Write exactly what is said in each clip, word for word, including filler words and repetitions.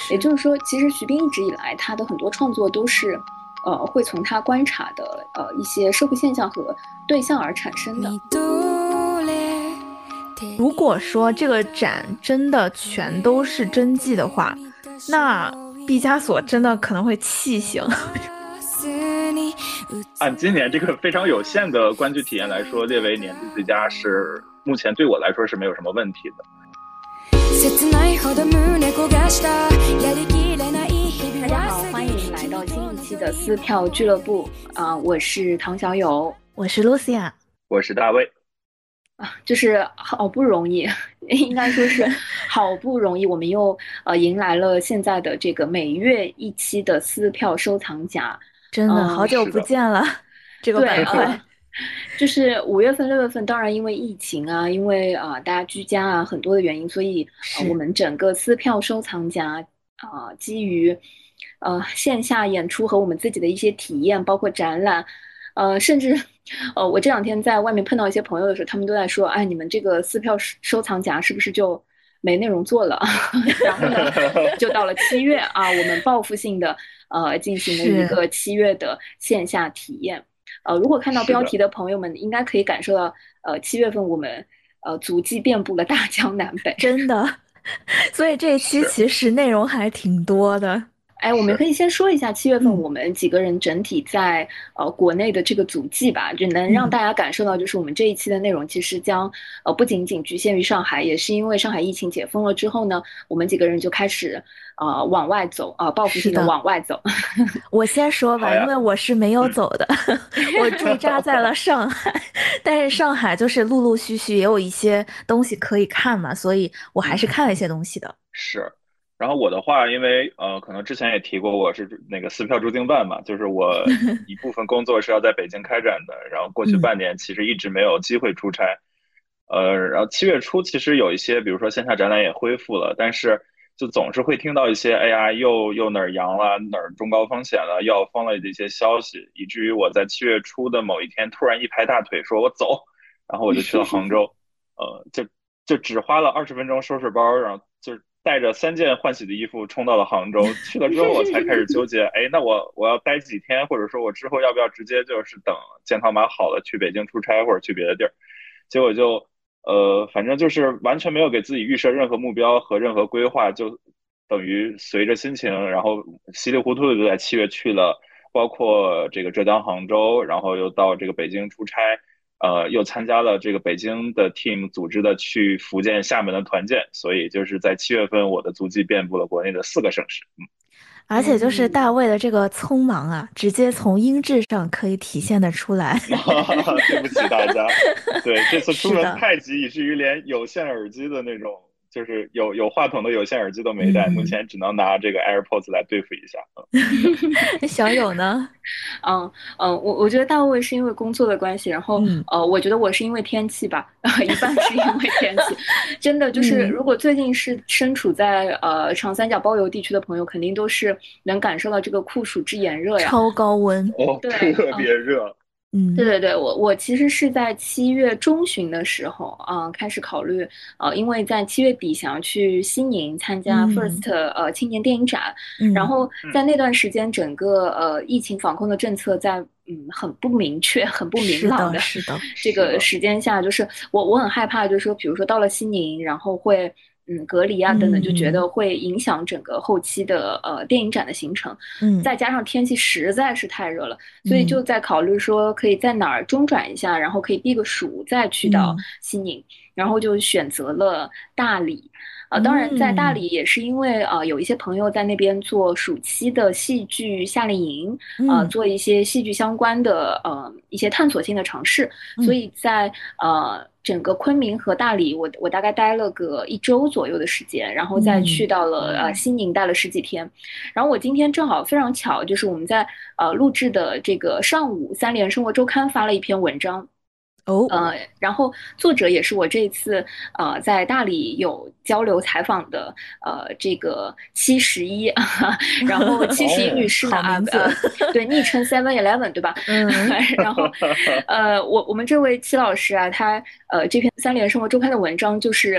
也就是说，其实徐冰一直以来他的很多创作都是，呃，会从他观察的呃一些社会现象和对象而产生的。 如果说这个展真的全都是真迹的话，那毕加索真的可能会气醒。 按今年这个非常有限的观剧体验来说，列为年度最佳是目前对我来说是没有什么问题的。 大家好，欢迎来到新一期的撕票俱乐部啊、呃！我是唐小友， 我是 Lucia， 我是大卫啊，就是好不容易，应该说是好不容易，我们又呃迎来了现在的这个每月一期的撕票收藏夹， 真的、嗯、好久不见了，这个板块。 呃就是五月份、六月份，当然因为疫情啊，因为啊、呃、大家居家啊很多的原因，所以、呃、我们整个撕票收藏夹啊、呃，基于呃线下演出和我们自己的一些体验，包括展览，呃，甚至呃我这两天在外面碰到一些朋友的时候，他们都在说，哎，你们这个撕票收藏夹是不是就没内容做了？然后呢，就到了七月啊，我们报复性的呃进行了一个七月的线下体验。呃，如果看到标题的朋友们，应该可以感受到，呃，七月份我们呃足迹遍布了大江南北， 真的。所以这一期其实内容还挺多的。 哎，我们可以先说一下七月份我们几个人整体在、嗯、呃国内的这个足迹吧，就能让大家感受到，就是我们这一期的内容其实将呃不仅仅局限于上海，也是因为上海疫情解封了之后呢，我们几个人就开始呃往外走啊、呃，报复性的往外走。 我先说吧，因为我是没有走的，我驻扎在了上海，但是上海就是陆陆续续也有一些东西可以看嘛，所以我还是看了一些东西的。 嗯、是。然后我的话，因为呃，可能之前也提过，我是那个撕票驻京办嘛，就是我一部分工作是要在北京开展的，然后过去半年其实一直没有机会出差，呃，然后七月初其实有一些，比如说线下展览也恢复了，但是就总是会听到一些，哎呀，又又哪儿阳了，哪儿中高风险了，又要封了的一些消息，以至于我在七月初的某一天突然一拍大腿说我走，然后我就去了杭州，呃，就就只花了二十分钟收拾包，然后就带着三件换洗的衣服冲到了杭州。去了之后，我才开始纠结，哎，那我我要待几天，或者说我之后要不要直接就是等健康码好了去北京出差或者去别的地儿？结果就呃，反正就是完全没有给自己预设任何目标和任何规划，就等于随着心情，然后稀里糊涂的就在七月去了，包括这个浙江杭州，然后又到这个北京出差。呃，又参加了这个北京的 team 组织的去福建、厦门的团建，所以就是在七月份，我的足迹遍布了国内的四个省市。嗯， 而且就是大卫的这个匆忙啊，直接从音质上可以体现得出来。 对不起大家，对，这次出门太急，以至于连有线耳机的那种。就是有有话筒的有线耳机都没带，嗯、目前只能拿这个 AirPods 来对付一下。 嗯、小友呢？ 嗯嗯，我我觉得大卫是因为工作的关系，然后、嗯、呃，我觉得我是因为天气吧，一半是因为天气。真的就是，如果最近是身处在呃长三角包邮地区的朋友，肯定都是能感受到这个酷暑之炎热呀， 超高温哦， 对， 特别热。 嗯， 对对对，我我其实是在七月中旬的时候啊、呃，开始考虑，呃，因为在七月底想要去西宁参加 First、嗯、呃青年电影展， 嗯、 然后在那段时间，整个呃疫情防控的政策在嗯很不明确、很不明朗的是的这个时间下，就是我我很害怕，就是说，比如说到了西宁，然后会。嗯，隔离啊等等，就觉得会影响整个后期的呃电影展的行程。 嗯， 再加上天气实在是太热了，所以就在考虑说可以在哪儿中转一下，然后可以避个暑再去到西宁，嗯、然后就选择了大理。呃，当然在大理也是因为呃有一些朋友在那边做暑期的戏剧夏令营，呃，做一些戏剧相关的呃一些探索性的尝试，所以在呃。整个昆明和大理我，我我大概待了个一周左右的时间，然后再去到了、嗯、呃西宁，待了十几天。然后我今天正好非常巧，就是我们在呃录制的这个上午，三联生活周刊发了一篇文章。 哦， 呃，然后作者也是我这次呃在大理有交流采访的呃这个七十一，然后七十一女士呢啊、呃，对，昵称 Seven Eleven 对吧？ 嗯， 然后呃我我们这位戚老师啊，他呃这篇三联生活周刊的文章就是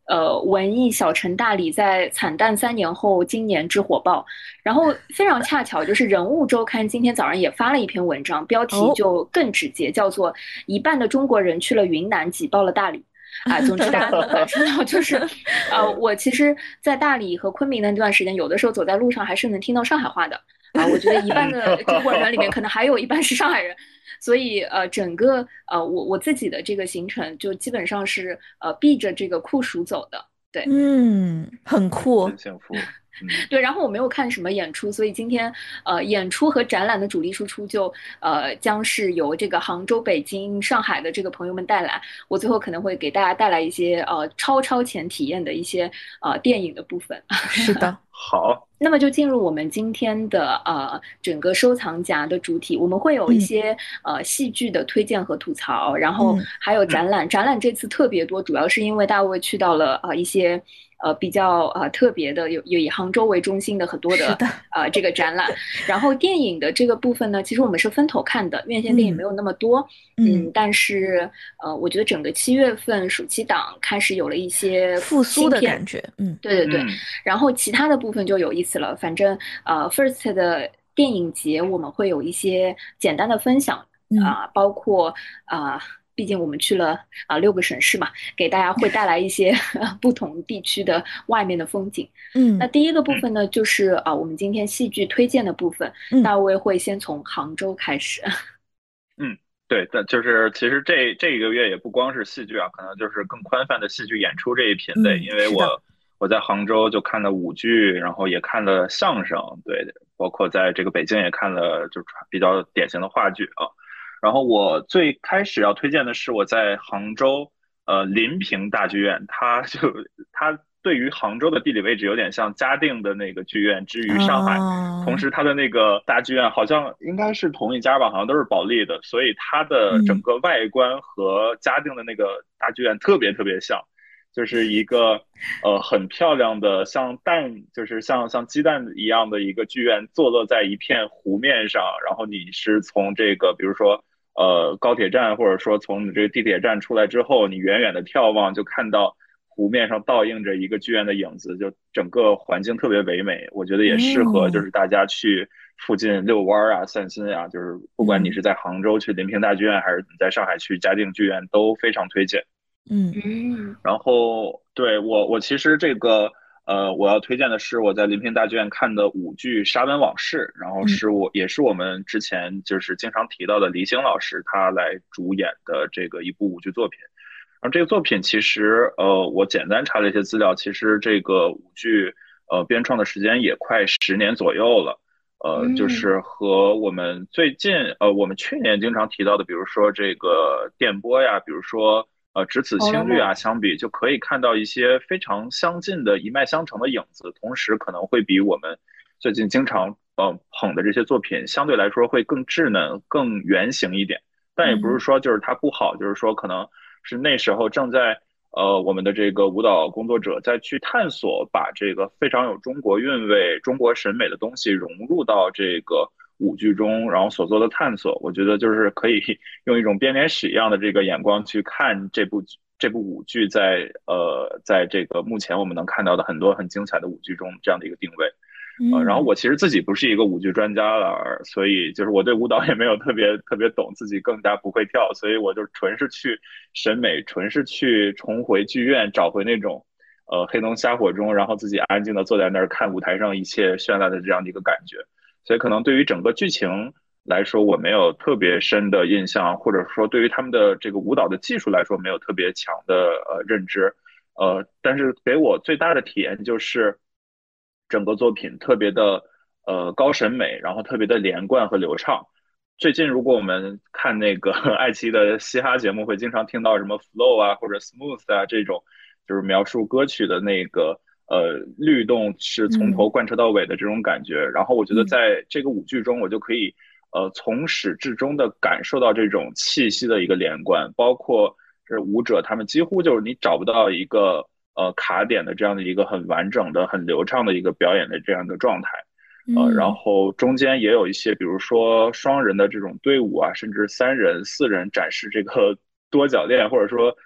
呃，文艺小城大理在惨淡三年后今年之火爆，然后非常恰巧，就是人物周刊今天早上也发了一篇文章，标题哦， 就更直接，叫做“一半的中国人去了云南，挤爆了大理”。啊，总之大家能感受到，就是，呃，我其实，在大理和昆明的那段时间，有的时候走在路上还是能听到上海话的。啊，我觉得一半的中国人里面，可能还有一半是上海人，所以呃，整个呃，我我自己的这个行程就基本上是呃避着这个酷暑走的，对。 嗯，很酷。 真幸福。嗯， 对，然后我没有看什么演出，所以今天呃演出和展览的主力输出就呃将是由这个杭州、北京、上海的这个朋友们带来。我最后可能会给大家带来一些呃超超前体验的一些呃电影的部分。 是的， 好。 那么就进入我们今天的呃整个收藏夹的主体，我们会有一嗯些呃戏剧的推荐和吐槽，然后嗯， 还有展嗯览。展览这次特别多，主要是因为大卫去到了呃一些呃比较呃特别的，有有以杭州为中心的很多的是的， 呃这个展览。然后电影的这个部分呢，其实我们是分头看的，院线电影没嗯有那么多。 嗯， 嗯，但是呃，我觉得整个七月份暑期档开始有了一些复苏新片。 的感觉。嗯对对对， 嗯然后其他的部分就有意思了。反正呃，First 的电影节我们会有一些简单的分享嗯啊、包括啊、毕竟我们去了啊、六个省市嘛，给大家会带来一些不同地区的外面的风景。那嗯第一个部嗯分呢，就是啊、我们今天戏剧推荐的部分， 嗯大卫会先从杭州开始。 嗯，对，但就是其实这这一个月也不光是戏剧啊，可能就是更宽泛的戏剧演出这一品类， 嗯， 因为是的， 我我在杭州就看了舞剧，然后也看了相声，对，包括在这个北京也看了就是比较典型的话剧啊。然后我最开始要推荐的是我在杭州呃临平大剧院，它就它对于杭州的地理位置有点像嘉定的那个剧院之于上海，同啊， 时它的那个大剧院好像应该是同一家吧，好像都是保利的，所以它的整嗯个外观和嘉定的那个大剧院特别特别像，就是一个呃很漂亮的像蛋，就是像像鸡蛋一样的一个剧院，坐落在一片湖面上，然后你是从这个比如说呃高铁站，或者说从你这个地铁站出来之后，你远远的眺望就看到湖面上倒映着一个剧院的影子，就整个环境特别唯美，我觉得也适合就嗯是大家去附近遛弯啊、散心啊，就是不管你嗯是在杭州去临平大剧院，还是你在上海去嘉定剧院，都非常推荐。 嗯嗯然后对我我其实这个呃我要推荐的是我在临平大剧院看的舞剧《沙文往事》，然后嗯是我也是我们之前就是经常提到的黎星老师他来主演的这个一部舞剧作品。然后这个作品其实呃我简单查了一些资料，其实这个舞剧呃编创的时间也快十年左右了。呃，就嗯， 是和我们最近呃我们去年经常提到的，比如说这个电波呀，比如说呃《只此 《红楼梦》。 青绿》啊相比，就可以看到一些非常相近的一脉相承的影子，同时可能会比我们最近经常呃捧的这些作品相对来说会更稚嫩、更圆形一点。但也不是嗯说就是它不好，就是说可能是那时候正在呃我们的这个舞蹈工作者在去探索，把这个非常有中国韵味、中国审美的东西融入到这个舞剧中，然后所做的探索，我觉得就是可以用一种编年史一样的这个眼光去看这部这部舞剧在呃在这个目前我们能看到的很多很精彩的舞剧中这样的一个定位。呃，然后嗯我其实自己不是一个舞剧专家了，所以就是我对舞蹈也没有特别特别懂，自己更加不会跳，所以我就纯是去审美，纯是去重回剧院，找回那种呃黑灯瞎火中，然后自己安静的坐在那儿看舞台上一切绚烂的这样的一个感觉。所以可能对于整个剧情来说，我没有特别深的印象，或者说对于他们的这个舞蹈的技术来说，没有特别强的呃认知。呃，但是给我最大的体验就是整个作品特别的呃高审美，然后特别的连贯和流畅。最近如果我们看那个爱奇艺的嘻哈节目，会经常听到什么 flow 啊或者 smooth 啊这种，就是描述歌曲的那个呃律动是从头嗯贯彻到尾的这种感觉。然后我觉得嗯在这个舞剧中，我就可以呃从始至终的感受到这种气息的一个连贯，包括是舞者他们几乎就是你找不到一个呃卡点的这样的一个很完整的、很流畅的一个表演的这样的状态。呃，然嗯后中间也有一些，比如说双人的这种队伍啊，甚至三人、四人展示这个多角恋，或者说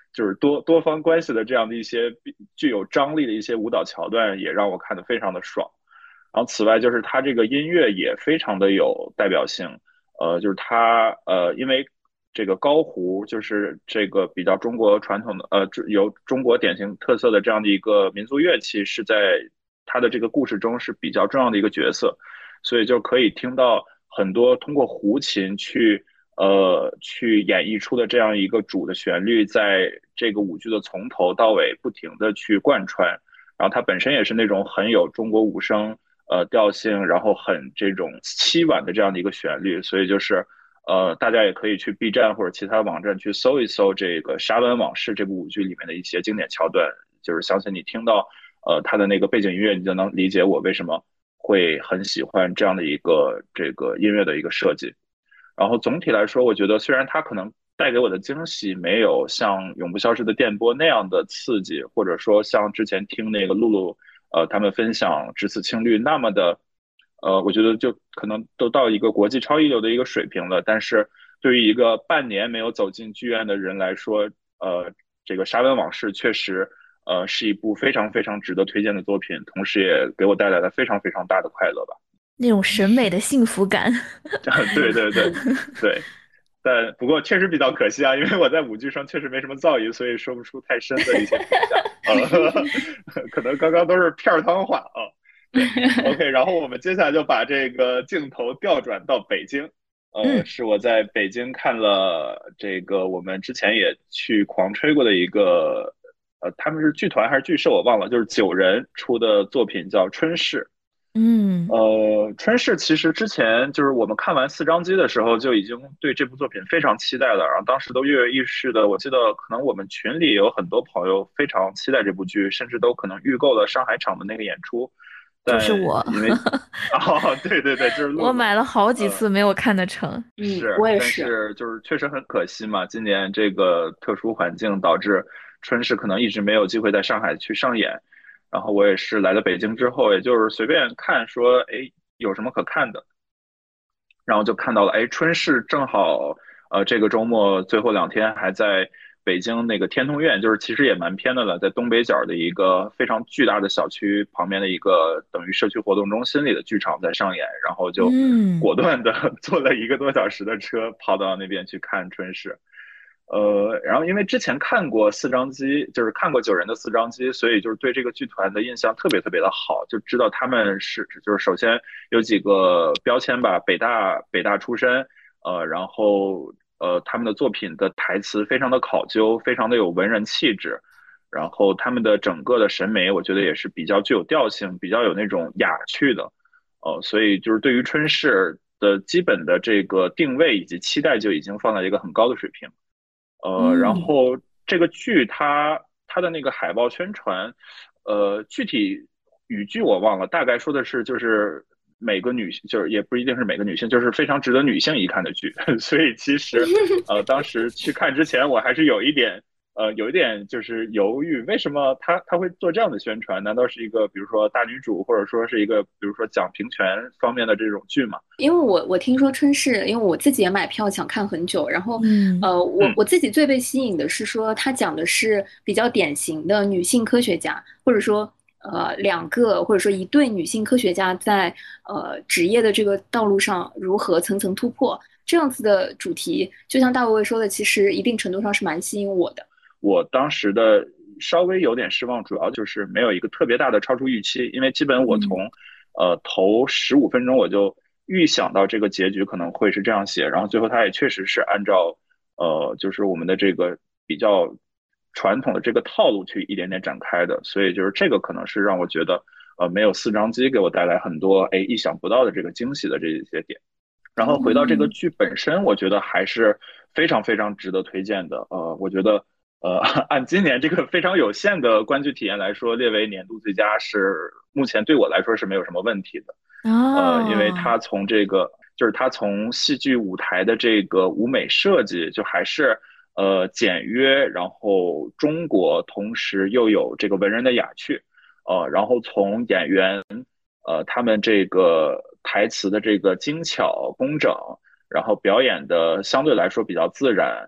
就是多多方关系的这样的一些具有张力的一些舞蹈桥段，也让我看得非常的爽。然后此外就是它这个音乐也非常的有代表性，呃，就是它呃，因为这个高胡就是这个比较中国传统的呃有中国典型特色的这样的一个民族乐器，是在它的这个故事中是比较重要的一个角色，所以就可以听到很多通过胡琴去呃去演绎出的这样一个主的旋律，在这个舞剧的从头到尾不停的去贯穿，然后它本身也是那种很有中国舞声呃调性，然后很这种凄婉的这样的一个旋律，所以就是呃大家也可以去 B 站或者其他网站去搜一搜这个《沙湾往事》这部舞剧里面的一些经典桥段，就是相信你听到呃它的那个背景音乐，你就能理解我为什么会很喜欢这样的一个这个音乐的一个设计。然后总体来说，我觉得虽然它可能带给我的惊喜没有像《永不消失的电波》那样的刺激，或者说像之前听那个露露呃他们分享《只此青绿》那么的，呃，我觉得就可能都到一个国际超一流的一个水平了。但是对于一个半年没有走进剧院的人来说，呃，这个《沙湾往事》确实呃是一部非常非常值得推荐的作品，同时也给我带来了非常非常大的快乐吧。 那种审美的幸福感。 对对对对，但不过确实比较可惜啊，因为我在舞剧上确实没什么造诣，所以说不出太深的一些评价，呃，可能刚刚都是片儿汤话啊。对，OK，然后我们接下来就把这个镜头调转到北京，呃， 嗯是我在北京看了这个我们之前也去狂吹过的一个，呃，他们是剧团还是剧社我忘了，就是九人出的作品叫《春逝》。 嗯， 呃，春逝其实之前就是我们看完四张机的时候就已经对这部作品非常期待了，然后当时都跃跃欲试的。我记得可能我们群里有很多朋友非常期待这部剧，甚至都可能预购了上海场的那个演出。但就是我。 因为哦，对对对，就是露露， 我买了好几呃， 次没有看得成。 嗯， 是，但我也是。 是就是确实很可惜嘛，今年这个特殊环境导致春逝可能一直没有机会在上海去上演。然后我也是来了北京之后，也就是随便看说，哎，有什么可看的，然后就看到了，哎，春逝正好，呃，这个周末最后两天还在北京那个天通苑，就是其实也蛮偏的了，在东北角的一个非常巨大的小区旁边的一个等于社区活动中心里的剧场在上演，然后就嗯， 果断的坐了一个多小时的车跑到那边去看春逝。呃，然后因为之前看过四张机，就是看过九人的四张机，所以就是对这个剧团的印象特别特别的好，就知道他们是就是首先有几个标签吧，北大北大出身，呃，然后呃他们的作品的台词非常的考究，非常的有文人气质，然后他们的整个的审美，我觉得也是比较具有调性，比较有那种雅趣的，呃，所以就是对于春逝的基本的这个定位以及期待就已经放在一个很高的水平。呃，然嗯， 后这个剧它它的那个海报宣传，呃，具体语句我忘了，大概说的是就是每个女性，就是也不一定是每个女性，就是非常值得女性一看的剧。所以其实呃，当时去看之前，我还是有一点呃有一点就是犹豫，为什么他他会做这样的宣传？难道是一个比如说大女主，或者说是一个比如说讲平权方面的这种剧吗？ 因为我我听说春逝，因为我自己也买票想看很久，然后嗯， 呃，我嗯我自己最被吸引的是说，它讲的是比较典型的女性科学家，或者说呃两个或者说一对女性科学家在呃职业的这个道路上如何层层突破，这样子的主题，就像大卫说的，其实一定程度上是蛮吸引我的。 我当时的稍微有点失望，主要就是没有一个特别大的超出预期，因为基本我从嗯呃头十五分钟我就预想到这个结局可能会是这样写，然后最后他也确实是按照呃就是我们的这个比较传统的这个套路去一点点展开的，所以就是这个可能是让我觉得呃没有四张机给我带来很多哎意想不到的这个惊喜的这一些点。然后回到这个嗯， 剧本身，我觉得还是非常非常值得推荐的。呃，我觉得呃，按今年这个非常有限的观剧体验来说，列为年度最佳是目前对我来说是没有什么问题的。呃，因为哦， 它从这个就是它从戏剧舞台的这个舞美设计，就还是呃简约，然后中国，同时又有这个文人的雅趣。呃，然后从演员呃他们这个台词的这个精巧工整，然后表演的相对来说比较自然，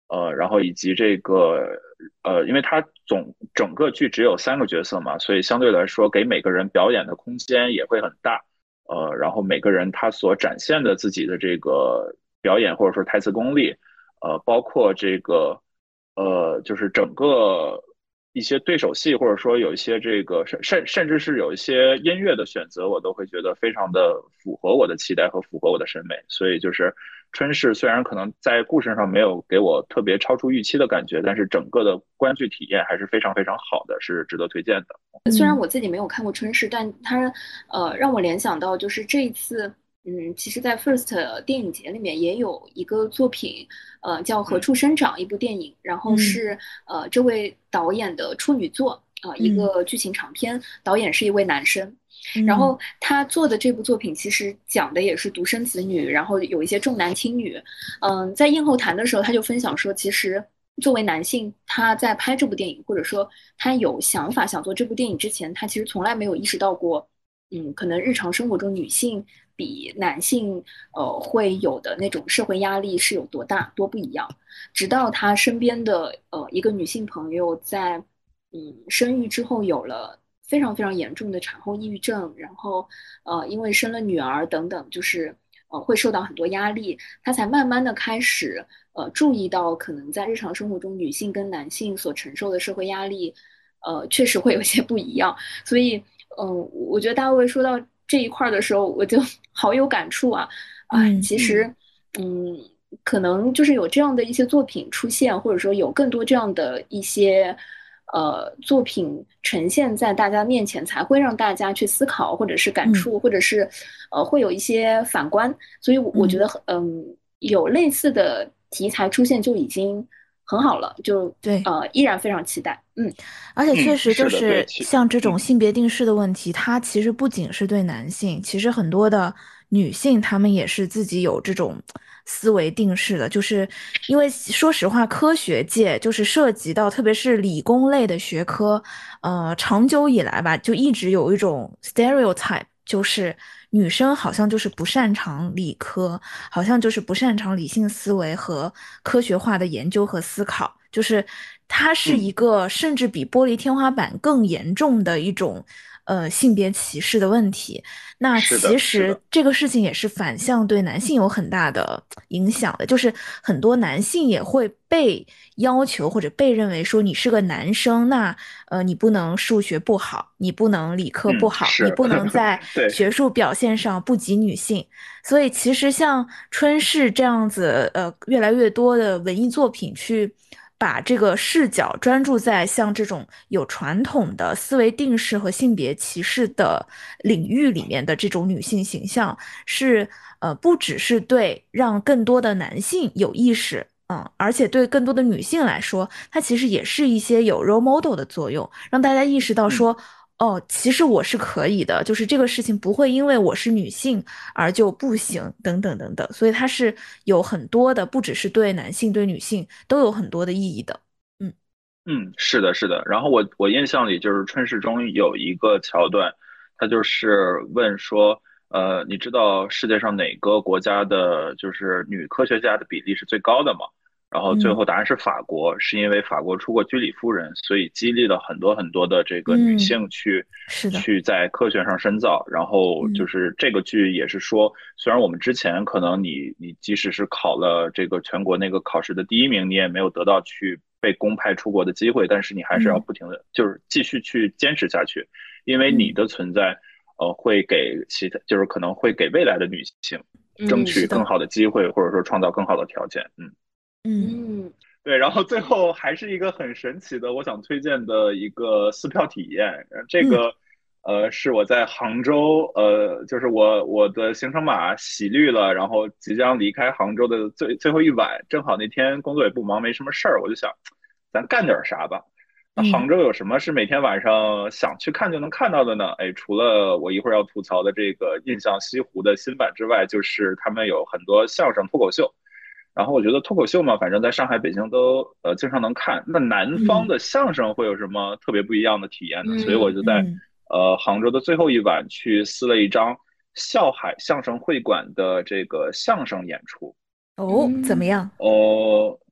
呃，然后以及这个呃，因为它总整个剧只有三个角色嘛，所以相对来说给每个人表演的空间也会很大。呃，然后每个人他所展现的自己的这个表演或者说台词功力，呃，包括这个呃，就是整个一些对手戏，或者说有一些这个甚甚甚至是有一些音乐的选择，我都会觉得非常的符合我的期待和符合我的审美。所以就是春逝虽然可能在故事上没有给我特别超出预期的感觉，但是整个的观剧体验还是非常非常好的，是值得推荐的。 虽然嗯我自己没有看过《春逝》，但它呃让我联想到就是这一次，嗯，其实，在 First 电影节里面也有一个作品，呃，叫《何嗯处生长》一部电影，然后嗯是呃这位导演的处女作，啊、呃，一嗯个剧情长片，导演是一位男生。然嗯后他做的这部作品其实讲的也是独生子女，然后有一些重男轻女。嗯，在映后谈的时候，他就分享说，其实作为男性，他在拍这部电影，或者说他有想法想做这部电影之前，他其实从来没有意识到过，嗯，可能日常生活中女性比男性呃会有的那种社会压力是有多大多不一样。直到他身边的呃一个女性朋友在嗯生育之后有了非常非常严重的产后抑郁症，然后呃因为生了女儿等等，就是呃会受到很多压力，他才慢慢的开始呃注意到可能在日常生活中女性跟男性所承受的社会压力，呃确实会有些不一样。所以嗯、呃我觉得大卫说到这一块的时候，我就好有感触啊。哎， 嗯其实嗯。可能就是有这样的一些作品出现，或者说有更多这样的一些呃作品呈现在大家面前，才会让大家去思考，或者是感嗯触，或者是呃会有一些反观。所以我觉嗯， 得嗯有类似的题材出现就已经很好了，就对。 呃依然非常期待。嗯而且确嗯， 实就是的，对， 是其像这种嗯性别定式的问题，它其实不仅是对男性，其实很多的女性她们也是自己有这种思维定式的，就是因为说实话，科学界就是涉及到特别是理工类的学科，呃，长久以来吧，就一直有一种 stereotype，就是女生好像就是不擅长理科，好像就是不擅长理性思维和科学化的研究和思考。就是它是嗯， 一个甚至比玻璃天花板更严重的一种呃性别歧视的问题。那其是的，是实的， 这个事情也是反向对男性有很大的影响的，就是很多男性也会被要求或者被认为说你是个男生，那呃你不能数学不好，你不能理科不嗯， 好，你是， 不能在对， 学术表现上不及女性。所以其实像春逝这样子，呃，越来越多的文艺作品去把这个视角专注在像这种有传统的思维定式和性别歧视的领域里面的这种女性形象，是呃，不只是对让更多的男性有意识。嗯，而且对更多的女性来说，它其实也是一些有 role model 的作用，让大家意识到嗯。 说，哦，其实我是可以的，就是这个事情不会因为我是女性而就不行，等等等等，所以它是有很多的，不只是对男性，对女性都有很多的意义的。嗯嗯，是的，是的。然后我我印象里就是春逝中有一个桥段，他就是问说，呃，你知道世界上哪个国家的就是女科学家的比例是最高的吗？然后最嗯后答案是法国，是因为法国出过居里夫人，所以激励了很多很多的这个女嗯， 性去是的， 去在科学上深造。然后就嗯是这个剧也是说，虽然我们之前可能你你即使是考了这个全国那个考试的第一名，你也没有得到去被公派出国的机会，但是你还是要嗯不停的就是继续去坚持下去，因为你嗯的存在，呃，会给其他就是可能会给未来的女性争嗯取是的， 更好的机会，或者说创造更好的条件。嗯。 嗯嗯对，然后最后还是一个很神奇的，我想推荐的一个撕票体验。呃这嗯个，呃，是我在杭州，呃，就是我我的行程码洗绿了，然后即将离开杭州的最最后一晚，正好那天工作也不忙，没什么事儿，我就想，咱干点啥吧。那嗯杭州有什么是每天晚上想去看就能看到的呢？哎，除了我一会儿要吐槽的这个印象西湖的新版之外，就是他们有很多相声脱口秀。然后我觉得脱口秀嘛，反正在上海、北京都呃经常能看。那南方嗯的相声会有什么特别不一样的体验呢？所以我嗯就在嗯， 呃杭州的最后一晚去撕了一张笑海相声会馆的这个相声演出。 哦，怎么嗯样？ 呃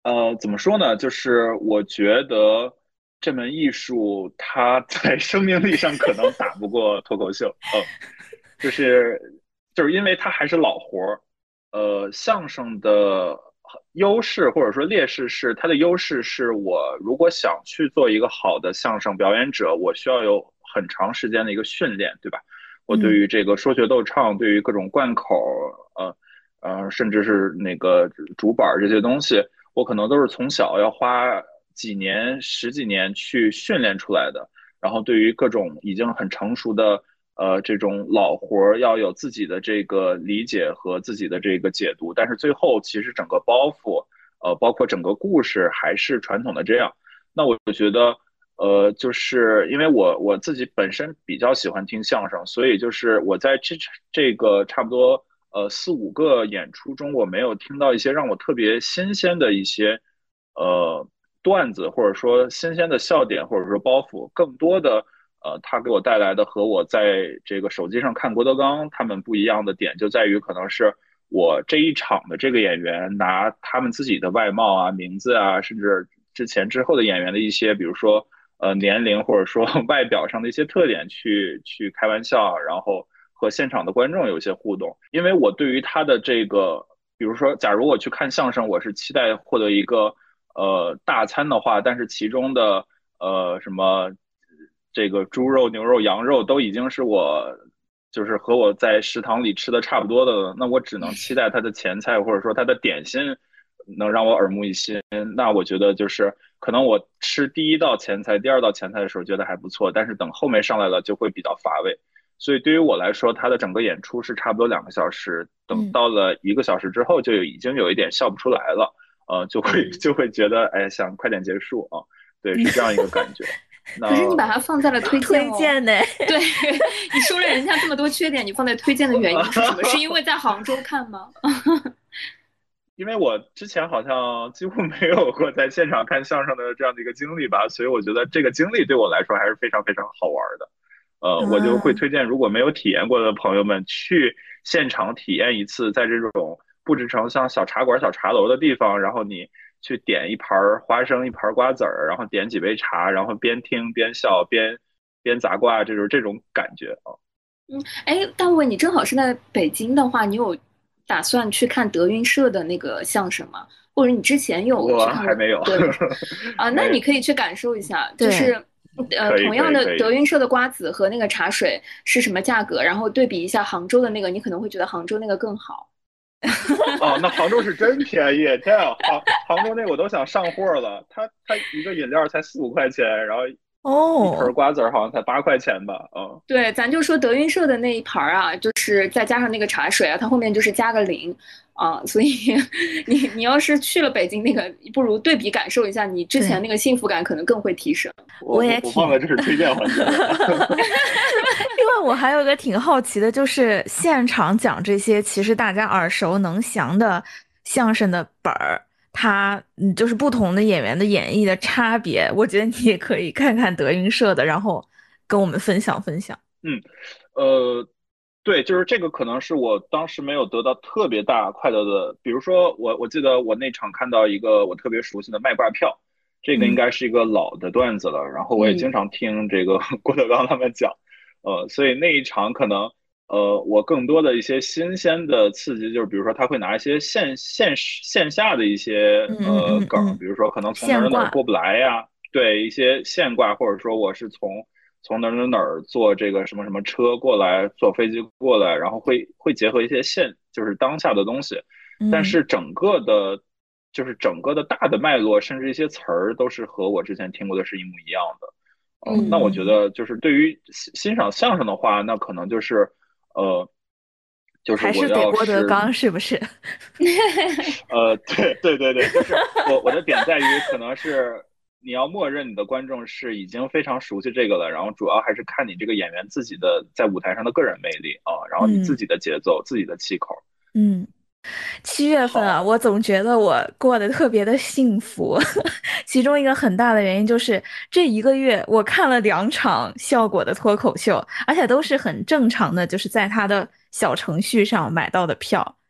呃，怎么说呢？就是我觉得这门艺术它在生命力上可能打不过脱口秀，嗯，就是就是因为它还是老活儿。呃，相声的优势或者说劣势是它的优势是我如果想去做一个好的相声表演者，我需要有很长时间的一个训练，对吧？我对嗯于这个说学逗唱，对于各种贯口，呃呃，甚至是那个主板这些东西，我可能都是从小要花几年、十几年去训练出来的。然后对于各种已经很成熟的呃这种老活儿，要有自己的这个理解和自己的这个解读，但是最后其实整个包袱，呃，包括整个故事还是传统的这样。那我觉得。呃，就是因为我我自己本身比较喜欢听相声，所以就是我在这这个差不多呃四五个演出中，我没有听到一些让我特别新鲜的一些呃段子，或者说新鲜的笑点，或者说包袱，更多的呃，他给我带来的和我在这个手机上看郭德纲他们不一样的点，就在于可能是我这一场的这个演员拿他们自己的外貌啊、名字啊，甚至之前之后的演员的一些，比如说呃年龄或者说外表上的一些特点去去开玩笑，然后和现场的观众有一些互动。因为我对于他的这个，比如说，假如我去看相声，我是期待获得一个呃大餐的话，但是其中的呃什么这个猪肉、牛肉、羊肉都已经是我就是和我在食堂里吃的差不多的了，那我只能期待它的前菜或者说它的点心能让我耳目一新。那我觉得就是可能我吃第一道前菜、第二道前菜的时候觉得还不错，但是等后面上来了就会比较乏味。所以对于我来说，它的整个演出是差不多两个小时，等嗯。 到了一个小时之后，就已经有一点笑不出来了，呃，就会就会觉得哎，想快点结束啊，对，是这样一个感觉。那可是你把它放在了推荐哦。 推荐呢？ 对，你说了人家这么多缺点，你放在推荐的原因是什么？是因为在杭州看吗？ 因为我之前好像几乎没有过在现场看相声的这样的一个经历吧，所以我觉得这个经历对我来说还是非常非常好玩的。呃，我就会啊， 推荐如果没有体验过的朋友们去现场体验一次，在这种布置成像小茶馆、小茶楼的地方，然后你去点一盘花生、一盘瓜子儿，然后点几杯茶，然后边听边笑边边砸瓜，这种这种感觉啊。 嗯，哎，大卫，你正好是在北京的话，你有打算去看德云社的那个相声吗？或者你之前有去看过我还没有， 德云社啊？那没， 你可以去感受一下，就对， 是呃， 可以同样的可以可以。 德云社的瓜子和那个茶水是什么价格，然后对比一下杭州的那个，你可能会觉得杭州那个更好。 哦，那杭州是真便宜，天啊，杭杭州那我都想上货了。它它一个饮料才四五块钱，然后一盆哦， 瓜子儿好像才八块钱吧？嗯， 对，咱就说德云社的那一盘儿啊，就是再加上那个茶水啊，它后面就是加个零啊，所以你你要是去了北京那个，不如对比感受一下，你之前对， 那个幸福感可能更会提升。 我我我忘我也挺， 了这是推荐环节了。 另外我还有一个挺好奇的，就是现场讲这些其实大家耳熟能详的相声的本儿，它嗯就是不同的演员的演绎的差别，我觉得你也可以看看德云社的，然后跟我们分享分享。 嗯，呃，对，就是这个可能是我当时没有得到特别大快乐的。比如说我我记得我那场看到一个我特别熟悉的卖挂票，这个应嗯该是一个老的段子了，然后我也经嗯常听这个郭德纲他们讲，呃，所以那一场可能呃我更多的一些新鲜的刺激，就是比如说他会拿一些线线线下的一些嗯嗯呃梗儿， 嗯嗯， 比如说可能从哪儿现挂， 哪儿过不来呀，对一些现挂，或者说我是从从哪儿哪儿哪儿坐这个什么什么车过来，坐飞机过来，然后会会结合一些现就是当下的东西，但嗯是整个的，就是整个的大的脉络，甚至一些词儿都是和我之前听过的是一模一样的。呃，那我觉嗯， 嗯， 得就是对于欣欣赏相声的话，那可能就是呃，就是还我是得郭德要是纲是不是？ 呃，对对对对，就是我我的点在于，可能是你要默认你的观众是已经非常熟悉这个了，然后主要还是看你这个演员自己的在舞台上的个人魅力啊，然后你自嗯己的节奏、自己的气口。 嗯。七月份啊， 好， 我总觉得我过得特别的幸福，其中一个很大的原因就是这一个月我看了两场效果的脱口秀，而且都是很正常的，就是在他的小程序上买到的票，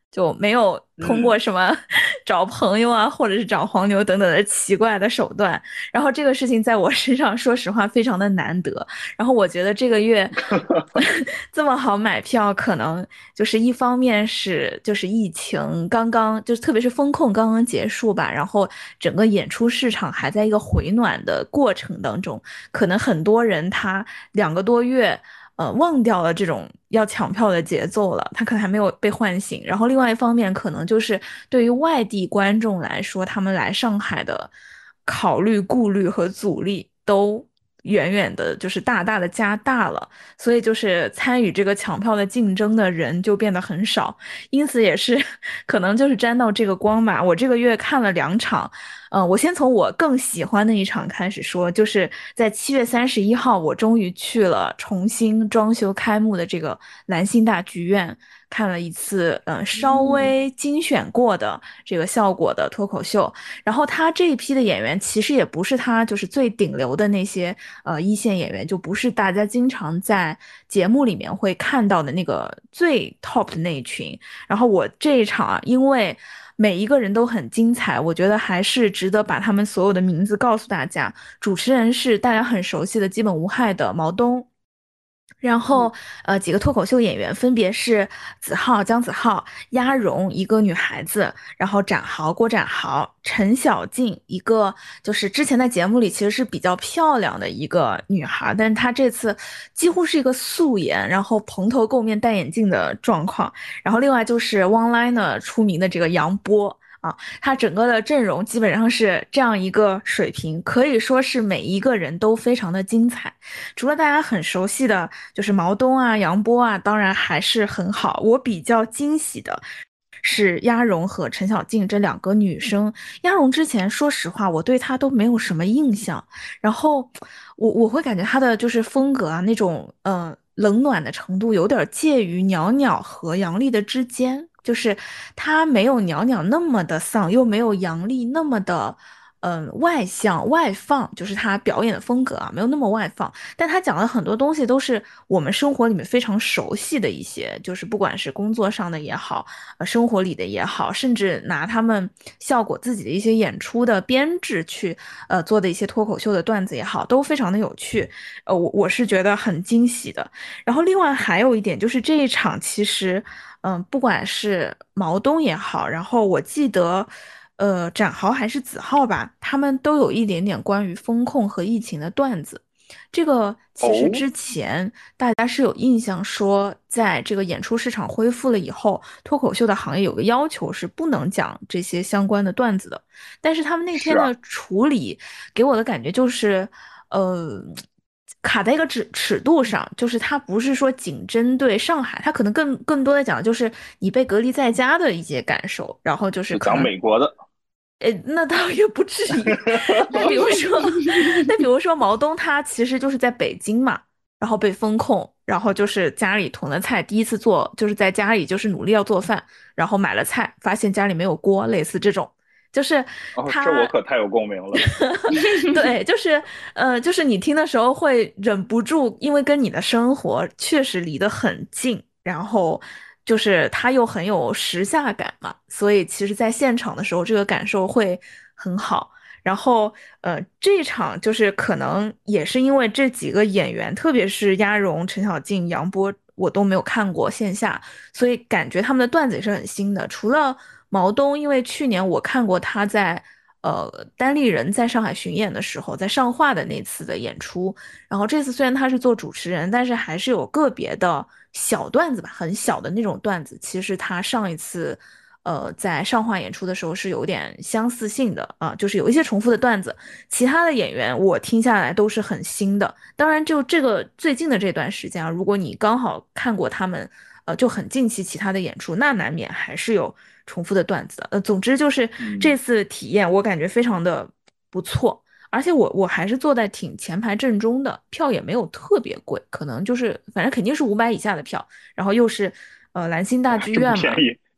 就没有通过嗯， 什么找朋友啊，或者是找黄牛等等的奇怪的手段。然后这个事情在我身上，说实话非常的难得。然后我觉得这个月这么好买票，可能就是一方面是就是疫情刚刚，就是特别是风控刚刚结束吧，然后整个演出市场还在一个回暖的过程当中，可能很多人他两个多月。呃，忘掉了这种要抢票的节奏了，他可能还没有被唤醒。然后另外一方面，可能就是对于外地观众来说，他们来上海的考虑、顾虑和阻力都远远的，就是大大的加大了。所以就是参与这个抢票的竞争的人就变得很少，因此也是可能就是沾到这个光吧。我这个月看了两场。呃，我先从我更喜欢的一场开始说，就是在七月三十一号，我终于去了重新装修开幕的这个兰心大剧院，看了一次，呃，稍嗯微精选过的这个效果的脱口秀。然后他这一批的演员其实也不是他就是最顶流的那些呃一线演员，就不是大家经常在节目里面会看到的那个最 top 的那一群。然后我这一场啊，因为每一个人都很精彩，我觉得还是值得把他们所有的名字告诉大家。主持人是大家很熟悉的基本无害的毛东。然后，呃，几个脱口秀演员分别是子浩、姜子浩、鸭蓉，一个女孩子，然后展豪、郭展豪、陈小静，一个就是之前在节目里其实是比较漂亮的一个女孩，但是她这次几乎是一个素颜，然后蓬头垢面戴眼镜的状况。然后另外就是 one-liner 出名的这个杨波。啊，他整个的阵容基本上是这样一个水平，可以说是每一个人都非常的精彩。除了大家很熟悉的就是毛东啊、杨波啊，当然还是很好。我比较惊喜的是鸭蓉和陈小静这两个女生。鸭蓉之前说实话，我对她都没有什么印象，然后我我会感觉她的就是风格啊，那种呃冷暖的程度有点介于袅袅和杨笠的之间。就是她没有袅袅那么的丧，又没有杨笠那么的，嗯、外向外放，就是她表演的风格啊，没有那么外放。但他讲的很多东西都是我们生活里面非常熟悉的一些，就是不管是工作上的也好，呃，生活里的也好，甚至拿他们效果自己的一些演出的编制去呃做的一些脱口秀的段子也好，都非常的有趣。呃，我我是觉得很惊喜的。然后另外还有一点就是这一场其实，嗯、不管是毛东也好，然后我记得。呃，展豪还是子浩吧，他们都有一点点关于风控和疫情的段子。这个其实哦， 之前大家是有印象说，在这个演出市场恢复了以后，脱口秀的行业有个要求是不能讲这些相关的段子的。但是他们那天是啊， 的处理给我的感觉就是，呃，卡在一个尺尺度上，就是他不是说仅针对上海，他可能更更多的讲的就是你被隔离在家的一些感受，然后就是就讲可能美国的。 呃，那倒也不至于。那比如说，那比如说毛东，他其实就是在北京嘛，然后被封控，然后就是家里囤了菜，第一次做就是在家里就是努力要做饭，然后买了菜，发现家里没有锅，类似这种，就是哦，这我他可太有共鸣了。 对，就是呃，就是你听的时候会忍不住，因为跟你的生活确实离得很近，然后就是它又很有时下感嘛，所以其实在现场的时候，这个感受会很好。然后呃，这一场就是可能也是因为这几个演员，特别是鸭蓉、陈小静、杨波，我都没有看过线下，所以感觉他们的段子也是很新的。除了毛东，因为去年我看过他在。呃，单立人在上海巡演的时候，在上画的那次的演出，然后这次虽然他是做主持人，但是还是有个别的小段子吧，很小的那种段子。其实他上一次，呃，在上画演出的时候是有点相似性的啊，就是有一些重复的段子。其他的演员我听下来都是很新的。当然，就这个最近的这段时间啊，如果你刚好看过他们，呃，就很近期其他的演出，那难免还是有重复的段子的。呃，总之就是这嗯， 次体验我感觉非常的不错，而且我我还是坐在挺前排正中的，票也没有特别贵，可能就是反正肯定是五百以下的票，然后又是呃兰心大哇，这么剧院嘛。 便宜。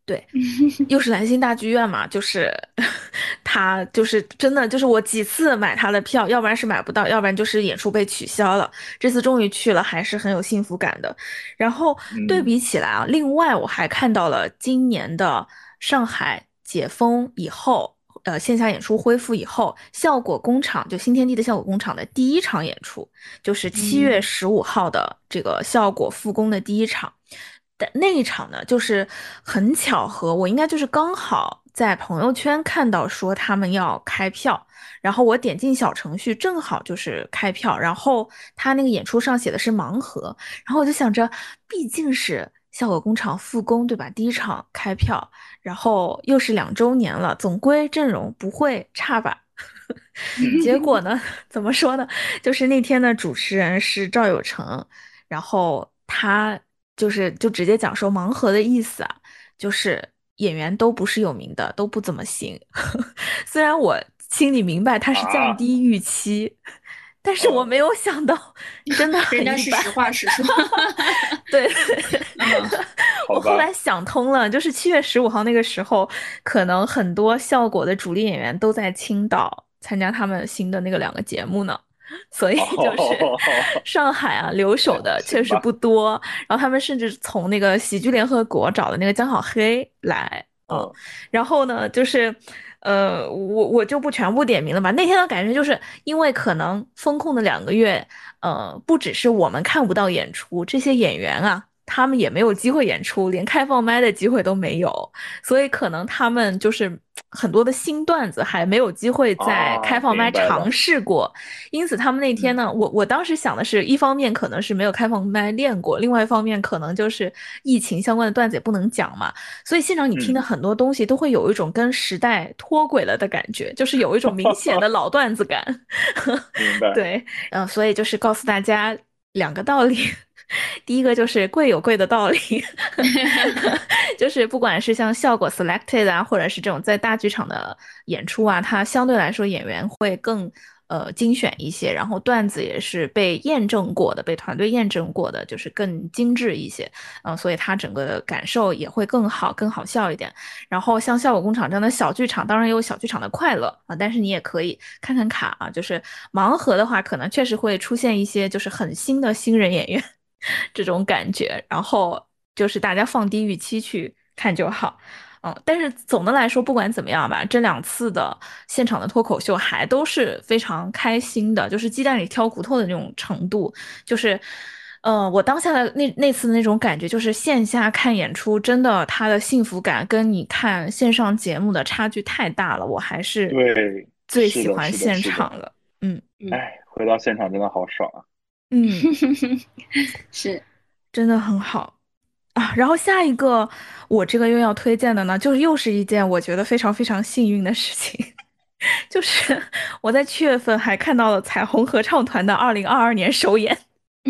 对，又是兰心大剧院嘛，就是他就是真的就是我几次买他的票，要不然是买不到，要不然就是演出被取消了。这次终于去了，还是很有幸福感的。然后对嗯比起来啊，另外我还看到了今年的上海解封以后。呃，线下演出恢复以后，效果工厂就新天地的效果工厂的第一场演出，就是七月嗯十五号的这个效果复工的第一场。但那一场呢，就是很巧合，我应该就是刚好在朋友圈看到说他们要开票，然后我点进小程序，正好就是开票，然后他那个演出上写的是盲盒，然后我就想着，毕竟是效果工厂复工，对吧？第一场开票，然后又是两周年了，总归阵容不会差吧？ 嗯结果呢，怎么说呢？就是那天的主持人是赵有成，然后他就是就直接讲说盲盒的意思啊，就是演员都不是有名的，都不怎么行。虽然我心里明白他是降啊， 低预期，但是我没哦， 有想到真的人很一般。 家是实话实说。 对， 嗯我好吧， 后来想通了，就是七月十五号那个时候，可能很多效果的主力演员都在青岛参加他们新的那个两个节目呢，所以就是哦， 上海啊留守的确实行吧， 不多，然后他们甚至从那个喜剧联合国找的那个江小黑来。嗯， 嗯然后呢，就是，呃，我我就不全部点名了吧。那天的感觉就是因为可能封控的两个月，呃，不只是我们看不到演出，这些演员啊，他们也没有机会演出，连开放麦的机会都没有，所以可能他们就是很多的新段子还没有机会在开啊， 放麦尝明白了， 试过，因此他们那天嗯呢，我我当时想的是，一方面可能是没有开放麦练过，另外一方面可能就是疫情相关的段子也不能讲嘛，所以现场你听的嗯， 很多东西都会有一种跟时代脱轨了的感觉，就是有一种明显的老段子感。 明白， 对，嗯、所以就是告诉大家两个道理。第一个就是贵有贵的道理，就是不管是像效果 selected 啊，或者是这种在大剧场的演出啊，它相对来说演员会更呃精选一些，然后段子也是被验证过的，被团队验证过的，就是更精致一些，嗯、所以它整个的感受也会更好、更好笑一点。然后像效果工厂这样的小剧场，当然也有小剧场的快乐啊，但是你也可以看看卡啊，就是盲盒的话，可能确实会出现一些就是很新的新人演员这种感觉，然后就是大家放低预期去看就好。嗯，但是总的来说，不管怎么样吧，这两次的现场的脱口秀还都是非常开心的，就是鸡蛋里挑骨头的那种程度，就是。呃，我当下的那那次的那种感觉，就是线下看演出，真的它的幸福感跟你看线上节目的差距太大了，我还是对， 最喜是的，是的， 欢现是的， 场了。嗯嗯， 哎，回到现场真的好爽啊， 嗯， 是。 真的很好啊。然后下一个我这个月要推荐的呢，就是又是一件我觉得非常非常幸运的事情，就是我在七月份还看到了彩虹合唱团的二零二二年首演。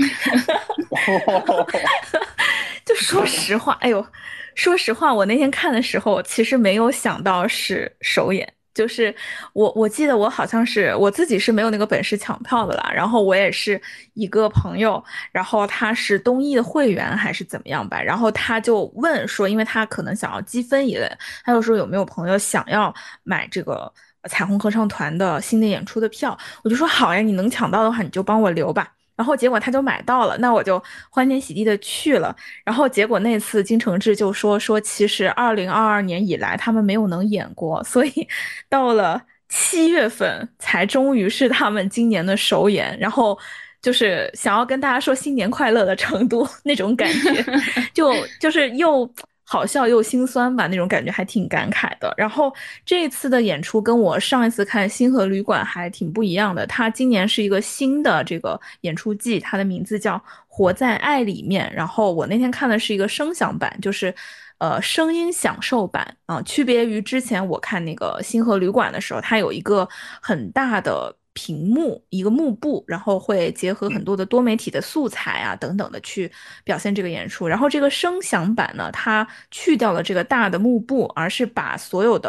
就说实话，哎呦，说实话，我那天看的时候，其实没有想到是首演。就是我，我记得我好像是我自己是没有那个本事抢票的啦。然后我也是一个朋友，然后他是东艺的会员还是怎么样吧，然后他就问说，因为他可能想要积分一类，他就说有没有朋友想要买这个彩虹合唱团的新的演出的票，我就说好呀，你能抢到的话你就帮我留吧。然后结果他就买到了，那我就欢天喜地的去了。然后结果那次金承志就说说，其实二零二二年以来他们没有能演过，所以到了七月份才终于是他们今年的首演。然后就是想要跟大家说新年快乐的程度那种感觉，就就是又好笑又心酸吧，那种感觉还挺感慨的。然后这一次的演出跟我上一次看《星河旅馆》还挺不一样的，它今年是一个新的这个演出季，它的名字叫《活在爱里面》。然后我那天看的是一个声响版，就是呃声音享受版啊，区别于之前我看那个《星河旅馆》的时候，它有一个很大的屏幕，一个幕布，然后会结合很嗯多的多媒体的素材啊等等的去表现这个演出。然后这个声响版呢，它去掉了这个大的幕布，而是把所有的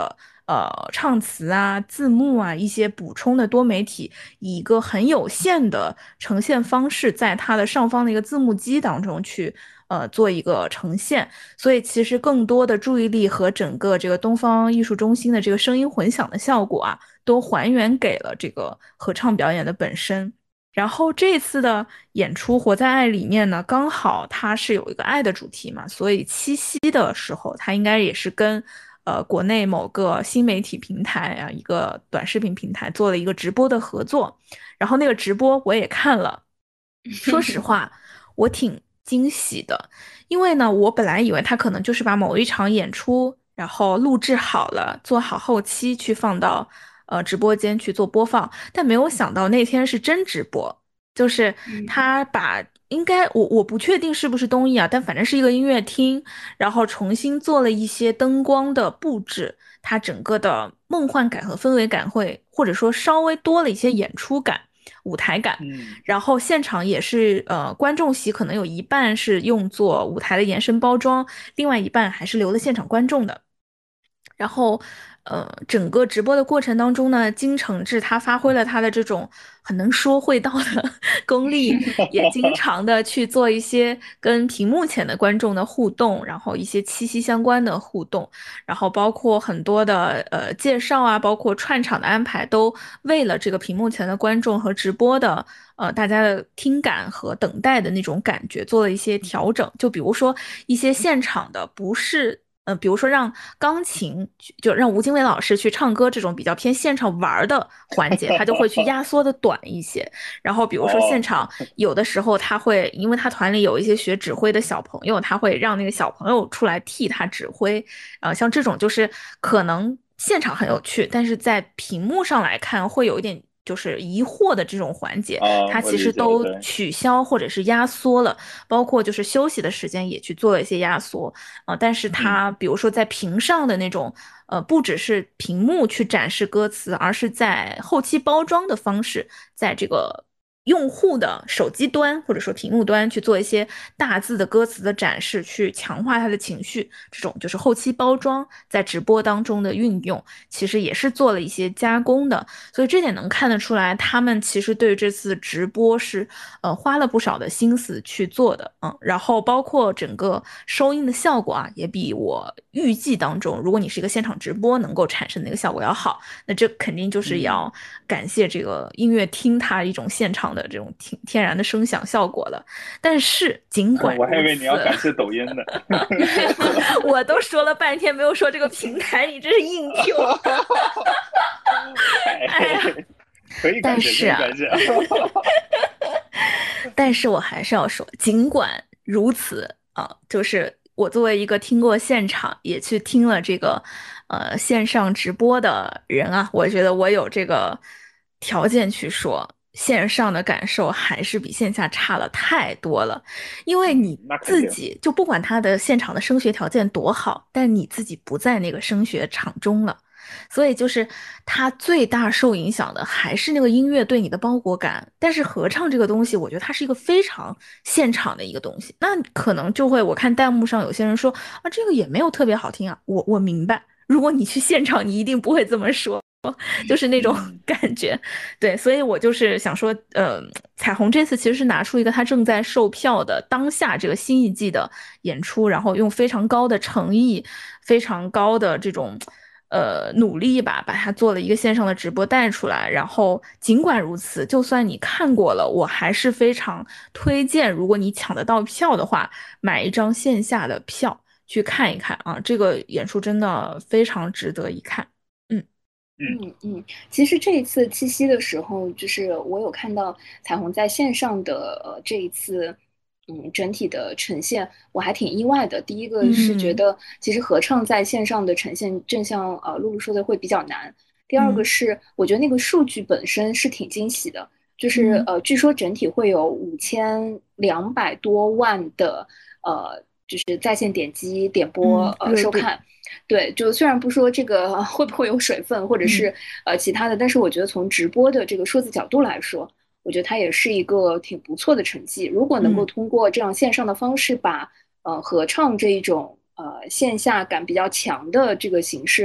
呃唱词啊、字幕啊一些补充的多媒体，以一个很有限的呈现方式，在它的上方的一个字幕机当中去呃做一个呈现。所以其实更多的注意力和整个这个东方艺术中心的这个声音混响的效果啊，都还原给了这个合唱表演的本身。然后这次的演出《活在爱》里面呢，刚好它是有一个爱的主题嘛，所以七夕的时候，它应该也是跟呃国内某个新媒体平台啊，一个短视频平台做了一个直播的合作。然后那个直播我也看了，说实话，我挺惊喜的，因为呢，我本来以为他可能就是把某一场演出，然后录制好了，做好后期去放到呃直播间去做播放，但没有想到那天是真直播，就是他把应该我我不确定是不是东艺啊，但反正是一个音乐厅，然后重新做了一些灯光的布置，它整个的梦幻感和氛围感会或者说稍微多了一些演出感。舞台感， 嗯， 然后现场也是呃，观众席可能有一半是用作舞台的延伸包装，另外一半还是留了现场观众的。然后，呃，整个直播的过程当中呢，金承志他发挥了他的这种很能说会道的功力，也经常的去做一些跟屏幕前的观众的互动，然后一些七夕相关的互动，然后包括很多的呃介绍啊，包括串场的安排，都为了这个屏幕前的观众和直播的呃大家的听感和等待的那种感觉做了一些调整。就比如说一些现场的不是。呃，比如说让钢琴就让吴经纬老师去唱歌这种比较偏现场玩的环节，他就会去压缩的短一些。然后比如说现场有的时候他会，因为他团里有一些学指挥的小朋友，他会让那个小朋友出来替他指挥。呃，像这种就是可能现场很有趣，但是在屏幕上来看会有一点。就是疑惑的这种环节， 啊， 它我理解， 其实都对， 取消或者是压缩了，包括就是休息的时间也去做了一些压缩。啊、呃，但是嗯它比如说在屏上的那种，呃，不只是屏幕去展示歌词，而是在后期包装的方式，在这个用户的手机端或者说屏幕端去做一些大字的歌词的展示，去强化他的情绪，这种就是后期包装在直播当中的运用，其实也是做了一些加工的，所以这点能看得出来，他们其实对这次直播是呃花了不少的心思去做的，嗯，然后包括整个收音的效果啊，也比我预计当中，如果你是一个现场直播能够产生的一个效果要好，那这肯定就是嗯， 要感谢这个音乐厅它一种现场的这种天天然的声响效果了。但是尽管我还以如此， 为你要感谢抖音呢。 我都说了半天没有说这个平台，你这是硬 Q。哎呀， 可以感谢，可以感谢。 但是我还是要说，尽管如此啊，就是我作为一个听过现场，也去听了这个呃线上直播的人啊，我觉得我有这个条件去说，线上的感受还是比线下差了太多了。因为你自那肯定， 己就不管他的现场的声学条件多好，但你自己不在那个声学场中了。所以就是它最大受影响的还是那个音乐对你的包裹感，但是合唱这个东西，我觉得它是一个非常现场的一个东西，那可能就会我看弹幕上有些人说啊，这个也没有特别好听啊，我我明白，如果你去现场，你一定不会这么说。就是那种嗯感觉，对，所以我就是想说，呃，彩虹这次其实是拿出一个他正在售票的当下这个新一季的演出，然后用非常高的诚意、非常高的这种呃努力吧，把它做了一个线上的直播带出来。然后尽管如此，就算你看过了，我还是非常推荐，如果你抢得到票的话，买一张线下的票去看一看啊，这个演出真的非常值得一看。嗯嗯嗯嗯，其实这一次七夕的时候，就是我有看到彩虹在线上的呃这一次，嗯整体的呈现，我还挺意外的。第一个是觉嗯得其实合唱在线上的呈现，正像呃露露说的会比较难。第二个嗯是我觉得那个数据本身是挺惊喜的，就是嗯， 呃据说整体会有五千两百多万的呃就是在线点击、点播、 嗯， 呃热度， 收看。对，就虽然不说这个会不会有水分，或者嗯是呃其他的，但是我觉得从直播的这个数字角度来说，我觉得它也是一个挺不错的成绩。如果能够嗯通过这样线上的方式把呃合唱这一种呃线下感比较强的这个形式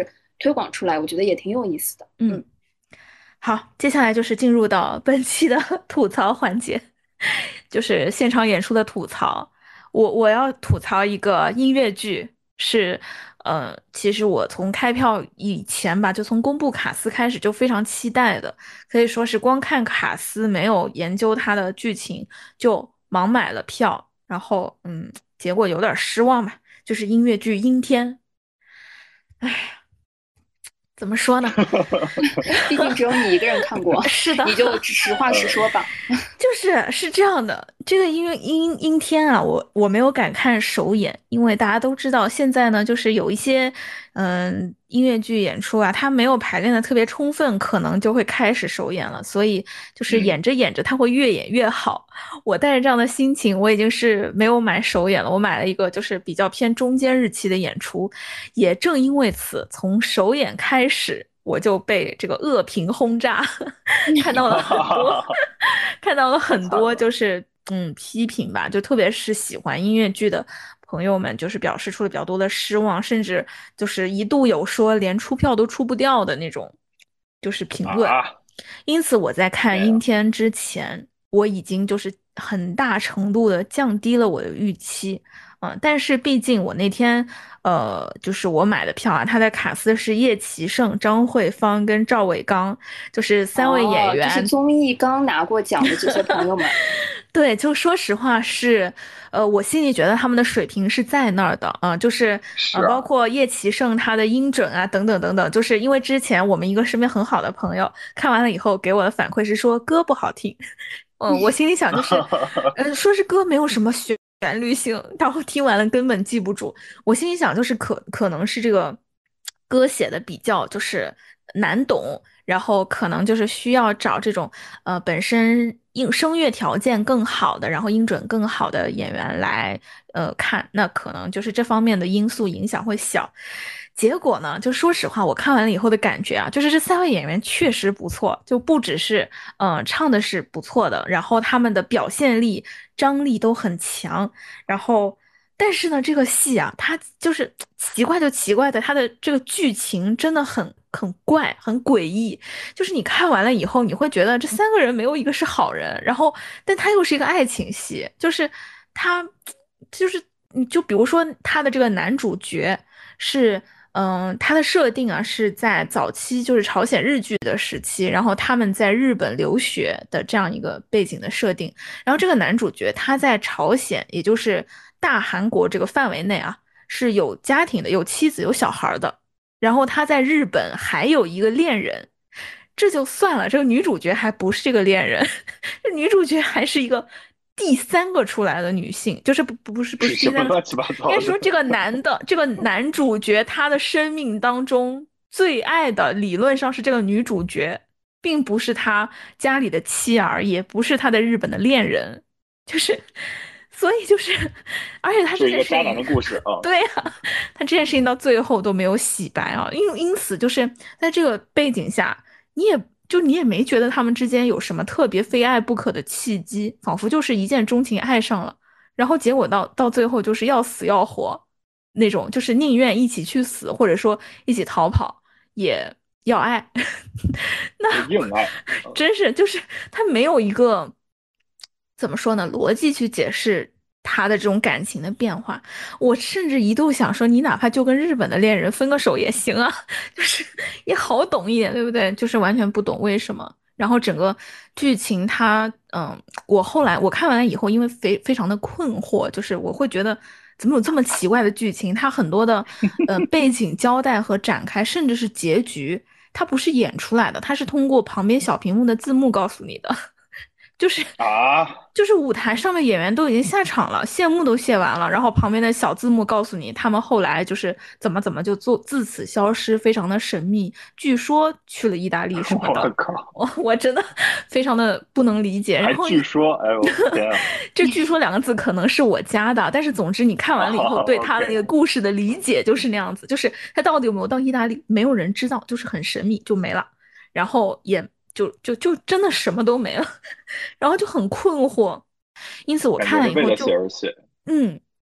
推广出来，我觉得也挺有意思的。 嗯，好，接下来就是进入到本期的吐槽环节，就是现场演出的吐槽。我我要吐槽一个音乐剧，是，呃，其实我从开票以前吧，就从公布卡司开始就非常期待的，可以说是光看卡司，没有研究它的剧情就盲买了票，然后嗯，结果有点失望吧，就是音乐剧《阴天》。唉。怎么说呢？ 毕竟只有你一个人看过， 是的， 你就实话实说吧。 就是是这样的，这个音乐阴阴天啊，我我没有敢看首演，因为大家都知道现在呢，就是有一些嗯音乐剧演出啊，它没有排练的特别充分，可能就会开始首演了，所以就是演着演着，它会越演越好。我带着这样的心情，我已经是没有买首演了，我买了一个就是比较偏中间日期的演出，也正因为此，从首演开始。我就被这个恶评轰炸，看到了很多，看到了很多，就是嗯批评吧，就特别是喜欢音乐剧的朋友们，就是表示出了比较多的失望，甚至就是一度有说连出票都出不掉的那种，就是评论。 啊、 因此我在看阴天之前，我已经就是很大程度的降低了我的预期。嗯，但是毕竟我那天，呃，就是我买的票啊，他的卡司是叶启胜、张惠芳跟赵伟刚，就是三位演员， 哦、就是综艺刚拿过奖的这些朋友们。 对，就说实话是，呃，我心里觉得他们的水平是在那儿的啊、呃，就是呃， 是啊， 包括叶启胜他的音准啊，等等等等，就是因为之前我们一个身边很好的朋友看完了以后给我的反馈是说歌不好听，嗯，我心里想就是，呃，说是歌没有什么旋旋律性，然后听完了根本记不住。我心里想就是可可能是这个歌写的比较就是难懂，然后可能就是需要找这种呃本身音声乐条件更好的，然后音准更好的演员来呃看，那可能就是这方面的因素影响会小。结果呢，就说实话，我看完了以后的感觉啊，就是这三位演员确实不错，就不只是嗯、呃唱的是不错的，然后他们的表现力、张力都很强，然后。但是呢，这个戏啊，它就是奇怪就奇怪的，它的这个剧情真的很很怪，很诡异。就是你看完了以后，你会觉得这三个人没有一个是好人，然后，但他又是一个爱情戏，就是他，就是你就比如说他的这个男主角是。嗯，他的设定啊是在早期就是朝鲜日剧的时期，然后他们在日本留学的这样一个背景的设定。然后这个男主角他在朝鲜，也就是大韩国这个范围内啊，是有家庭的，有妻子有小孩的。然后他在日本还有一个恋人，这就算了，这个女主角还不是这个恋人，这女主角还是一个第三个出来的女性，就是不不不是不是第三个， 什么乱七八糟的？ 应该说这个男的这个男主角他的生命当中最爱的理论上是这个女主角，并不是他家里的妻儿，也不是他的日本的恋人，就是。所以就是，而且他这是一个渣件事情， 男的故事啊。 对呀、啊，他这件事情到最后都没有洗白啊，因因此就是在这个背景下，你也就你也没觉得他们之间有什么特别非爱不可的契机，仿佛就是一见钟情爱上了，然后结果到到最后就是要死要活那种，就是宁愿一起去死，或者说一起逃跑，也要爱。那硬爱， 真是就是他没有一个怎么说呢逻辑去解释他的这种感情的变化。我甚至一度想说，你哪怕就跟日本的恋人分个手也行啊，就是也好懂一点，对不对？就是完全不懂为什么。然后整个剧情它，嗯，我后来我看完了以后，因为非非常的困惑，就是我会觉得怎么有这么奇怪的剧情？它很多的，呃，背景交代和展开，甚至是结局，它不是演出来的，它是通过旁边小屏幕的字幕告诉你的。就是啊， 就是舞台上面演员都已经下场了，谢幕都谢完了，然后旁边的小字幕告诉你，他们后来就是怎么怎么就做自此消失，非常的神秘，据说去了意大利什么的， 我靠， 我我真的非常的不能理解。然还后据说，哎呦天啊！ 这据说两个字可能是我加的，但是总之你看完了以后，对他的那个故事的理解就是那样子，就是他到底有没有到意大利，没有人知道，就是很神秘，就没了，然后也就就就真的什么都没了。然后就很困惑，因此我感觉是为了看了以后就， 写而写。 嗯，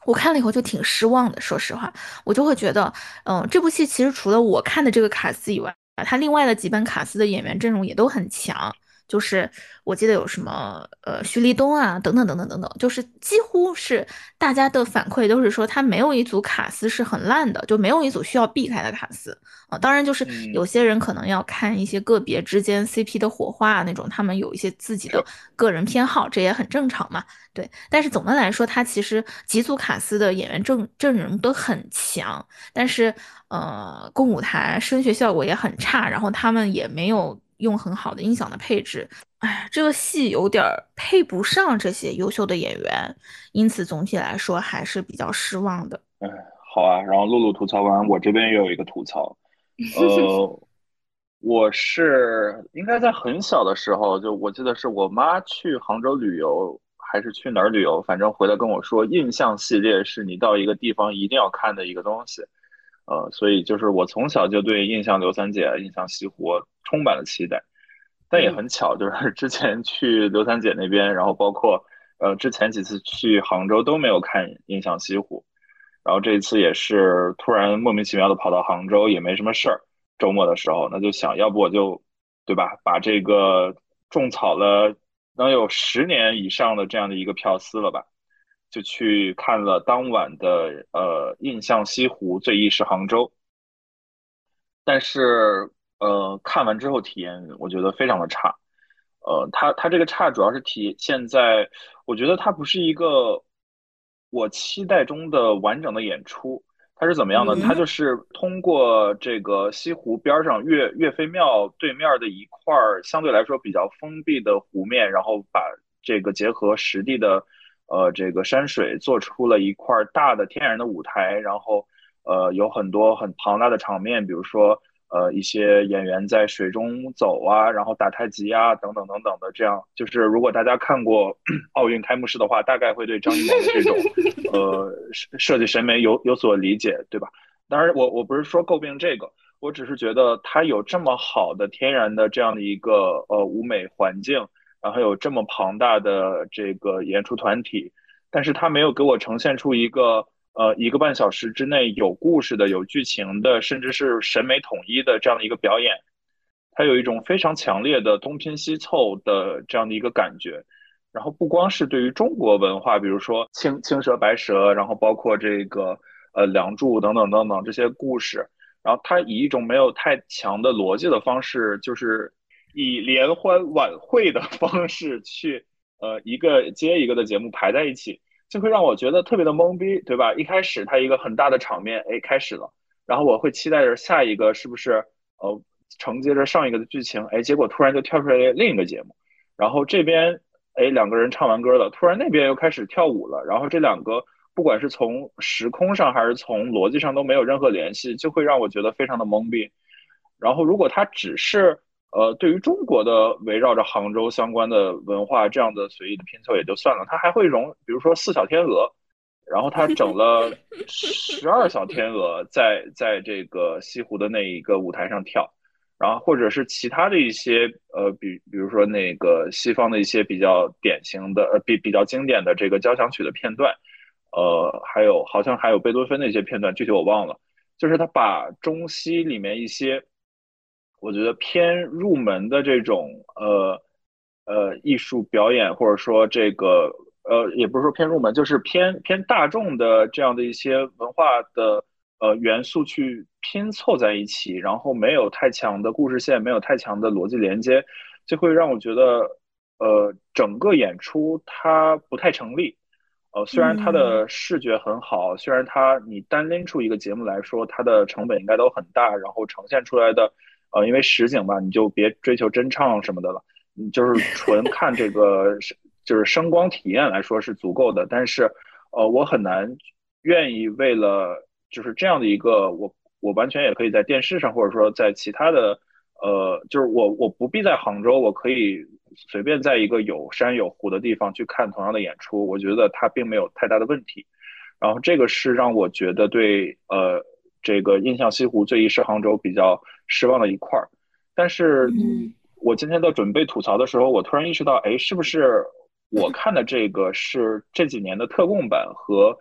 我看了以后就挺失望的，说实话，我就会觉得，嗯、这部戏其实除了我看的这个卡司以外，它另外的几版卡司的演员阵容也都很强。就是我记得有什么呃徐立东啊等等等等等等，就是几乎是大家的反馈都是说他没有一组卡司是很烂的，就没有一组需要避开的卡司啊。当然就是有嗯， 些人可能要看一些个别之间 C P 的火花啊那种，他们有一些自己的是， 个人偏好，这也很正常嘛。对，但是总的来说，它其实几组卡司的演员阵阵容都很强，但是呃，共舞台声学效果也很差，然后他们也没有用很好的音响的配置，哎，这个戏有点儿配不上这些优秀的演员，因此总体来说还是比较失望的。 哎，好啊。然后露露吐槽完，我这边也有一个吐槽。呃，我是应该在很小的时候，就我记得是我妈去杭州旅游，还是去哪儿旅游，反正回来跟我说，印象系列是你到一个地方一定要看的一个东西。呃，所以就是我从小就对印象刘三姐、印象西湖充满了期待。但也嗯很巧，就是之前去刘三姐那边，然后包括呃之前几次去杭州都没有看印象西湖，然后这一次也是突然莫名其妙的跑到杭州，也没什么事儿，周末的时候，那就想要不我就，对吧，把这个种草了能有十年以上的这样的一个票撕了吧，就去看了当晚的呃印象西湖最忆是杭州。但是呃看完之后体验我觉得非常的差。呃，它它这个差主要是体现在，我觉得它不是一个我期待中的完整的演出。它是怎么样呢？它嗯就是通过这个西湖边上岳岳飞庙对面的一块儿相对来说比较封闭的湖面，然后把这个结合实地的呃这个山水，做出了一块大的天然的舞台，然后呃有很多很庞大的场面，比如说呃一些演员在水中走啊，然后打太极啊，等等等等的，这样就是如果大家看过奥运开幕式的话，大概会对张艺谋的这种呃设设计审美有有所理解，对吧？当然我我不是说诟病这个，我只是觉得它有这么好的天然的这样的一个呃舞美环境，然后有这么庞大的这个演出团体，但是它没有给我呈现出一个呃一个半小时之内有故事的、有剧情的，甚至是审美统一的这样的一个表演。它有一种非常强烈的东拼西凑的这样的一个感觉。然后不光是对于中国文化，比如说青青蛇白蛇，然后包括这个呃梁祝等等等等这些故事，然后它以一种没有太强的逻辑的方式，就是以联欢晚会的方式去呃一个接一个的节目排在一起，就会让我觉得特别的懵逼，对吧？一开始它一个很大的场面，哎，开始了，然后我会期待着下一个是不是呃承接着上一个的剧情，哎，结果突然就跳出来另一个节目，然后这边哎两个人唱完歌了，突然那边又开始跳舞了，然后这两个不管是从时空上还是从逻辑上都没有任何联系，就会让我觉得非常的懵逼。然后如果它只是呃对于中国的围绕着杭州相关的文化这样的随意的拼凑也就算了，它还会融，比如说四小天鹅，然后他整了十二小天鹅在在这个西湖的那一个舞台上跳，然后或者是其他的一些呃，比比如说那个西方的一些比较典型的呃比比较经典的这个交响曲的片段，呃，还有好像还有贝多芬的一些片段，具体我忘了。就是他把中西里面一些我觉得偏入门的这种呃呃艺术表演，或者说这个呃也不是说偏入门，就是偏偏大众的这样的一些文化的呃元素去拼凑在一起，然后没有太强的故事线，没有太强的逻辑连接，就会让我觉得呃整个演出它不太成立。呃，虽然它嗯的视觉很好，虽然它你单拎出一个节目来说，它的成本应该都很大，然后呈现出来的，呃，因为实景吧，你就别追求真唱什么的了，你就是纯看这个就是声光体验来说是足够的。但是，呃，我很难愿意为了就是这样的一个，我我完全也可以在电视上，或者说在其他的呃，就是我我不必在杭州，我可以随便在一个有山有湖的地方去看同样的演出，我觉得它并没有太大的问题。然后这个是让我觉得对呃这个印象西湖最忆是杭州比较失望的一块儿。但是嗯我今天在准备吐槽的时候，我突然意识到，哎，是不是我看的这个是这几年的特供版和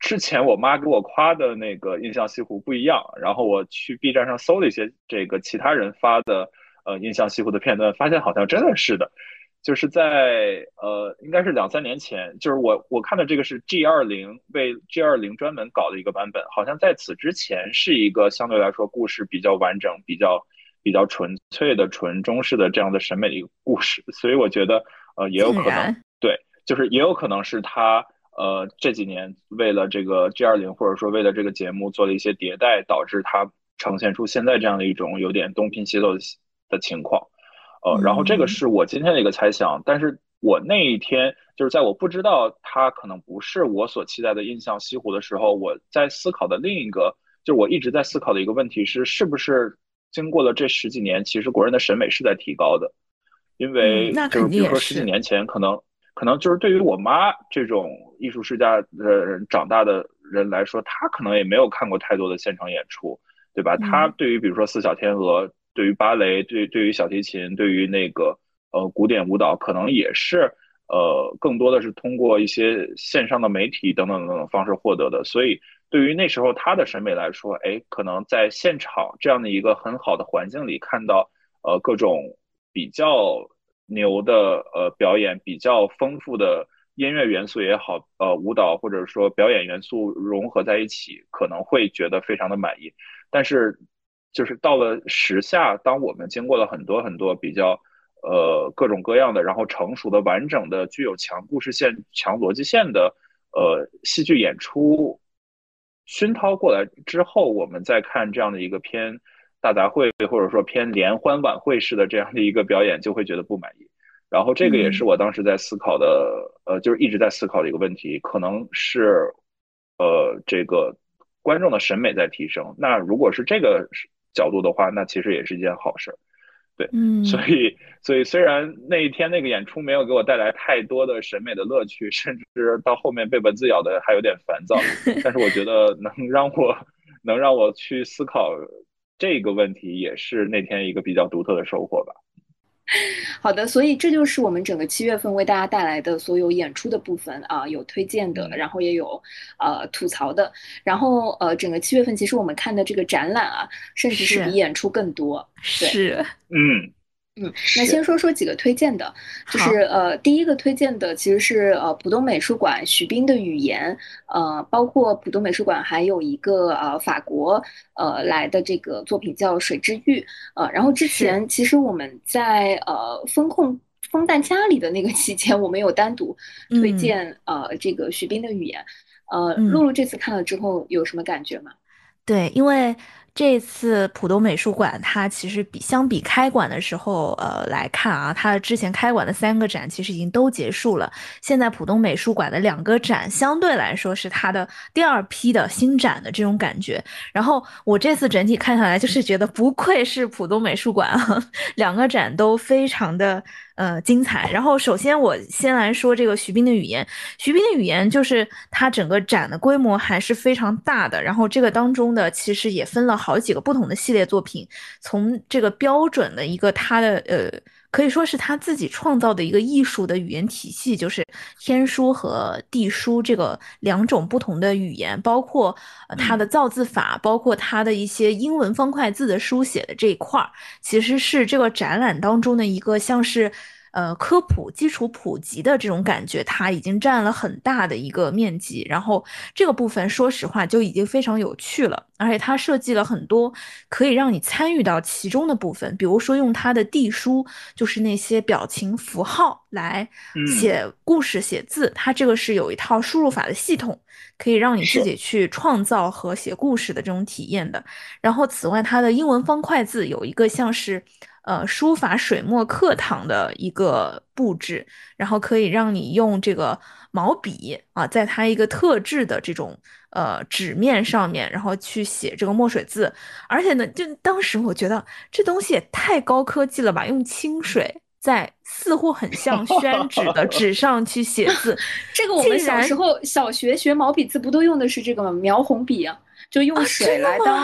之前我妈给我夸的那个印象西湖不一样，然后我去 B 站上搜了一些这个其他人发的呃印象西湖的片段，发现好像真的是的，就是在呃应该是两三年前，就是我我看的这个是 G 二零为 G 二零专门搞的一个版本，好像在此之前是一个相对来说故事比较完整、比较比较纯粹的纯中式的这样的审美的一个故事，所以我觉得呃也有可能对，就是也有可能是他。呃，这几年为了这个 G 二零，或者说为了这个节目做了一些迭代，导致它呈现出现在这样的一种有点东拼西凑的的情况。呃，然后这个是我今天的一个猜想，但是我那一天就是在我不知道它可能不是我所期待的印象西湖的时候，我在思考的另一个，就是我一直在思考的一个问题是，是不是经过了这十几年，其实国人的审美是在提高的，因为就是比如说十几年前可能。可能就是对于我妈这种艺术世家的人长大的人来说，她可能也没有看过太多的现场演出，对吧？她对于比如说四小天鹅，对于芭蕾，对对于小提琴，对于那个呃古典舞蹈，可能也是呃更多的是通过一些线上的媒体等等等等方式获得的。所以对于那时候她的审美来说，哎，可能在现场这样的一个很好的环境里看到呃各种比较。牛的呃表演，比较丰富的音乐元素也好，呃舞蹈或者说表演元素融合在一起，可能会觉得非常的满意。但是就是到了时下，当我们经过了很多很多比较呃各种各样的，然后成熟的、完整的、具有强故事线、强逻辑线的呃戏剧演出熏陶过来之后，我们再看这样的一个偏。大杂烩或者说偏联欢晚会式的这样的一个表演，就会觉得不满意。然后这个也是我当时在思考的，呃，就是一直在思考的一个问题，可能是呃这个观众的审美在提升。那如果是这个角度的话，那其实也是一件好事。对， 嗯， 所以所以虽然那一天那个演出没有给我带来太多的审美的乐趣，甚至到后面被蚊子咬的还有点烦躁，但是我觉得能让我能让我去思考。这个问题也是那天一个比较独特的收获吧。 好的，所以这就是我们整个七月份为大家带来的所有演出的部分啊，有推荐的，然后也有呃吐槽的，然后呃整个七月份其实我们看的这个展览啊，甚至是比演出更多。 是， 嗯。 嗯，那先说说几个推荐的，就是呃，第一个推荐的其实是呃浦东美术馆徐冰的语言，呃，包括浦东美术馆还有一个呃法国呃来的这个作品叫《水之玉》，呃，然后之前其实我们在呃风控风弹家里的那个期间，我们有单独推荐、嗯、呃这个徐冰的语言，呃，露露这次看了之后有什么感觉吗？ 对，因为这次浦东美术馆它其实比相比开馆的时候，呃来看啊，它之前开馆的三个展其实已经都结束了。现在浦东美术馆的两个展相对来说是它的第二批的新展的这种感觉。然后我这次整体看下来，就是觉得不愧是浦东美术馆啊，两个展都非常的呃精彩。然后首先我先来说这个徐冰的语言，徐冰的语言就是它整个展的规模还是非常大的，然后这个当中的其实也分了好几个不同的系列作品，从这个标准的一个它的呃可以说是他自己创造的一个艺术的语言体系，就是天书和地书这个两种不同的语言，包括呃它的造字法，包括它的一些英文方块字的书写的这一块儿，其实是这个展览当中的一个像是。呃，科普基础普及的这种感觉，它已经占了很大的一个面积。然后这个部分，说实话就已经非常有趣了，而且它设计了很多可以让你参与到其中的部分，比如说用它的地书，就是那些表情符号来写故事、写字，它这个是有一套输入法的系统，可以让你自己去创造和写故事的这种体验的。然后此外，它的英文方块字有一个像是。呃，书法水墨课堂的一个布置，然后可以让你用这个毛笔啊，在它一个特制的这种呃纸面上面，然后去写这个墨水字。而且呢，就当时我觉得这东西也太高科技了吧，用清水在似乎很像宣纸的纸上去写字。 这个我们小时候小学学毛笔字不都用的是这个吗？描红笔啊，就用水来当。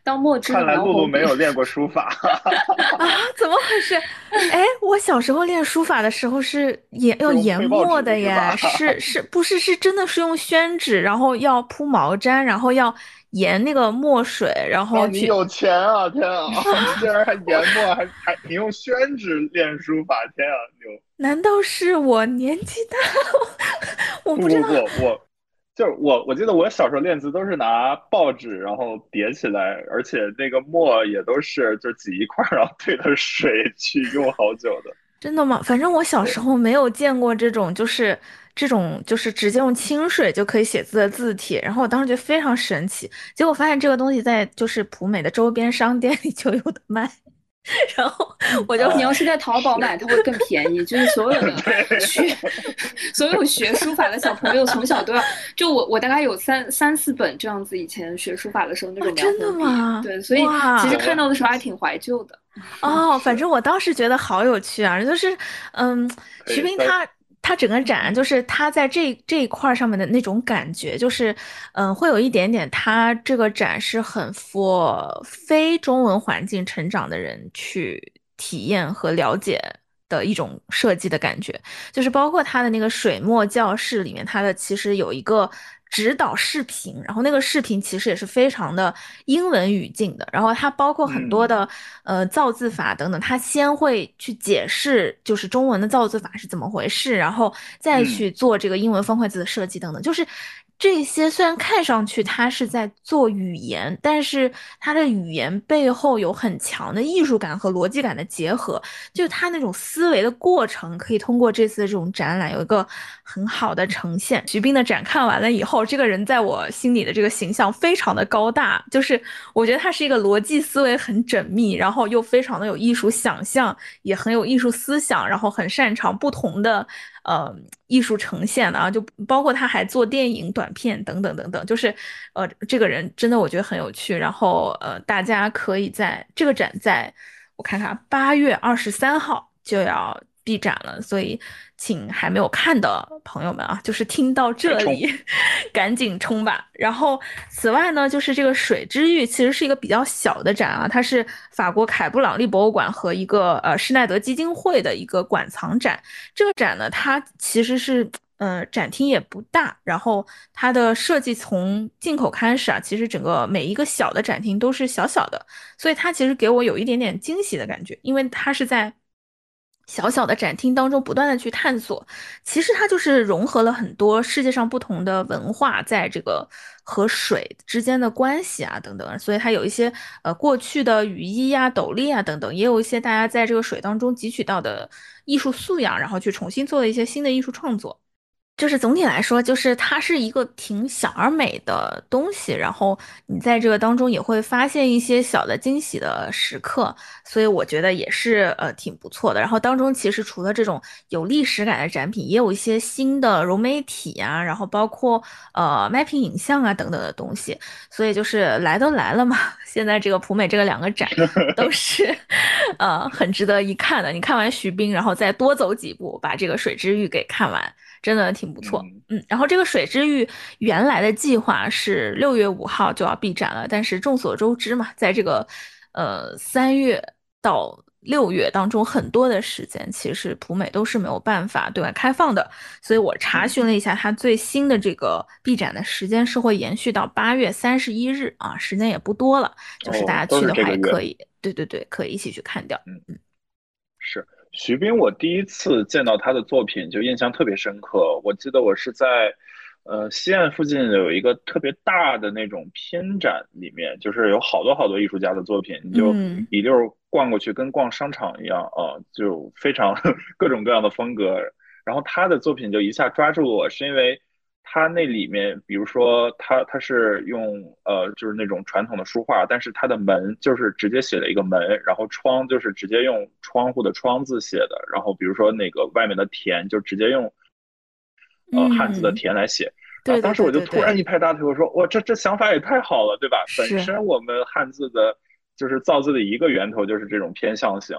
到墨汁的看来露露描红笔。 没有练过书法。 啊，怎么回事？哎，我小时候练书法的时候是研要是用研配报纸墨的耶， 是吧？ 是是不是是真的是用宣纸，然后要铺毛毡，然后要研那个墨水，然啊， 后去你有钱啊！天啊，你竟然还我研墨，还还你用宣纸练书法，天啊，牛！ 难道是我年纪大了？我不知道。 不不不，我就是我，我记得我小时候练字都是拿报纸，然后叠起来，而且那个墨也都是就挤一块儿，然后兑的水去用好久的。 真的吗？反正我小时对， 候没有见过这种，就是这种就是直接用清水就可以写字的字帖，然后我当时觉得非常神奇，结果发现这个东西在就是普美的周边商店里就有的卖，然后嗯， 我就你要啊， 是在淘宝是， 买，它会更便宜。就是所有的学， 对， 所有学书法的小朋友从小都要，就我我大概有三三四本这样子，以前学书法的时候那哦， 种描真的红笔， 吗？ 对，所以其实哇， 看到的时候还挺怀旧的。 哦，反是正我当时觉得好有趣啊，就是，嗯，徐可以在， 冰他他整个展就嗯是他在这这一块儿上面的那种感觉，就是，嗯，会有一点点他这个展是很 for 非中文环境成长的人去体验和了解的一种设计的感觉，就是包括他的那个水墨教室里面，它的其实有一个。指导视频，然后那个视频其实也是非常的英文语境的，然后它包括很多嗯的呃造字法等等，它先会去解释就是中文的造字法是怎么回事，然后再嗯去做这个英文方块字的设计等等，就是这些虽然看上去它是在做语言，但是它的语言背后有很强的艺术感和逻辑感的结合，就是它那种思维的过程，可以通过这次的这种展览有一个很好的呈现。徐冰的展看完了以后，这个人在我心里的这个形象非常的高大，就是我觉得他是一个逻辑思维很缜密，然后又非常的有艺术想象，也很有艺术思想，然后很擅长不同的呃艺术呈现的啊，就包括他还做电影短片等等等等，就是呃这个人真的我觉得很有趣，然后呃大家可以在这个展在。我看看，八月二十三号就要闭展了，所以请还没有看的朋友们啊，就是听到快冲！ 这里，赶紧冲吧。然后，此外呢，就是这个水之玉其实是一个比较小的展啊，它是法国凯布朗利博物馆和一个呃施耐德基金会的一个馆藏展。这个展呢，它其实是。呃，展厅也不大，然后它的设计从进口开始啊，其实整个每一个小的展厅都是小小的，所以它其实给我有一点点惊喜的感觉，因为它是在小小的展厅当中不断的去探索，其实它就是融合了很多世界上不同的文化在这个和水之间的关系啊等等，所以它有一些呃过去的雨衣呀、斗笠啊等等，也有一些大家在这个水当中汲取到的艺术素养，然后去重新做了一些新的艺术创作。就是总体来说，就是它是一个挺小而美的东西，然后你在这个当中也会发现一些小的惊喜的时刻，所以我觉得也是呃挺不错的。然后当中其实除了这种有历史感的展品，也有一些新的融媒体啊，然后包括呃 mapping 影像啊等等的东西，所以就是来都来了嘛，现在这个普美这个两个展都是呃很值得一看的。你看完徐冰，然后再多走几步，把这个水之玉给看完。真的挺不错， 嗯， 嗯，然后这个水之玉原来的计划是六月五号就要闭展了，但是众所周知嘛，在这个呃三月到六月当中，很多的时间其实普美都是没有办法对外开放的，所以我查询了一下，它最新的这个闭展的时间是会延续到八月三十一日啊，时间也不多了，就是大哦，都家去的话是这个月。 也可以，对对对，可以一起去看掉， 嗯。 嗯是徐冰，我第一次见到他的作品就印象特别深刻。我记得我是在，呃，西岸附近有一个特别大的那种偏展，里面就是有好多好多艺术家的作品，你就嗯一溜儿逛过去，跟逛商场一样啊，就非常各种各样的风格。然后他的作品就一下抓住我，是因为它那里面，比如说它它是用呃就是那种传统的书画，但是它的门就是直接写了一个门，然后窗就是直接用窗户的窗字写的，然后比如说那个外面的田就直接用呃汉字的嗯， 田来写。然后对对对当时我就对对， 突然一拍大腿，我说哇，这这想法也太好了，对吧？本是， 身我们汉字的就是造字的一个源头就是这种偏向性，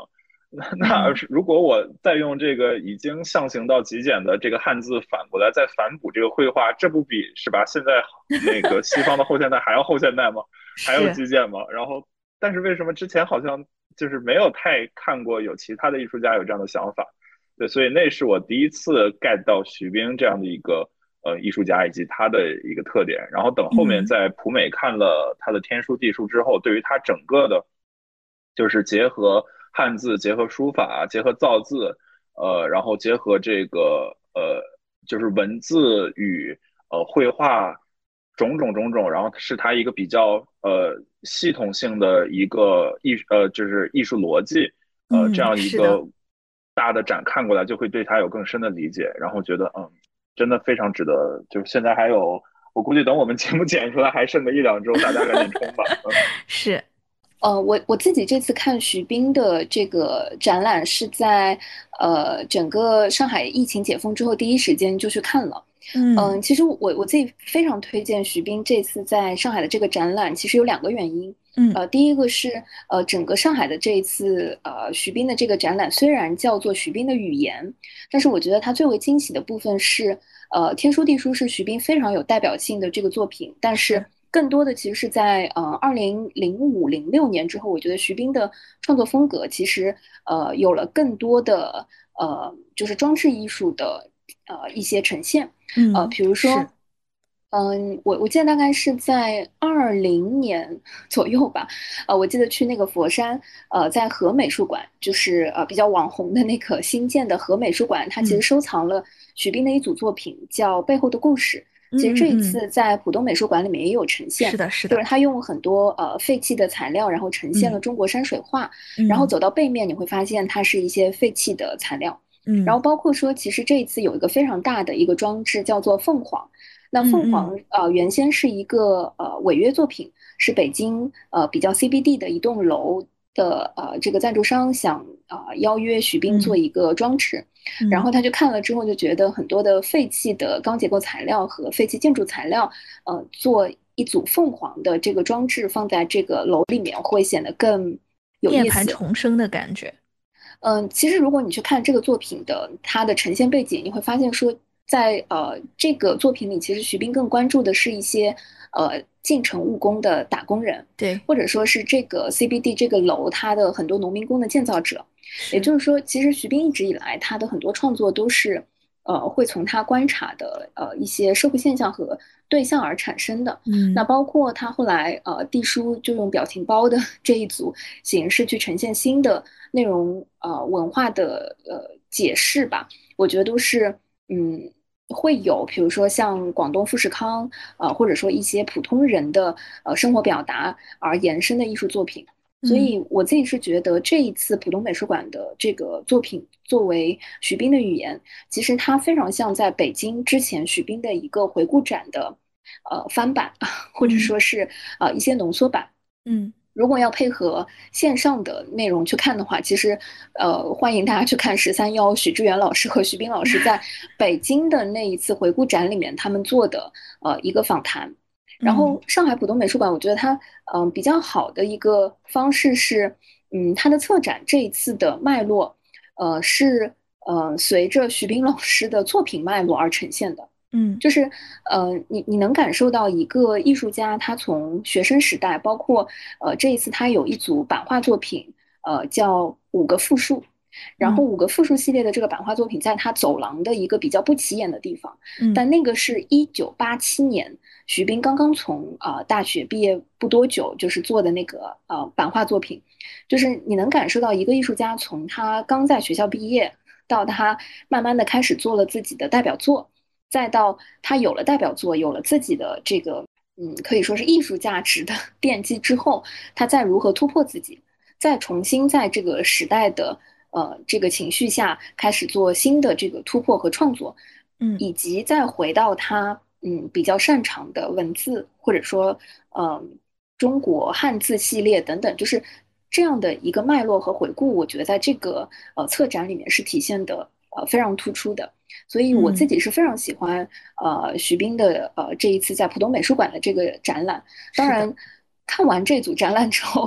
那那如果我再用这个已经象形到极简的这个汉字反过来再反哺这个绘画，这不比是吧？现在那个西方的后现代还要后现代吗？还要极简吗？然后，但是为什么之前好像就是没有太看过有其他的艺术家有这样的想法？对，所以那是我第一次 get 到徐冰这样的一个呃艺术家以及他的一个特点。然后等后面在普美看了他的天书地书之后，对于他整个的，就是结合汉字、结合书法、结合造字，呃，然后结合这个呃，就是文字与呃绘画种种种种，然后是他一个比较呃系统性的一个艺呃就是艺术逻辑，呃这嗯， 样一个是的。 大的展看过来，就会对他有更深的理解，然后觉得嗯，真的非常值得。就是现在还有，我估计等我们节目剪出来还剩个一两周，大家赶紧冲吧。嗯， 是。 呃，我我自己这次看徐冰的这个展览是在呃整个上海疫情解封之后第一时间就去看了。 嗯嗯，其实我我自己非常推荐徐冰这次在上海的这个展览，其实有两个原因。 嗯呃，第一个是呃整个上海的这一次呃徐冰的这个展览虽然叫做徐冰的语言，但是我觉得它最为惊喜的部分是，呃，天书地书是徐冰非常有代表性的这个作品，但是是更多的其实是在呃二零零五零六年之后，我觉得徐冰的创作风格其实呃有了更多的呃就是装置艺术的呃一些呈现。呃， 嗯比如是说。嗯，我我记得大概是在二零年左右吧，呃，我记得去那个佛山，呃，在和美术馆，就是呃比较网红的那个新建的和美术馆，它其实嗯收藏了徐冰的一组作品，叫《背后的故事》。其实这一嗯嗯嗯， 次在浦东美术馆里面也有呈现， 是的，是的。 就是他用很多呃废弃的材料，然后呈现了嗯中国山水画，然后嗯走到背面你会发现它是一些废弃的材料，然嗯后包括说，其实这一次有一个非常大的一个装置叫做凤凰。那凤嗯嗯凰呃原先是一个呃违约作品，是北京呃比较 C B D 的一栋楼的呃这个赞助商想啊、呃邀约徐冰做嗯一个装置，然嗯后他就看了之后就觉得很多的废弃的钢结构材料和废弃建筑材料，呃做一组凤凰的这个装置放在这个楼里面会显得更有涅槃意思。 重生的感觉。 嗯，其实如果你去看这个作品的它的呈现背景，你会发现说在，呃这个作品里，其实徐冰更关注的是一些呃进城务工的打工人， 对， 或者说是这个 C B D 这个楼它的很多农民工的建造者。也是。 就是说，其实徐冰一直以来他的很多创作都是呃会从他观察的呃一些社会现象和对象而产生的。那嗯包括他后来呃地书就用表情包的这一组形式去呈现新的内容呃文化的呃解释吧，我觉得都是嗯会有，比如说像广东富士康呃或者说一些普通人的呃生活表达而延伸的艺术作品。所嗯以我自己是觉得这一次浦东美术馆的这个作品作为徐冰的语言，其实它非常像在北京之前徐冰的一个回顾展的呃翻版，或者嗯说是呃一些浓缩版。 嗯如果要配合线上的内容去看的话，其实，呃，欢迎大家去看十三幺许志远老师和徐冰老师在北京的那一次回顾展里面他们做的呃一个访谈。然嗯后上海浦东美术馆，我觉得它嗯、呃比较好的一个方式是，嗯，它的策展这一次的脉络，呃，是呃随着徐冰老师的作品脉络而呈现的。 嗯就是，呃，你你能感受到一个艺术家，他从学生时代，包括呃这一次他有一组版画作品，呃叫五个复数，然后嗯五个复数系列的这个版画作品，在他走廊的一个比较不起眼的地方， 嗯但那个是一九八七年徐冰刚刚从啊、呃大学毕业不多久，就是做的那个呃版画作品，就是你能感受到一个艺术家从他刚在学校毕业到他慢慢的开始做了自己的代表作。再到他有了代表作，有了自己的这个，嗯，可以说是艺术价值的奠基之后，他再如何突破自己，再重新在这个时代的呃这个情绪下开始做新的这个突破和创作， 嗯以及再回到他嗯比较擅长的文字，或者说嗯、呃、中国汉字系列等等，就是这样的一个脉络和回顾，我觉得在这个呃策展里面是体现的呃非常突出的。所以我自嗯， 己是非常喜欢呃徐冰的呃这一次在浦东美术馆的这个展览。当是的。 然，看完这组展览之后，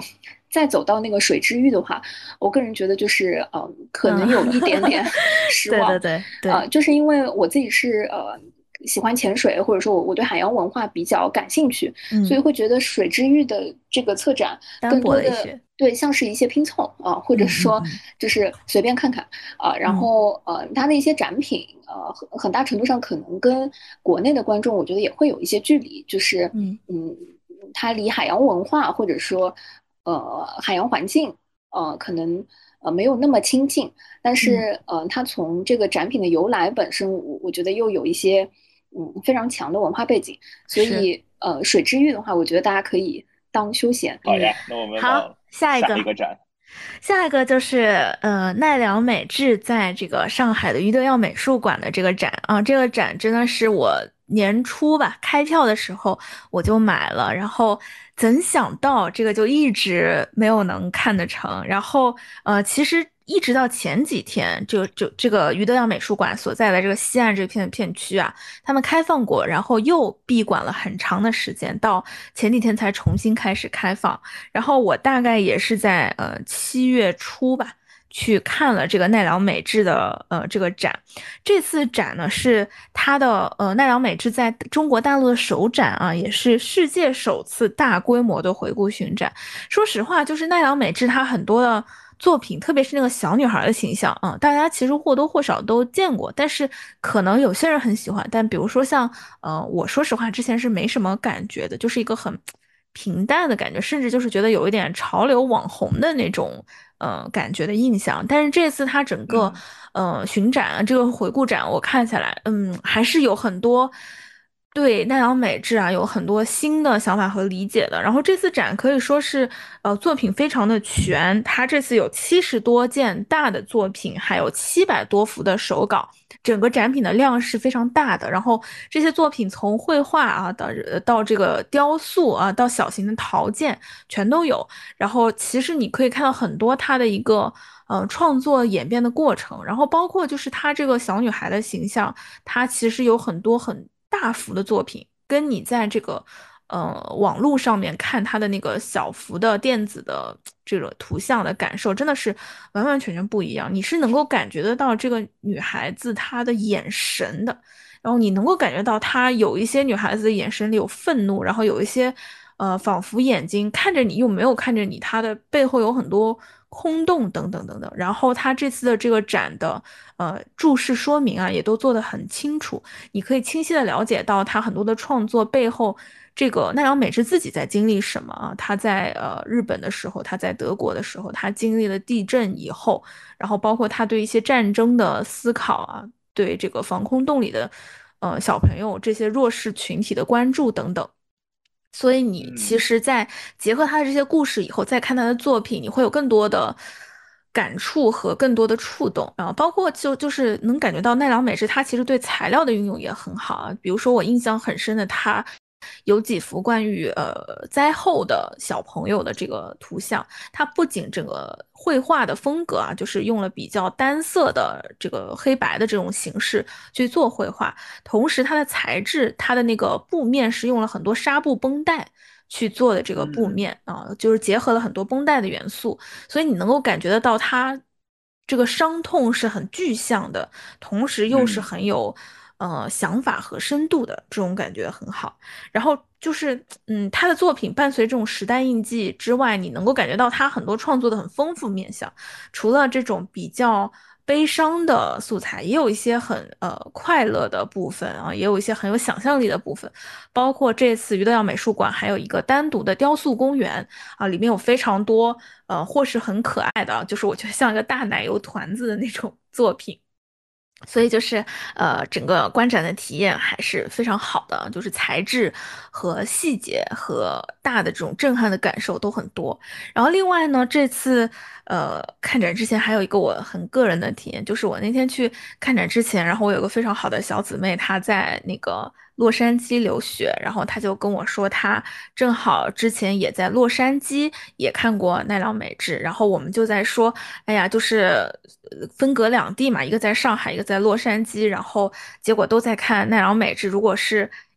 再走到那个水之玉的话，我个人觉得就是呃，可能有一点点失望。 对对对对， 呃，就是因为我自己是呃喜欢潜水，或者说我我对海洋文化比较感兴趣，所以嗯， 会觉得水之玉的这个策展单更多的。 薄了一些。 对，像是一些拼凑啊、或者说嗯嗯嗯就是随便看看啊、然嗯， 后呃，它的一些展品呃，很很大程度上可能跟国内的观众，我觉得也会有一些距离，就是嗯嗯，它离海洋文化或者说呃海洋环境呃可能呃没有那么亲近，但嗯， 是呃，它从这个展品的由来本身，我我觉得又有一些嗯非常强的文化背景，所是。 以呃，水之玉的话，我觉得大家可以当休闲。 好呀，那我们好， 往下一个。 下一个展。 下一个就是呃奈良美智在这个上海的余德耀美术馆的这个展啊，这个展真的是我年初吧开票的时候我就买了，然后怎想到这个就一直没有能看得成，然后呃其实一直到前几天，就就这个余德耀美术馆所在的这个西岸这片片区啊，他们开放过，然后又闭馆了很长的时间，到前几天才重新开始开放。然后我大概也是在呃七月初吧，去看了这个奈良美智的呃这个展。这次展呢是它的呃奈良美智在中国大陆的首展啊，也是世界首次大规模的回顾巡展。说实话，就是奈良美智她很多的作品，特别是那个小女孩的形象啊、大家其实或多或少都见过，但是可能有些人很喜欢，但比如说像呃，我说实话之前是没什么感觉的，就是一个很平淡的感觉，甚至就是觉得有一点潮流网红的那种呃感觉的印象。但是这次它整个嗯呃巡展啊这个回顾展，我看下来，嗯，还是有很多。对奈良美智啊，有很多新的想法和理解的。然后这次展可以说是，呃，作品非常的全。它这次有七十多件大的作品，还有七百多幅的手稿，整个展品的量是非常大的。然后这些作品从绘画啊到呃到这个雕塑啊，到小型的陶件全都有。然后其实你可以看到很多它的一个呃创作演变的过程，然后包括就是她这个小女孩的形象，它其实有很多很大幅的作品，跟你在这个呃网络上面看她的那个小幅的电子的这个图像的感受，真的是完完全全不一样。你是能够感觉得到这个女孩子她的眼神的。然后你能够感觉到她有一些女孩子的眼神里有愤怒，然后有一些，呃，仿佛眼睛看着你又没有看着你，她的背后有很多空洞等等等等。然后她这次的这个展的呃注释说明啊，也都做得很清楚，你可以清晰的了解到她很多的创作背后。这个奈良美智自己在经历什么啊？她在呃日本的时候，她在德国的时候，她经历了地震以后，然后包括她对一些战争的思考啊，对这个防空洞里的呃小朋友这些弱势群体的关注等等。所以你其嗯实，在结合他的这些故事以后，再看他的作品，你会有更多的感触和更多的触动。然后包括就就是能感觉到奈良美智他其实对材料的运用也很好啊。比如说我印象很深的，他有几幅关于呃灾后的小朋友的这个图像，它不仅整个绘画的风格啊，就是用了比较单色的这个黑白的这种形式去做绘画，同时它的材质，它的那个布面是用了很多纱布绷带去做的这个布嗯面啊，就是结合了很多绷带的元素，所以你能够感觉得到它这个伤痛是很具象的，同时又是嗯很有呃想法和深度的，这种感觉很好。然后就是，嗯，他的作品伴随这种时代印记之外，你能够感觉到他很多创作的很丰富面向。除了这种比较悲伤的素材，也有一些很呃快乐的部分啊，也有一些很有想象力的部分。包括这次余德耀美术馆还有一个单独的雕塑公园啊，里面有非常多呃或是很可爱的，就是我觉得像一个大奶油团子的那种作品。所以就是，呃，整个观展的体验还是非常好的，就是材质和细节和大的这种震撼的感受都很多。然后另外呢，这次呃看展之前还有一个我很个人的体验，就是我那天去看展之前，然后我有个非常好的小姊妹，她在那个洛杉矶留学，然后她就跟我说，她正好之前也在洛杉矶也看过奈良美智，然后我们就在说，哎呀，就是呃分隔两地嘛，一个在上海，一个在洛杉矶，然后结果都在看奈良美智，如果是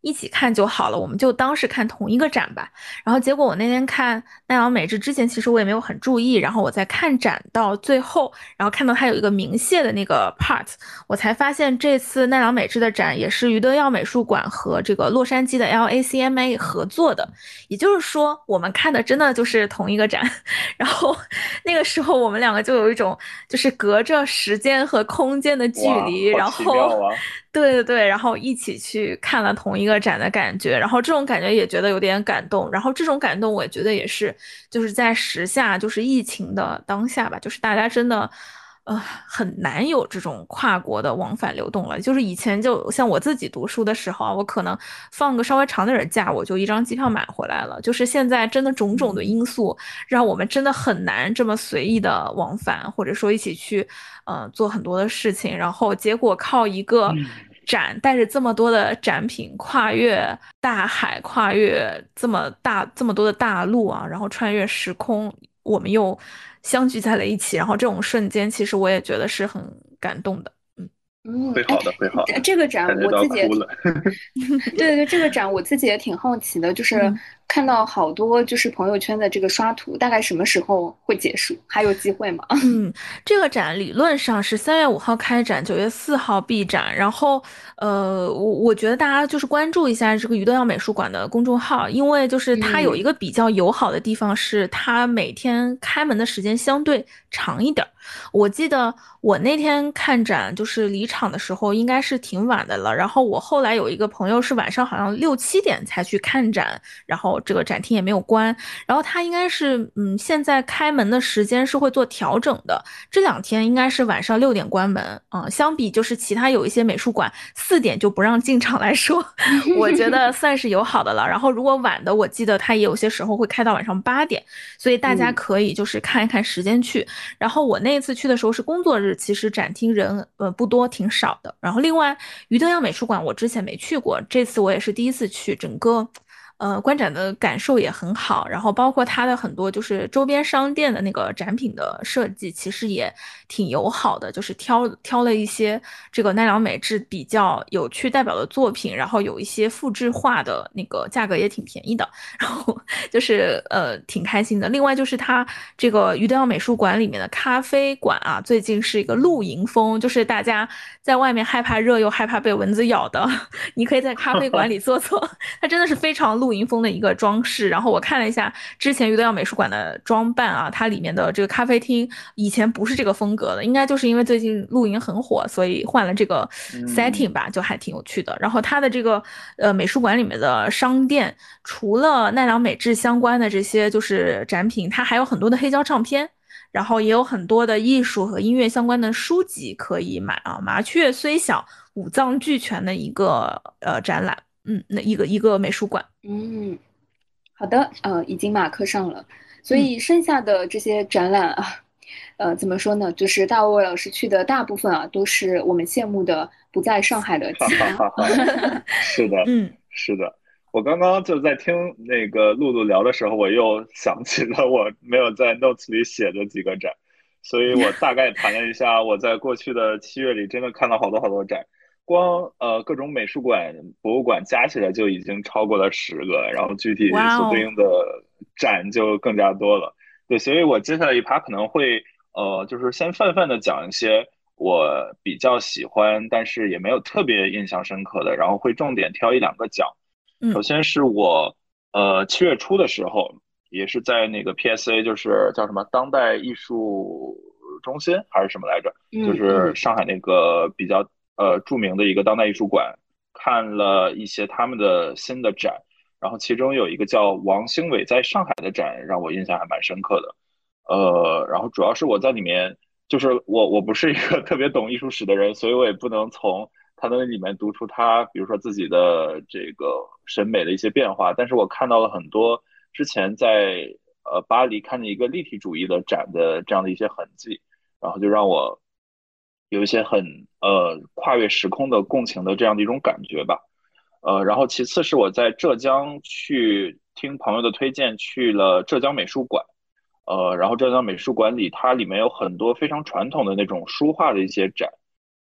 一起看就好了，我们就当是看同一个展吧。然后结果我那天看奈良美智之前，其实我也没有很注意，然后我在看展到最后，然后看到它有一个鸣谢的那个 part，我才发现这次奈良美智的展也是余德耀美术馆和这个洛杉矶的 L A C M A 合作的，也就是说我们看的真的就是同一个展。然后那个时候我们两个就有一种就是隔着时间和空间的距哇， 离， 好奇然后妙啊！ 对对对，然后一起去看了同一个展的感觉，然后这种感觉也觉得有点感动，然后这种感动我也觉得也是就是在时下就是疫情的当下吧，就是大家真的。呃，很难有这种跨国的往返流动了。就是以前就像我自己读书的时候啊，我可能放个稍微长点的假，我就一张机票买回来了。就是现在真的种种的因素，让我们真的很难这么随意的往返，或者说一起去呃做很多的事情。然后结果靠一个展，带着这么多的展品，跨越大海，跨越这么大这么多的大陆啊，然后穿越时空。我们又相聚在了一起，然后这种瞬间，其实我也觉得是很感动的。嗯嗯，哎， 会好的，会好的， 这个展感觉我自己也挺， 到哭了。 对对对，这个展我自己也挺好奇的，就是嗯。 看到好多就是朋友圈的这个刷图，大概什么时候会结束？还有机会吗？ 嗯，这个展理论上是三月五号开展，九月四号闭展。然后，呃，我我觉得大家就是关注一下这个余德耀美术馆的公众号，因为就是它有一嗯个比较友好的地方，是它每天开门的时间相对长一点儿。我记得我那天看展，就是离场的时候应该是挺晚的了。然后我后来有一个朋友是晚上好像六七点才去看展，然后这个展厅也没有关。然后他应该是，嗯，现在开门的时间是会做调整的，这两天应该是晚上六点关门啊，相比就是其他有一些美术馆四点就不让进场来说，我觉得算是友好的了。然后如果晚的，我记得他也有些时候会开到晚上八点，所以大家嗯可以就是看一看时间去。然后我那一次去的时候是工作日，其实展厅人呃不多，挺少的。然后另外余德耀美术馆我之前没去过，这次我也是第一次去，整个。呃，观展的感受也很好，然后包括它的很多就是周边商店的那个展品的设计，其实也挺友好的，就是挑挑了一些这个奈良美智比较有趣代表的作品，然后有一些复制化的那个价格也挺便宜的，然后就是呃挺开心的。另外就是它这个余德耀美术馆里面的咖啡馆啊，最近是一个露营风，就是大家在外面害怕热又害怕被蚊子咬的，你可以在咖啡馆里坐坐。它真的是非常露营风的一个装饰。然后我看了一下之前余德耀美术馆的装扮啊，它里面的这个咖啡厅以前不是这个风格的，应该就是因为最近露营很火，所以换了这个 setting 嗯， 吧，就还挺有趣的。然后它的这个呃美术馆里面的商店，除了奈良美智相关的这些就是展品，它还有很多的黑胶唱片。然后也有很多的艺术和音乐相关的书籍可以买啊。麻雀虽小，五脏俱全的一个呃展览。嗯，那一个一个美术馆。 嗯，好的，呃，已经马克上了。所嗯， 以剩下的这些展览啊，呃，怎么说呢？就是大卫老师去的大部分啊，都是我们羡慕的不在上海的哈哈奇葩。 哈哈，是的， 嗯， 是的。我刚刚就在听那个露露聊的时候，我又想起了我没有在 notes 里写的几个展，所以我大概盘了一下，我在过去的七月里真的看到好多好多展，光呃各种美术馆、博物馆加起来就已经超过了十个，然后具体哇哦， 所对应的展就更加多了。对，所以我接下来一趴可能会呃，就是先泛泛的讲一些我比较喜欢，但是也没有特别印象深刻的，然后会重点挑一两个讲。 嗯首先是我呃七月初的时候，也是在那个 P S A，就是叫什么当代艺术中心还是什么来着，就是嗯嗯上海那个比较呃著名的一个当代艺术馆，看了一些他们的新的展，然后其中有一个叫王兴伟在上海的展，让我印象还蛮深刻的。呃，然后主要是我在里面，就是我我不是一个特别懂艺术史的人，所以我也不能从他的里面读出他，比如说自己的这个审美的一些变化。但是我看到了很多之前在呃巴黎看见一个立体主义的展的这样的一些痕迹，然后就让我有一些很呃跨越时空的共情的这样的一种感觉吧。呃，然后其次是我在浙江去听朋友的推荐去了浙江美术馆。呃，然后浙江美术馆里，它里面有很多非常传统的那种书画的一些展，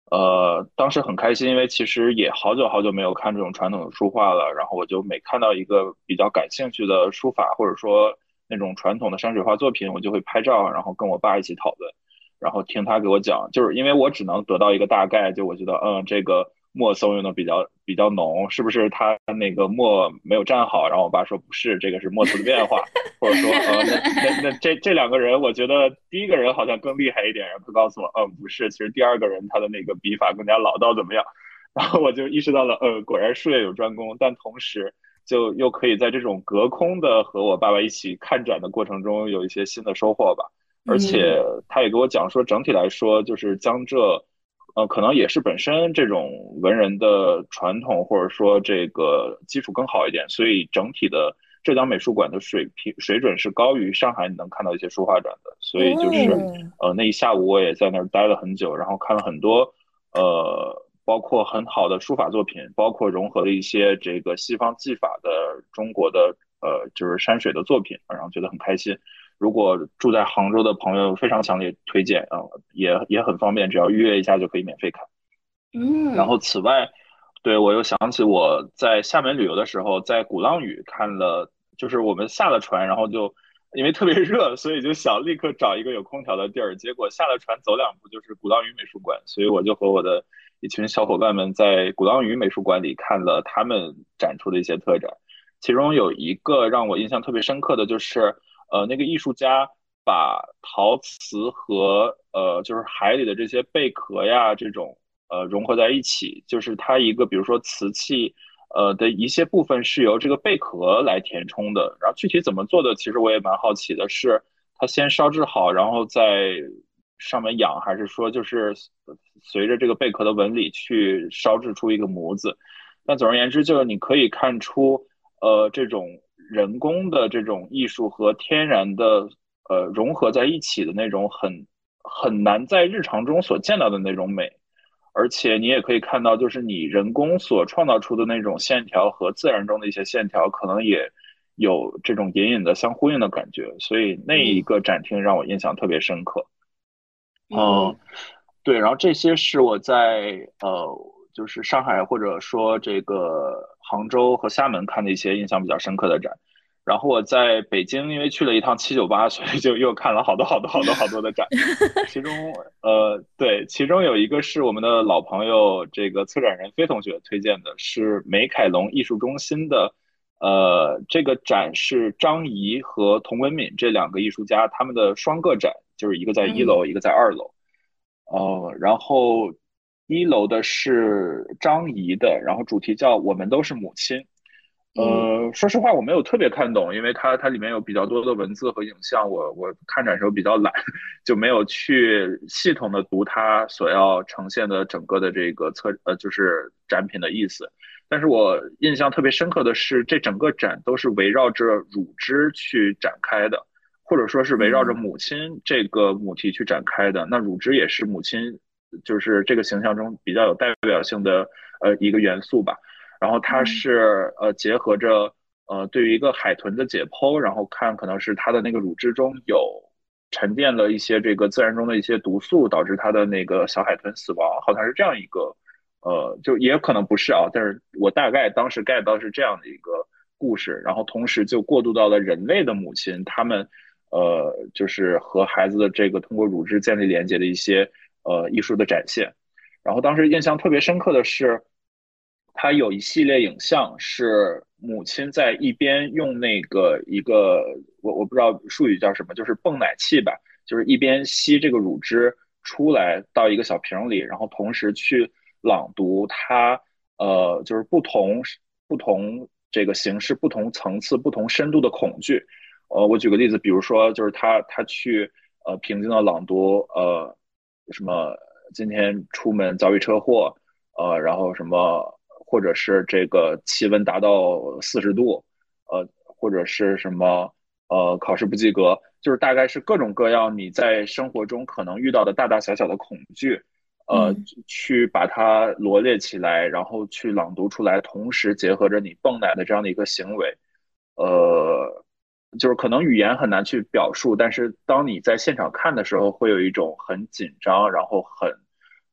呃，当时很开心，因为其实也好久好久没有看这种传统的书画了。然后我就每看到一个比较感兴趣的书法，或者说那种传统的山水画作品，我就会拍照，然后跟我爸一起讨论，然后听他给我讲。就是因为我只能得到一个大概，就我觉得，嗯，这个墨色用的比较比较浓，是不是他那个墨没有蘸好？然后我爸说不是，这个是墨色的变化。或者说，呃，那那那这这两个人，我觉得第一个人好像更厉害一点，然后他告诉我，嗯，不是，其实第二个人他的那个笔法更加老道，怎么样？然后我就意识到了，呃，果然术业有专攻，但同时就又可以在这种隔空的和我爸爸一起看展的过程中有一些新的收获吧。而且嗯他也给我讲说，整体来说，就是江浙，呃，可能也是本身这种文人的传统或者说这个基础更好一点，所以整体的浙江美术馆的水平水准是高于上海你能看到一些书画展的。所以就是， 哦， 嗯呃，那一下午我也在那儿待了很久，然后看了很多，呃。包括很好的书法作品，包括融合了一些这个西方技法的中国的呃，就是山水的作品，然后觉得很开心。如果住在杭州的朋友，非常强烈推荐啊、呃也也很方便，只要预约一下就可以免费看。然嗯后此外，对我又想起我在厦门旅游的时候，在鼓浪屿看了，就是我们下了船，然后就因为特别热，所以就想立刻找一个有空调的地儿。结果下了船走两步就是鼓浪屿美术馆，所以我就和我的一群小伙伴们在鼓浪屿美术馆里看了他们展出的一些特展。其中有一个让我印象特别深刻的就是，呃，那个艺术家把陶瓷和呃就是海里的这些贝壳呀这种呃融合在一起，就是它一个比如说瓷器呃的一些部分是由这个贝壳来填充的，然后具体怎么做的，其实我也蛮好奇的，是它先烧制好，然后在上面养，还是说就是随着这个贝壳的纹理去烧制出一个模子？但总而言之，就是你可以看出，呃，这种人工的这种艺术和天然的呃融合在一起的那种很很难在日常中所见到的那种美。而且你也可以看到，就是你人工所创造出的那种线条和自然中的一些线条，可能也有这种隐隐的相呼应的感觉。所以那一嗯个展厅让我印象特别深刻。嗯， 嗯对，然后这些是我在呃，就是上海或者说这个杭州和厦门看的一些印象比较深刻的展。然后我在北京，因为去了一趟七九八，所以就又看了好多好多好多好多的展。其中，呃，对，其中有一个是我们的老朋友，这个策展人飞同学推荐的，是美凯龙艺术中心的。呃，这个展是张怡和童文敏这两个艺术家他们的双个展，就是一个在一嗯楼，一个在二楼。呃，然后一楼的是张怡的，然后主题叫“我们都是母亲”。 嗯呃，说实话，我没有特别看懂，因为它它里面有比较多的文字和影像，我我看展时候比较懒，就没有去系统的读它所要呈现的整个的这个策呃就是展品的意思。但是我印象特别深刻的是，这整个展都是围绕着乳汁去展开的。或者说是围绕着嗯母亲这个母题去展开的。那乳汁也是母亲，就是这个形象中比较有代表性的呃一个元素吧。然后它嗯是呃结合着呃对于一个海豚的解剖，然后看可能是它的那个乳汁中有沉淀了一些这个自然中的一些毒素，导致它的那个小海豚死亡，好像是这样一个呃，就也可能不是啊，但是我大概当时 get 到是这样的一个故事，然后同时就过渡到了人类的母亲，他们呃，就是和孩子的这个通过乳汁建立连接的一些呃艺术的展现。然后当时印象特别深刻的是，它有一系列影像是母亲在一边用那个一个我我不知道术语叫什么，就是泵奶器吧，就是一边吸这个乳汁出来到一个小瓶里，然后同时去朗读它呃就是不同不同这个形式、不同层次、不同深度的恐惧。呃，我举个例子，比如说，就是他他去呃平静的朗读呃什么今天出门遭遇车祸，呃，然后什么或者是这个气温达到四十度，呃，或者是什么呃考试不及格，就是大概是各种各样你在生活中可能遇到的大大小小的恐惧。呃， 嗯去把它罗列起来，然后去朗读出来，同时结合着你泵奶的这样的一个行为，呃，就是可能语言很难去表述，但是当你在现场看的时候，会有一种很紧张，然后很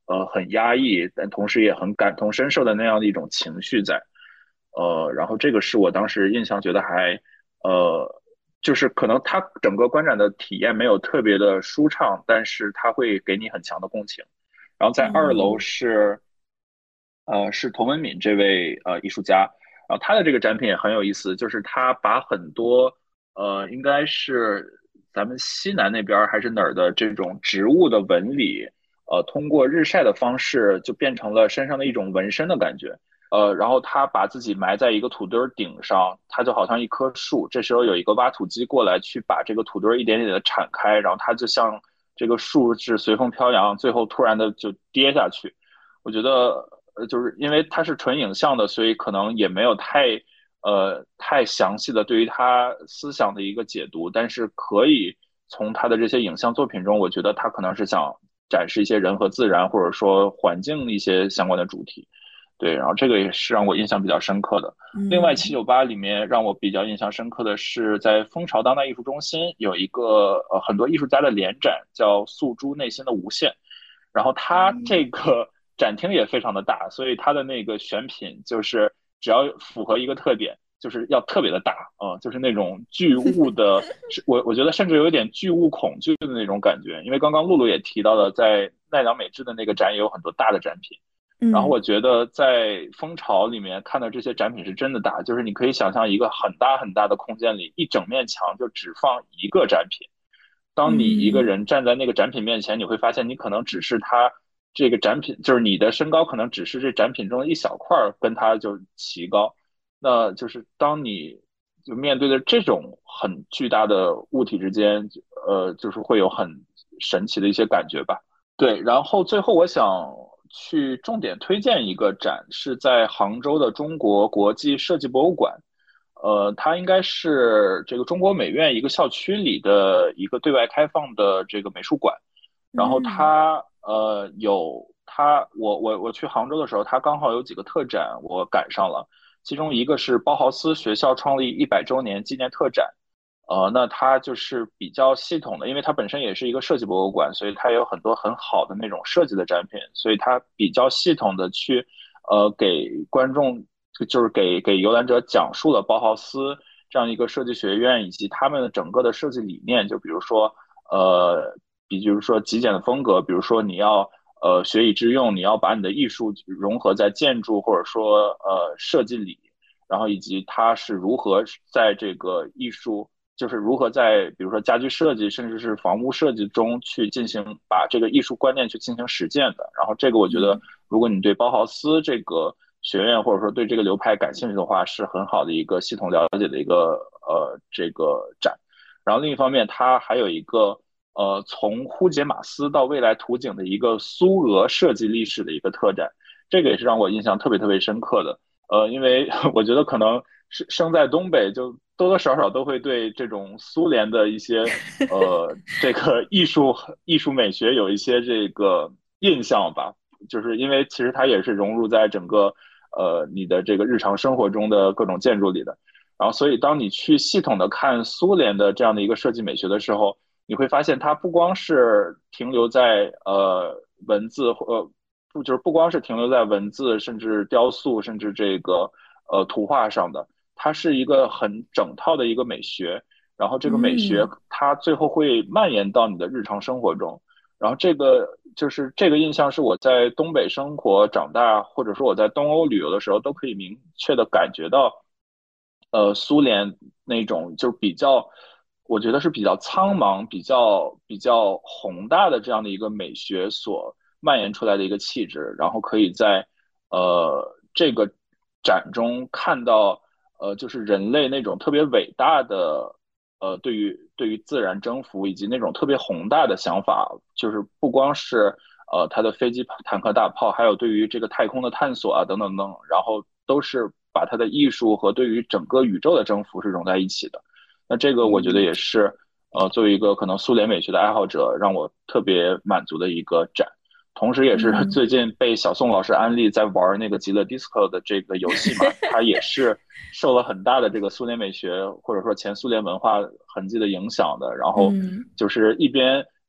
呃很压抑，但同时也很感同身受的那样的一种情绪在。呃，然后这个是我当时印象觉得还呃，就是可能它整个观展的体验没有特别的舒畅，但是它会给你很强的共情。然后在二楼嗯是呃是童文敏这位呃艺术家，然后他的这个展品也很有意思，就是他把很多呃应该是咱们西南那边还是哪儿的这种植物的纹理，呃通过日晒的方式就变成了身上的一种纹身的感觉。呃，然后他把自己埋在一个土堆儿顶上，他就好像一棵树。这时候有一个挖土机过来，去把这个土堆儿一点点的铲开，然后他就像这个树是随风飘扬，最后突然的就跌下去。我觉得，呃，就是因为它是纯影像的，所以可能也没有太，呃，太详细的对于他思想的一个解读，但是可以从他的这些影像作品中，我觉得他可能是想展示一些人和自然，或者说环境一些相关的主题。对，然后这个也是让我印象比较深刻的。另外，七嗯九八里面让我比较印象深刻的是，在蜂巢当代艺术中心有一个呃很多艺术家的联展，叫《诉诸内心的无限》。然后它这个展厅也非常的大，所以它的那个选品就是只要符合一个特点，就是要特别的大啊、呃就是那种巨物的，是我我觉得甚至有一点巨物恐惧的那种感觉。因为刚刚露露也提到了，在奈良美智的那个展也有很多大的展品。然后嗯我觉得在蜂巢里面看到这些展品是真的大，就是你可以想象一个很大很大的空间里，一整面墙就只放一个展品。当你一个嗯人站在那个展品面前，你会发现你可能只是它这个展品，就是你的身高可能只是这展品中的一小块儿，跟它就齐高。那就是当你就面对着这种很巨大的物体之间，呃，就是会有很神奇的一些感觉吧。对，然后最后我想去重点推荐一个展，是在杭州的中国国际设计博物馆。呃，它应该是这个中国美院一个校区里的一个对外开放的这个美术馆。然后嗯它呃有它，我我我去杭州的时候，它刚好有几个特展，我赶上了。其中一个是包豪斯学校创立一百周年纪念特展。呃，那它就是比较系统的，因为它本身也是一个设计博物馆，所以它有很多很好的那种设计的展品，所以它比较系统的去，呃，给观众就是给给游览者讲述了包豪斯这样一个设计学院以及他们整个的设计理念，就比如说，呃，比如说极简的风格，比如说你要呃学以致用，你要把你的艺术融合在建筑或者说呃设计里，然后以及它是如何在这个艺术。就是如何在比如说家居设计，甚至是房屋设计中去进行把这个艺术观念去进行实践的。然后这个我觉得，如果你对包豪斯这个学院或者说对这个流派感兴趣的话，是很好的一个系统了解的一个呃这个展。然后另一方面，它还有一个呃从呼杰马斯到未来图景的一个苏俄设计历史的一个特展，这个也是让我印象特别特别深刻的。呃，因为我觉得可能是生在东北，就多多少少都会对这种苏联的一些呃这个艺术艺术美学有一些这个印象吧。就是因为其实它也是融入在整个呃你的这个日常生活中的各种建筑里的。然后，所以当你去系统的看苏联的这样的一个设计美学的时候，你会发现它不光是停留在呃文字或呃不就是不光是停留在文字，甚至雕塑，甚至这个呃图画上的，它是一个很整套的一个美学。然后这个美学嗯它最后会蔓延到你的日常生活中。然后这个就是这个印象是我在东北生活长大，或者说我在东欧旅游的时候都可以明确的感觉到。呃，苏联那种就是比较，我觉得是比较苍茫、比较比较宏大的这样的一个美学所蔓延出来的一个气质。然后可以在呃这个展中看到，呃，就是人类那种特别伟大的，呃，对于对于自然征服以及那种特别宏大的想法，就是不光是呃他的飞机、坦克、大炮，还有对于这个太空的探索啊等等等，然后都是把他的艺术和对于整个宇宙的征服是融在一起的。那这个我觉得嗯也是呃作为一个可能苏联美学的爱好者，让我特别满足的一个展。同时，也是嗯最近被小宋老师安利在玩那个极乐 disco 的这个游戏嘛，它也是受了很大的这个苏联美学或者说前苏联文化痕迹的影响的。然后嗯就是一边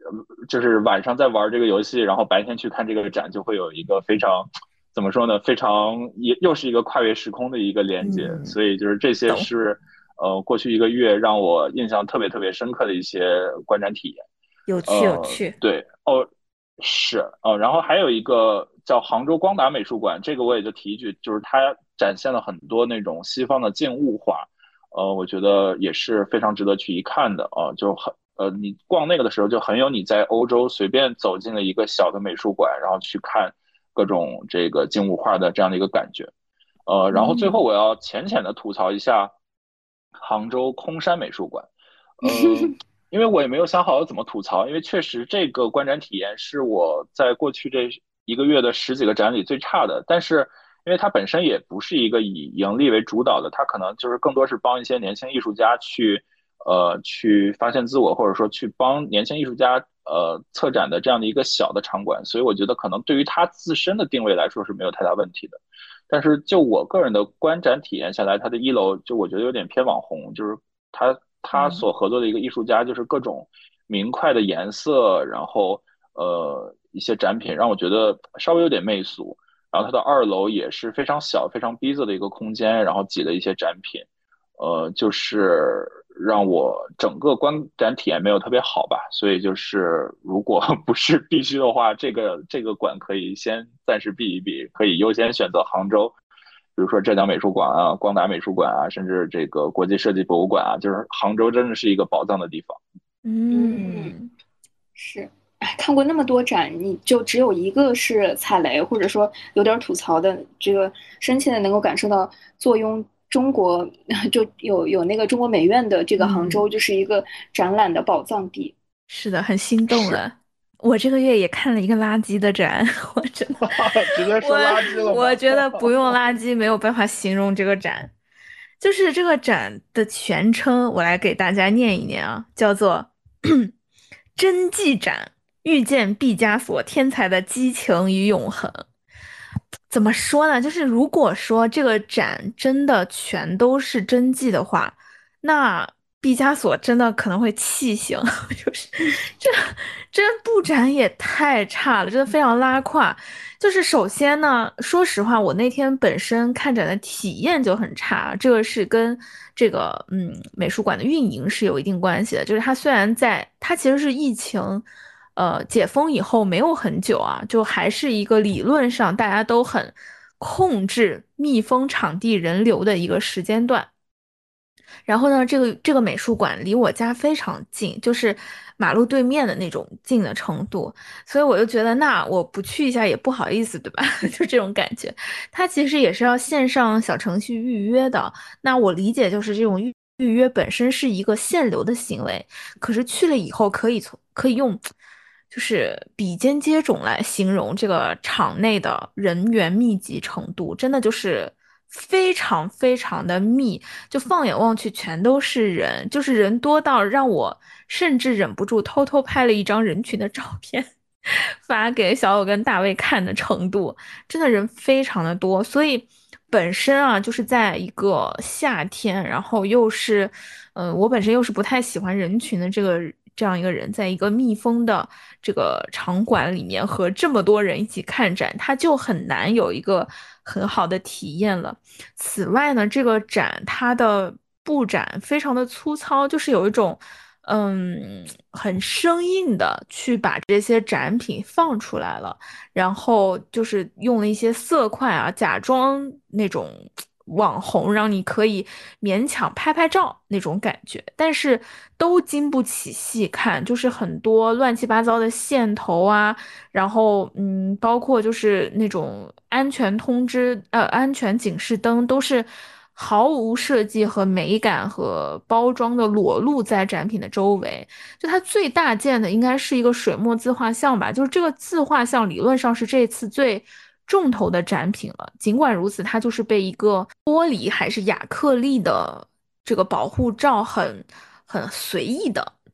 就是晚上在玩这个游戏，然后白天去看这个展，就会有一个非常怎么说呢，非常也又是一个跨越时空的一个连接。 嗯， 所以就是这些懂， 是呃过去一个月让我印象特别特别深刻的一些观展体验。 有趣有呃， 趣。 对，哦，是，呃，然后还有一个叫杭州光达美术馆，这个我也就提一句，就是它展现了很多那种西方的静物画，呃，我觉得也是非常值得去一看的啊，呃就很，呃，你逛那个的时候就很有你在欧洲随便走进了一个小的美术馆，然后去看各种这个静物画的这样的一个感觉。呃，然后最后嗯我要浅浅的吐槽一下杭州空山美术馆。嗯，因为我也没有想好要怎么吐槽，因为确实这个观展体验是我在过去这一个月的十几个展里最差的。但是因为它本身也不是一个以盈利为主导的，它可能就是更多是帮一些年轻艺术家去呃去发现自我，或者说去帮年轻艺术家呃策展的这样的一个小的场馆，所以我觉得可能对于它自身的定位来说是没有太大问题的。但是就我个人的观展体验下来，它的一楼就我觉得有点偏网红，就是它它嗯所合作的一个艺术家就是各种明快的颜色，然后呃一些展品让我觉得稍微有点媚俗。然后它的二楼也是非常小、非常逼仄的一个空间，然后挤了一些展品，呃，就是让我整个观展体验没有特别好吧。所以就是如果不是必须的话，这个这个馆可以先暂时避一避，可以优先选择杭州，比如说浙江美术馆啊、光达美术馆啊，甚至这个国际设计博物馆啊，就是杭州真的是一个宝藏的地方。 嗯， 嗯。 是。哎，看过那么多展，你就只有一个是踩雷，或者说有点吐槽的，这个深切的能够感受到坐拥中国就有有那个中国美院的这个杭州， 嗯， 就是一个展览的宝藏地。 是的，很心动是， 了。我这个月也看了一个垃圾的展，我真的， 直接我说垃圾了吗？ 我觉得不用垃圾没有办法形容这个展。就是这个展的全称，我来给大家念一念啊，叫做真迹展，遇见毕加索天才的激情与永恒。怎么说呢？就是如果说这个展真的全都是真迹的话，那毕加索真的可能会气醒。就是这这布展也太差了，真的非常拉胯。就是首先呢，说实话，我那天本身看展的体验就很差，这个是跟这个嗯美术馆的运营是有一定关系的。就是它虽然在它其实是疫情。呃，解封以后没有很久啊，就还是一个理论上大家都很控制密封场地人流的一个时间段。然后呢，这个这个美术馆离我家非常近，就是马路对面的那种近的程度，所以我就觉得那我不去一下也不好意思，对吧？就这种感觉。它其实也是要线上小程序预约的，那我理解就是这种预预约本身是一个限流的行为，可是去了以后可以从可以用。就是比肩接踵来形容这个场内的人员密集程度，真的就是非常非常的密，就放眼望去全都是人，就是人多到让我甚至忍不住偷偷拍了一张人群的照片，发给小友跟大卫看的程度，真的人非常的多，所以本身啊就是在一个夏天，然后又是，嗯、我本身又是不太喜欢人群的这个。这样一个人，在一个密封的这个场馆里面和这么多人一起看展，他就很难有一个很好的体验了。此外呢，这个展它的布展非常的粗糙，就是有一种嗯很生硬的去把这些展品放出来了，然后就是用了一些色块啊，假装那种网红，让你可以勉强拍拍照那种感觉，但是都经不起细看，就是很多乱七八糟的线头啊，然后嗯，包括就是那种安全通知，呃，安全警示灯都是毫无设计和美感和包装的裸露在展品的周围。就它最大件的应该是一个水墨自画像吧，就是这个自画像理论上是这次最重头的展品了。尽管如此，它就是被一个玻璃还是亚克力的这个保护罩很很随意的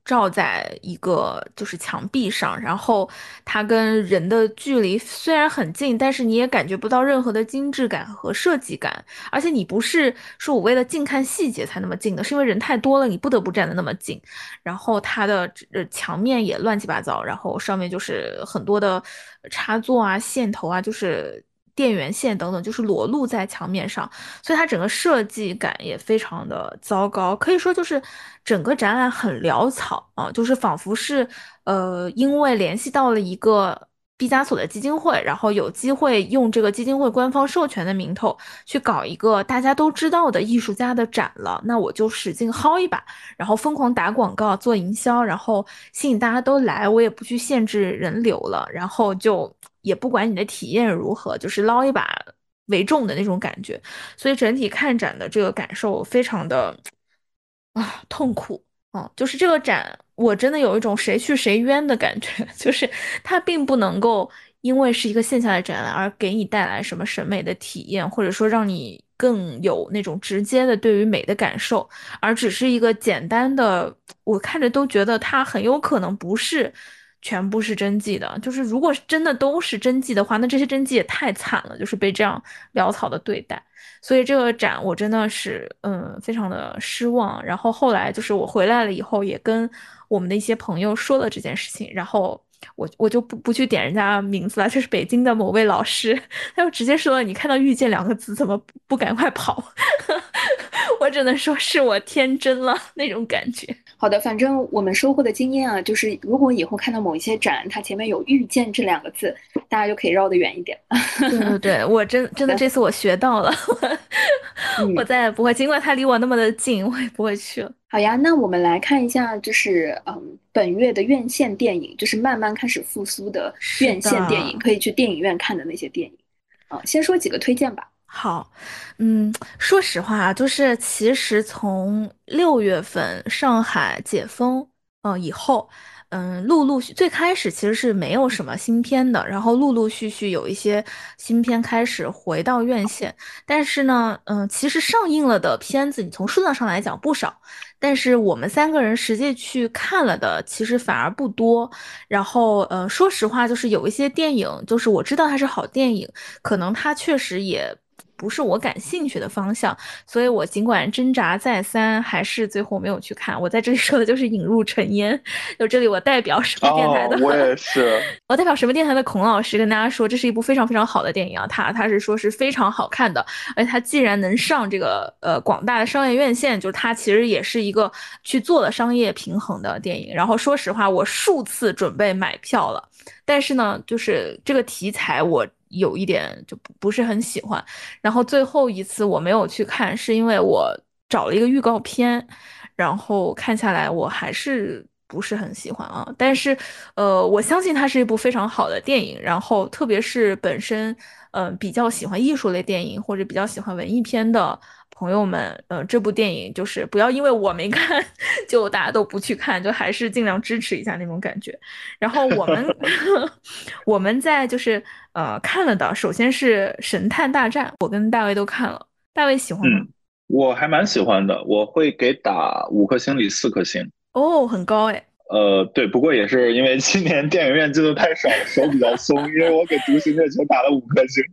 照在一个就是墙壁上，然后它跟人的距离虽然很近，但是你也感觉不到任何的精致感和设计感，而且你不是说我为了近看细节才那么近的，是因为人太多了，你不得不站得那么近。然后它的呃墙面也乱七八糟，然后上面就是很多的插座啊、线头啊，就是电源线等等，就是裸露在墙面上，所以它整个设计感也非常的糟糕，可以说就是整个展览很潦草啊，就是仿佛是呃因为联系到了一个毕加索的基金会，然后有机会用这个基金会官方授权的名头去搞一个大家都知道的艺术家的展了，那我就使劲薅一把，然后疯狂打广告做营销，然后吸引大家都来，我也不去限制人流了，然后就也不管你的体验如何，就是捞一把为重的那种感觉，所以整体看展的这个感受非常的啊痛苦。嗯，就是这个展，我真的有一种谁去谁冤的感觉，就是它并不能够因为是一个线下的展览而给你带来什么审美的体验，或者说让你更有那种直接的对于美的感受，而只是一个简单的，我看着都觉得它很有可能不是全部是真迹的。就是如果真的都是真迹的话，那这些真迹也太惨了，就是被这样潦草的对待。所以这个展我真的是嗯非常的失望。然后后来就是我回来了以后，也跟我们的一些朋友说了这件事情，然后我我就不不去点人家名字了，这是北京的某位老师，他就直接说你看到遇见两个字怎么不赶快跑？我只能说是我天真了那种感觉。 好的，反正我们收获的经验啊，就是如果以后看到某一些展，它前面有“遇见”这两个字，大家就可以绕得远一点。 对对对，我真真的这次我学到了， 嗯、 我再也不会，尽管它离我那么的近，我也不会去了。 好呀，那我们来看一下，就是嗯，本月的院线电影，就是慢慢开始复苏的院线电影，可以去电影院看的那些电影。啊、先说几个推荐吧。 好，嗯，说实话，就是其实从六月份上海解封，嗯、以后，嗯，陆陆续最开始其实是没有什么新片的，然后陆陆续续有一些新片开始回到院线，但是呢，嗯，其实上映了的片子，你从数量上来讲不少，但是我们三个人实际去看了的，其实反而不多。然后，呃，说实话，就是有一些电影，就是我知道它是好电影，可能它确实也不是我感兴趣的方向，所以我尽管挣扎再三，还是最后没有去看。我在这里说的就是《引入尘烟》，就这里我代表什么电台的， 哦，我也是， 我代表什么电台的孔老师跟大家说，这是一部非常非常好的电影啊，他他是说是非常好看的，而且他既然能上这个呃广大的商业院线，就是它其实也是一个去做了商业平衡的电影。然后说实话，我数次准备买票了，但是呢，就是这个题材我有一点就不不是很喜欢。然后最后一次我没有去看，是因为我找了一个预告片，然后看下来我还是不是很喜欢啊。但是，呃，我相信它是一部非常好的电影。然后，特别是本身，嗯、呃，比较喜欢艺术类电影或者比较喜欢文艺片的朋友们，呃，这部电影就是不要因为我没看，就大家都不去看，就还是尽量支持一下那种感觉。然后我们我们在就是呃看了的，首先是《神探大战》，我跟大卫都看了，大卫喜欢吗？ 嗯，我还蛮喜欢的，我会给打五颗星里四颗星。 哦，很高哎。 呃，对，不过也是因为今年电影院进的太少了，手比较松，因为我给《独行侠》球打了五颗星。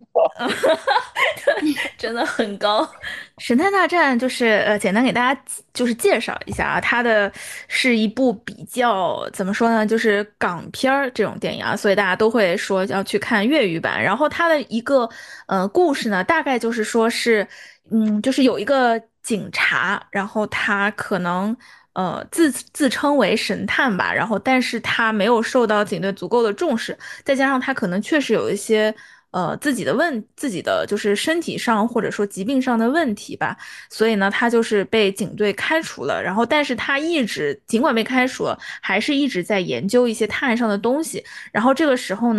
真的很高。神探大战就是呃，简单给大家就是介绍一下啊，它的是一部比较怎么说呢，就是港片儿这种电影啊，所以大家都会说要去看粤语版。然后它的一个呃故事呢，大概就是说是嗯，就是有一个警察，然后他可能。呃，自自称为神探吧，然后但是他没有受到警队足够的重视，再加上他可能确实有一些呃自己的问自己的就是身体上或者说疾病上的问题吧，所以呢，他就是被警队开除了。然后，但是他一直尽管被开除了，还是一直在研究一些探案上的东西。然后这个时候呢，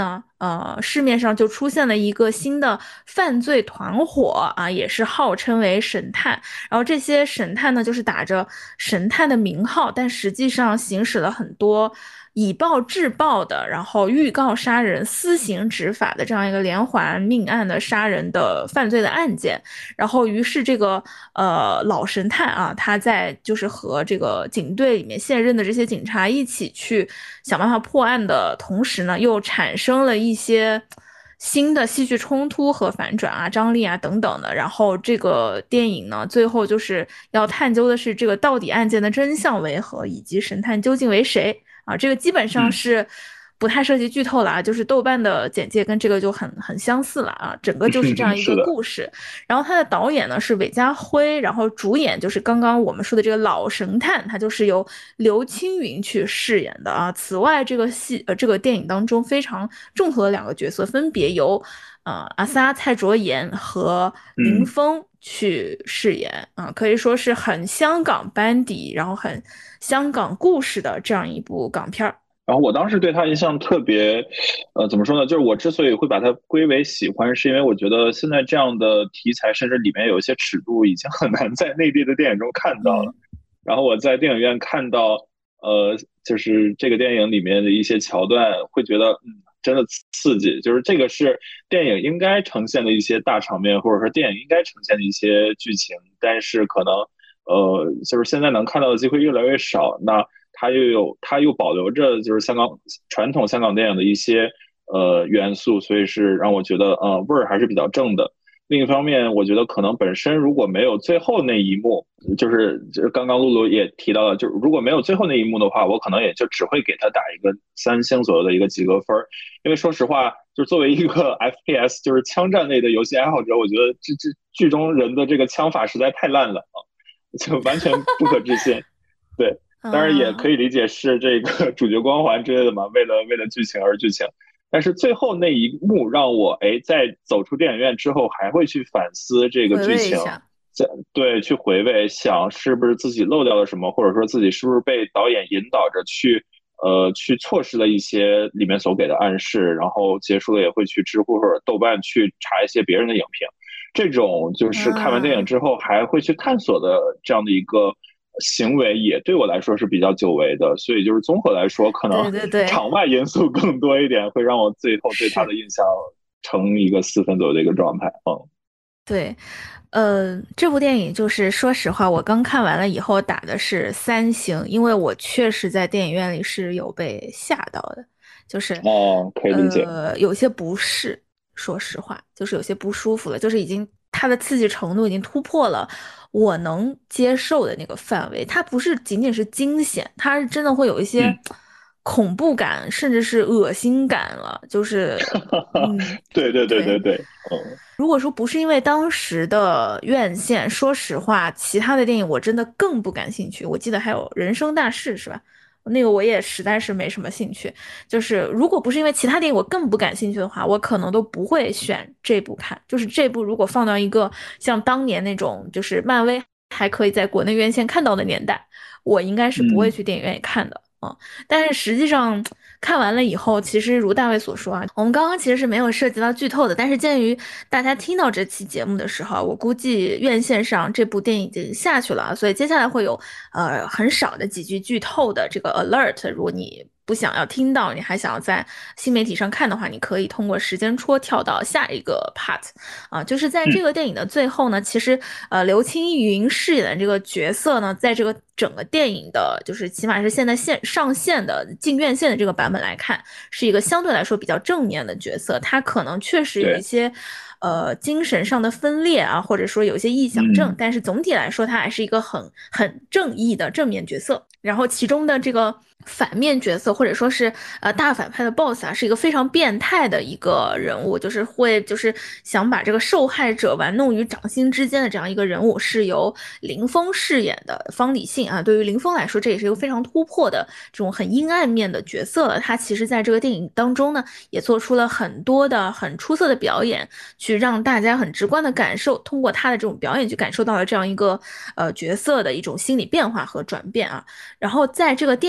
呃，市面上就出现了一个新的犯罪团伙啊，也是号称为神探。然后这些神探呢，就是打着神探的名号，但实际上行使了很多以暴制暴的，然后预告杀人、私刑执法的这样一个连环命案的杀人的犯罪的案件。然后于是这个呃老神探啊，他在就是和这个警队里面现任的这些警察一起去想办法破案的同时呢，又产生了一些新的戏剧冲突和反转啊、张力啊等等的。然后这个电影呢，最后就是要探究的是这个到底案件的真相为何，以及神探究竟为谁啊。这个基本上是不太涉及剧透了啊，就是豆瓣的简介跟这个就很很相似了啊，整个就是这样一个故事。然后他的导演呢是韦家辉，然后主演就是刚刚我们说的这个老神探，他就是由刘青云去饰演的啊。此外，这个戏呃这个电影当中非常重头的两个角色，分别由呃阿 sa 蔡卓妍和林峰去饰演啊，可以说是很香港班底，然后很香港故事的这样一部港片儿。 然后我当时对他印象特别，呃，怎么说呢？就是我之所以会把它归为喜欢，是因为我觉得现在这样的题材，甚至里面有一些尺度，已经很难在内地的电影中看到了。然后我在电影院看到，呃，就是这个电影里面的一些桥段，会觉得，嗯，真的刺激。就是这个是电影应该呈现的一些大场面，或者说电影应该呈现的一些剧情，但是可能，呃，就是现在能看到的机会越来越少。那它又有，它又保留着就是香港传统香港电影的一些呃元素，所以是让我觉得呃味儿还是比较正的。另一方面，我觉得可能本身如果没有最后那一幕，就是就是刚刚露露也提到了，就是如果没有最后那一幕的话，我可能也就只会给他打一个三星左右的一个及格分。因为说实话，就作为一个 F P S 就是枪战类的游戏爱好者，我觉得这这剧中人的这个枪法实在太烂了啊，就完全不可置信。对。当然也可以理解是这个主角光环之类的嘛，为了为了剧情而剧情。但是最后那一幕让我哎，在走出电影院之后还会去反思这个剧情，对，去回味，想是不是自己漏掉了什么，或者说自己是不是被导演引导着去呃去错失了一些里面所给的暗示。然后结束了也会去知乎或者豆瓣去查一些别人的影评，这种就是看完电影之后还会去探索的这样的一个行为也对我来说是比较久违的。所以就是综合来说，可能场外因素更多一点，会让我最后对他的印象成一个四分左右的一个状态。嗯， 对，呃，这部电影就是说实话，我刚看完了以后打的是三星，因为我确实在电影院里是有被吓到的，就是哦，可以理解， 呃，有些不适，说实话，就是有些不舒服了，就是已经它的刺激程度已经突破了我能接受的那个范围。它不是仅仅是惊险，它是真的会有一些恐怖感，嗯、甚至是恶心感了。就是，嗯， 对对对对对，嗯。 如果说不是因为当时的院线，说实话，其他的电影我真的更不感兴趣。我记得还有《人生大事》是吧？那个我也实在是没什么兴趣。就是如果不是因为其他电影我更不感兴趣的话，我可能都不会选这部看。就是这部如果放到一个像当年那种就是漫威还可以在国内院线看到的年代，我应该是不会去电影院里看的。嗯嗯，但是实际上看完了以后，其实如大卫所说啊，我们刚刚其实是没有涉及到剧透的。但是鉴于大家听到这期节目的时候，我估计院线上这部电影已经下去了，所以接下来会有呃很少的几句剧透的这个 alert。如果你不想要听到，你还想要在新媒体上看的话，你可以通过时间戳跳到下一个 part 啊，就是在这个电影的最后呢，其实呃刘青云饰演的这个角色呢，在这个整个电影的，就是起码是现在线上线的进院线的这个版本来看，是一个相对来说比较正面的角色。他可能确实有一些呃精神上的分裂啊，或者说有一些臆想症，嗯、但是总体来说他还是一个很很正义的正面角色。然后其中的这个反面角色，或者说是呃大反派的 boss 啊，是一个非常变态的一个人物，就是会就是想把这个受害者玩弄于掌心之间的这样一个人物，是由林峰饰演的方礼信啊。对于林峰来说，这也是一个非常突破的这种很阴暗面的角色了。他其实在这个电影当中呢，也做出了很多的很出色的表演，去让大家很直观的感受，通过他的这种表演去感受到了这样一个呃角色的一种心理变化和转变啊。然后在这个电影的最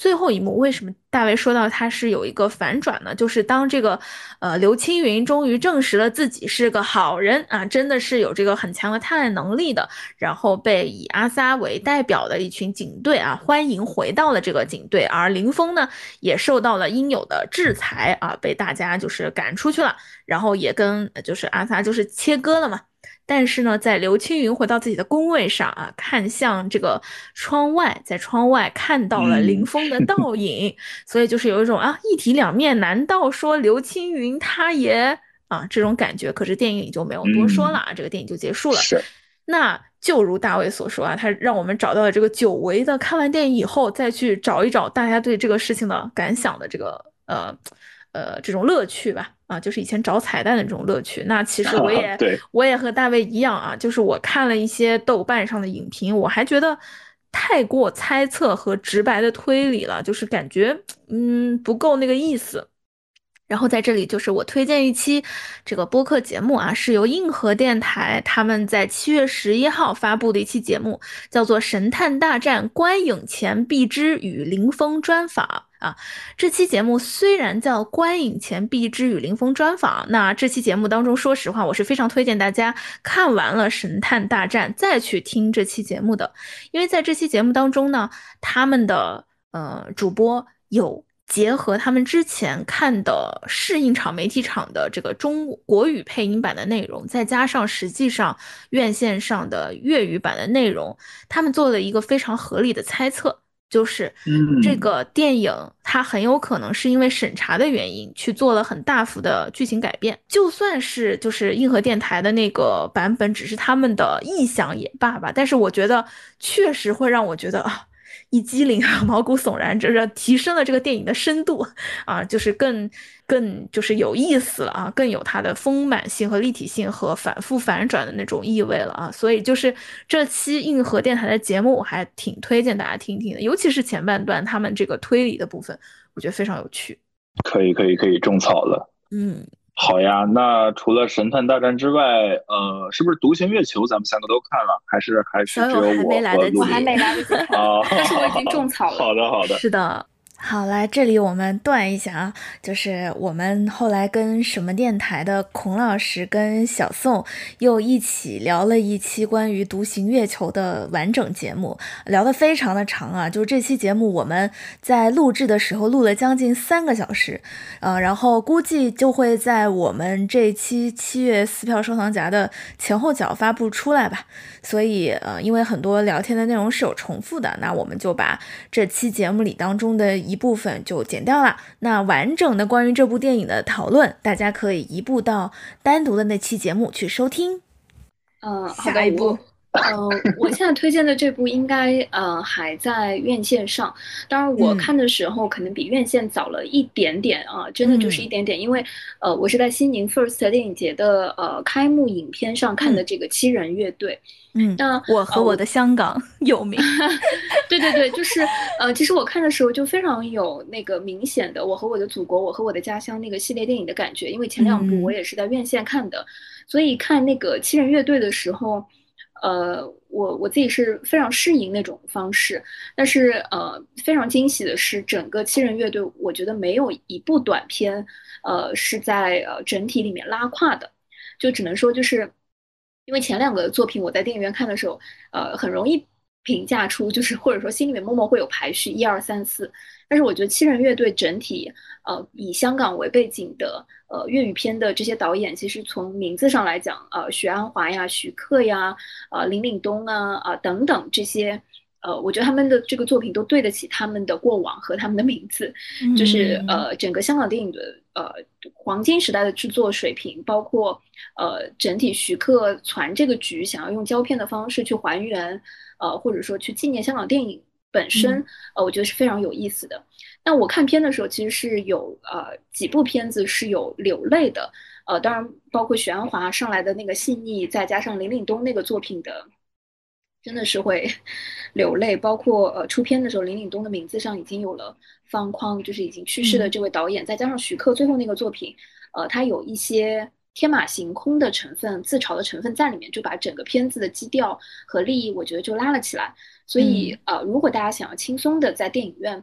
最后一幕为什么大卫说到他是有一个反转呢？就是当这个呃刘青云终于证实了自己是个好人啊，真的是有这个很强的探案能力的，然后被以阿萨为代表的一群警队啊欢迎回到了这个警队，而林峰呢也受到了应有的制裁啊，被大家就是赶出去了，然后也跟就是阿萨就是切割了嘛。但是呢，在刘青云回到自己的工位上啊，看向这个窗外，在窗外看到了林峰的倒影，嗯、所以就是有一种啊一体两面。难道说刘青云他也啊这种感觉？可是电影里就没有多说了啊，嗯、这个电影就结束了。 是， 那就如大卫所说啊，他让我们找到了这个久违的看完电影以后再去找一找大家对这个事情的感想的这个呃。呃，这种乐趣吧，啊，就是以前找彩蛋的这种乐趣。那其实我也， 对， 我也和大卫一样啊，就是我看了一些豆瓣上的影评，我还觉得太过猜测和直白的推理了，就是感觉嗯不够那个意思。然后在这里就是我推荐一期这个播客节目啊，是由硬核电台他们在七月十一号发布的一期节目，叫做《神探大战观影前必知与林峰专访》啊。这期节目虽然叫观影前必知与林峰专访，那这期节目当中，说实话，我是非常推荐大家看完了《神探大战》再去听这期节目的，因为在这期节目当中呢，他们的呃主播有结合他们之前看的试映场媒体场的这个中国语配音版的内容，再加上实际上院线上的粤语版的内容，他们做了一个非常合理的猜测，就是这个电影它很有可能是因为审查的原因去做了很大幅的剧情改变，就算是就是硬核电台的那个版本只是他们的臆想也罢吧，但是我觉得确实会让我觉得啊一激灵啊，毛骨悚然，这是提升了这个电影的深度啊，就是更更就是有意思了啊，更有它的丰满性和立体性和反复反转的那种意味了啊，所以就是这期硬核电台的节目我还挺推荐大家听听的，尤其是前半段他们这个推理的部分，我觉得非常有趣。 可以可以可以种草了。 嗯。 好呀，那除了神探大战之外，呃，是不是独行月球咱们三个都看了？还是还是只有我和露露？ 我还没来得及看，但是我已经种草了。 好的好的， 是的。好，来这里我们断一下啊，就是我们后来跟什么电台的孔老师跟小宋又一起聊了一期关于独行月球的完整节目，聊得非常的长啊，就是这期节目我们在录制的时候录了将近三个小时，呃，然后估计就会在我们这期七月撕票收藏夹的前后脚发布出来吧，所以呃，因为很多聊天的内容是有重复的，那我们就把这期节目里当中的一部分就剪掉了，那完整的关于这部电影的讨论大家可以移步到单独的那期节目去收听。 嗯， 下一部嗯、呃，我现在推荐的这部应该呃还在院线上，当然我看的时候可能比院线早了一点点啊、呃，真的就是一点点，嗯、因为呃我是在西宁 First 电影节的呃开幕影片上看的这个七人乐队。 嗯，那我和我的香港、呃、有名， 对对对，就是呃，其实我看的时候就非常有那个明显的《我和我的祖国》《我和我的家乡》那个系列电影的感觉，因为前两部我也是在院线看的，嗯、所以看那个七人乐队的时候，呃，我我自己是非常适应那种方式，但是呃，非常惊喜的是，整个七人乐队，我觉得没有一部短片，呃，是在呃整体里面拉胯的，就只能说就是。因为前两个作品我在电影院看的时候，呃，很容易评价出就是或者说心里面默默会有排序一二三四，但是我觉得七人乐队整体，呃，以香港为背景的呃粤语片的这些导演，其实从名字上来讲，呃，许鞍华呀、徐克呀、呃林岭东啊、啊、呃、等等这些。呃，我觉得他们的这个作品都对得起他们的过往和他们的名字，嗯、就是呃，整个香港电影的呃黄金时代的制作水平，包括呃整体徐克传这个局想要用胶片的方式去还原，呃或者说去纪念香港电影本身，嗯、呃，我觉得是非常有意思的。那我看片的时候，其实是有呃几部片子是有流泪的，呃，当然包括许鞍华上来的那个细腻，再加上林岭东那个作品的。真的是会流泪，包括呃出片的时候，林岭东的名字上已经有了方框，就是已经去世的这位导演，嗯、再加上徐克最后那个作品，呃，他有一些天马行空的成分、自嘲的成分在里面，就把整个片子的基调和利益，我觉得就拉了起来。所以、嗯、呃，如果大家想要轻松的在电影院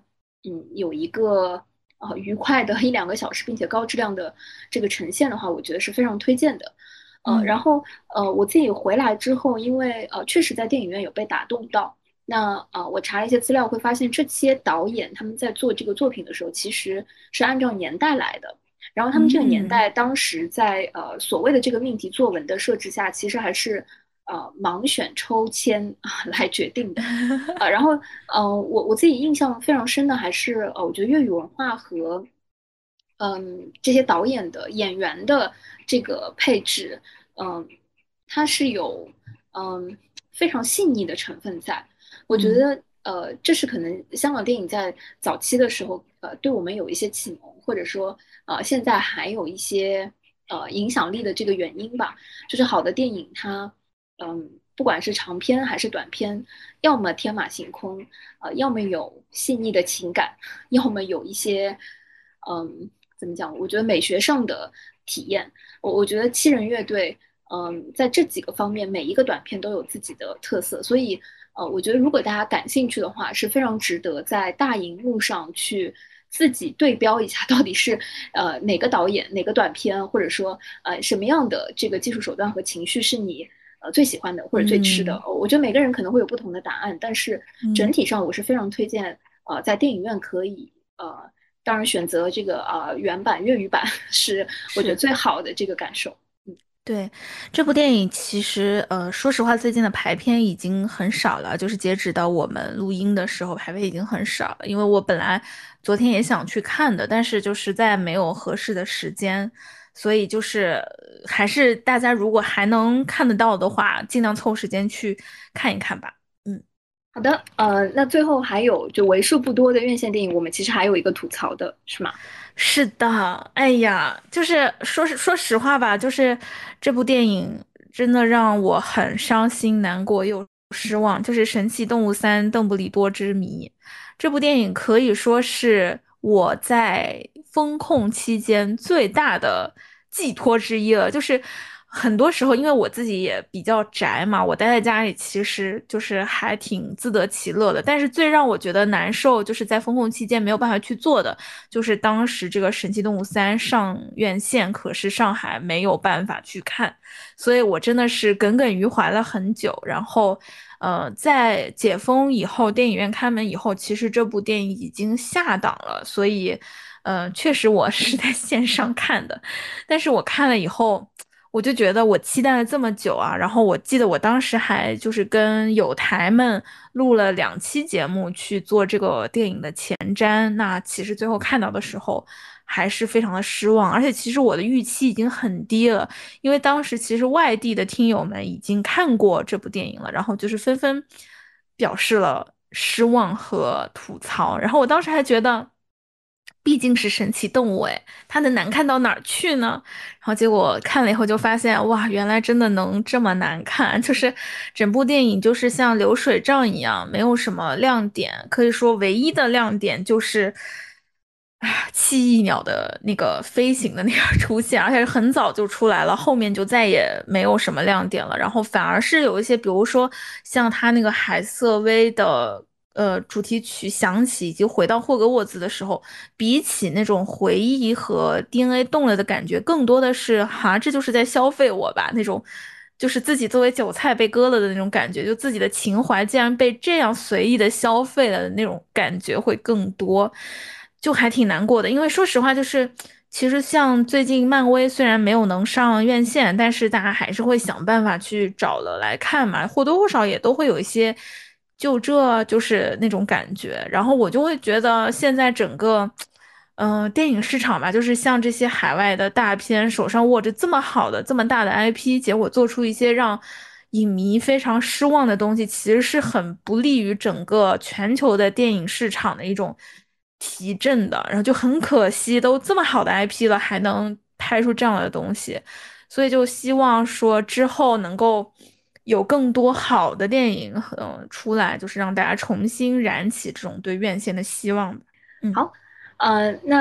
嗯有一个呃愉快的一两个小时，并且高质量的这个呈现的话，我觉得是非常推荐的。呃， 嗯然后呃我自己回来之后，因为呃确实在电影院有被打动到。那呃，我查了一些资料，会发现这些导演他们在做这个作品的时候，其实是按照年代来的。然后他们这个年嗯代当时在呃所谓的这个命题作文的设置下，其实还是呃盲选抽签啊来决定的。呃，然后呃我我自己印象非常深的还是呃我觉得粤语文化和嗯这些导演的演员的这个配置，嗯它是有嗯非常细腻的成分在。我觉嗯得，呃，这是可能香港电影在早期的时候，呃，对我们有一些启蒙，或者说，呃，现在还有一些呃影响力的这个原因吧。就是好的电影它，嗯，不管是长片还是短片，要么天马行空，呃，要么有细腻的情感，要么有一些，嗯，怎么讲？我觉得美学上的体验。我我觉得七人乐队。嗯，在这几个方面，每一个短片都有自己的特色，所以呃，我觉得如果大家感兴趣的话，是非常值得在大荧幕上去自己对标一下，到底是呃哪个导演、哪个短片，或者说呃什么样的这个技术手段和情绪是你呃最喜欢的或者最吃的。 嗯我觉得每个人可能会有不同的答案，但是整嗯。 体上我是非常推荐呃在电影院可以呃，当然选择这个呃原版粤语版是我觉得是。 最好的这个感受。 对，这部电影其实，呃，说实话，最近的排片已经很少了，就是截止到我们录音的时候，排片已经很少了。因为我本来昨天也想去看的，但是就实在没有合适的时间，所以就是呃还是大家如果还能看得到的话，尽量凑时间去看一看吧。嗯。 好的，呃，那最后还有就为数不多的院线电影，我们其实还有一个吐槽的，是吗？ 是的，哎呀，就是说实说实话吧，就是这部电影真的让我很伤心、难过又失望。就是《神奇动物三：邓布利多之谜》这部电影，可以说是我在封控期间最大的寄托之一了。就是很多时候，因为我自己也比较宅嘛，我待在家里其实就是还挺自得其乐的。但是最让我觉得难受，就是在封控期间没有办法去做的。就是当时这个《神奇动物三》上院线，可是上海没有办法去看，所以我真的是耿耿于怀了很久。然后，呃，在解封以后，电影院开门以后，其实这部电影已经下档了，所以，呃，确实我是在线上看的，但是我看了以后。我就觉得我期待了这么久啊，然后我记得我当时还就是跟友台们录了两期节目去做这个电影的前瞻，那其实最后看到的时候还是非常的失望，而且其实我的预期已经很低了，因为当时其实外地的听友们已经看过这部电影了，然后就是纷纷表示了失望和吐槽，然后我当时还觉得。毕竟是神奇动物，哎，它能难看到哪儿去呢？然后结果看了以后就发现，哇，原来真的能这么难看，就是整部电影就是像流水账一样，没有什么亮点，可以说唯一的亮点就是，啊，七亿鸟的那个飞行的那个出现，而且是很早就出来了，后面就再也没有什么亮点了，然后反而是有一些，比如说像他那个海瑟薇的。呃，主题曲响起以及回到霍格沃兹的时候，比起那种回忆和 D N A 动了的感觉，更多的是哈，这就是在消费我吧，那种就是自己作为韭菜被割了的那种感觉，就自己的情怀竟然被这样随意的消费了的那种感觉会更多，就还挺难过的。因为说实话，就是其实像最近漫威虽然没有能上院线，但是大家还是会想办法去找了来看嘛，或多或少也都会有一些。就这就是那种感觉，然后我就会觉得现在整个，嗯、电影市场吧，就是像这些海外的大片，手上握着这么好的、这么大的 I P，结果做出一些让影迷非常失望的东西，其实是很不利于整个全球的电影市场的一种提振的。然后就很可惜，都这么好的 I P 了，还能拍出这样的东西。所以就希望说之后能够有更多好的电影，嗯，出来，就是让大家重新燃起这种对院线的希望吧。嗯好，呃，那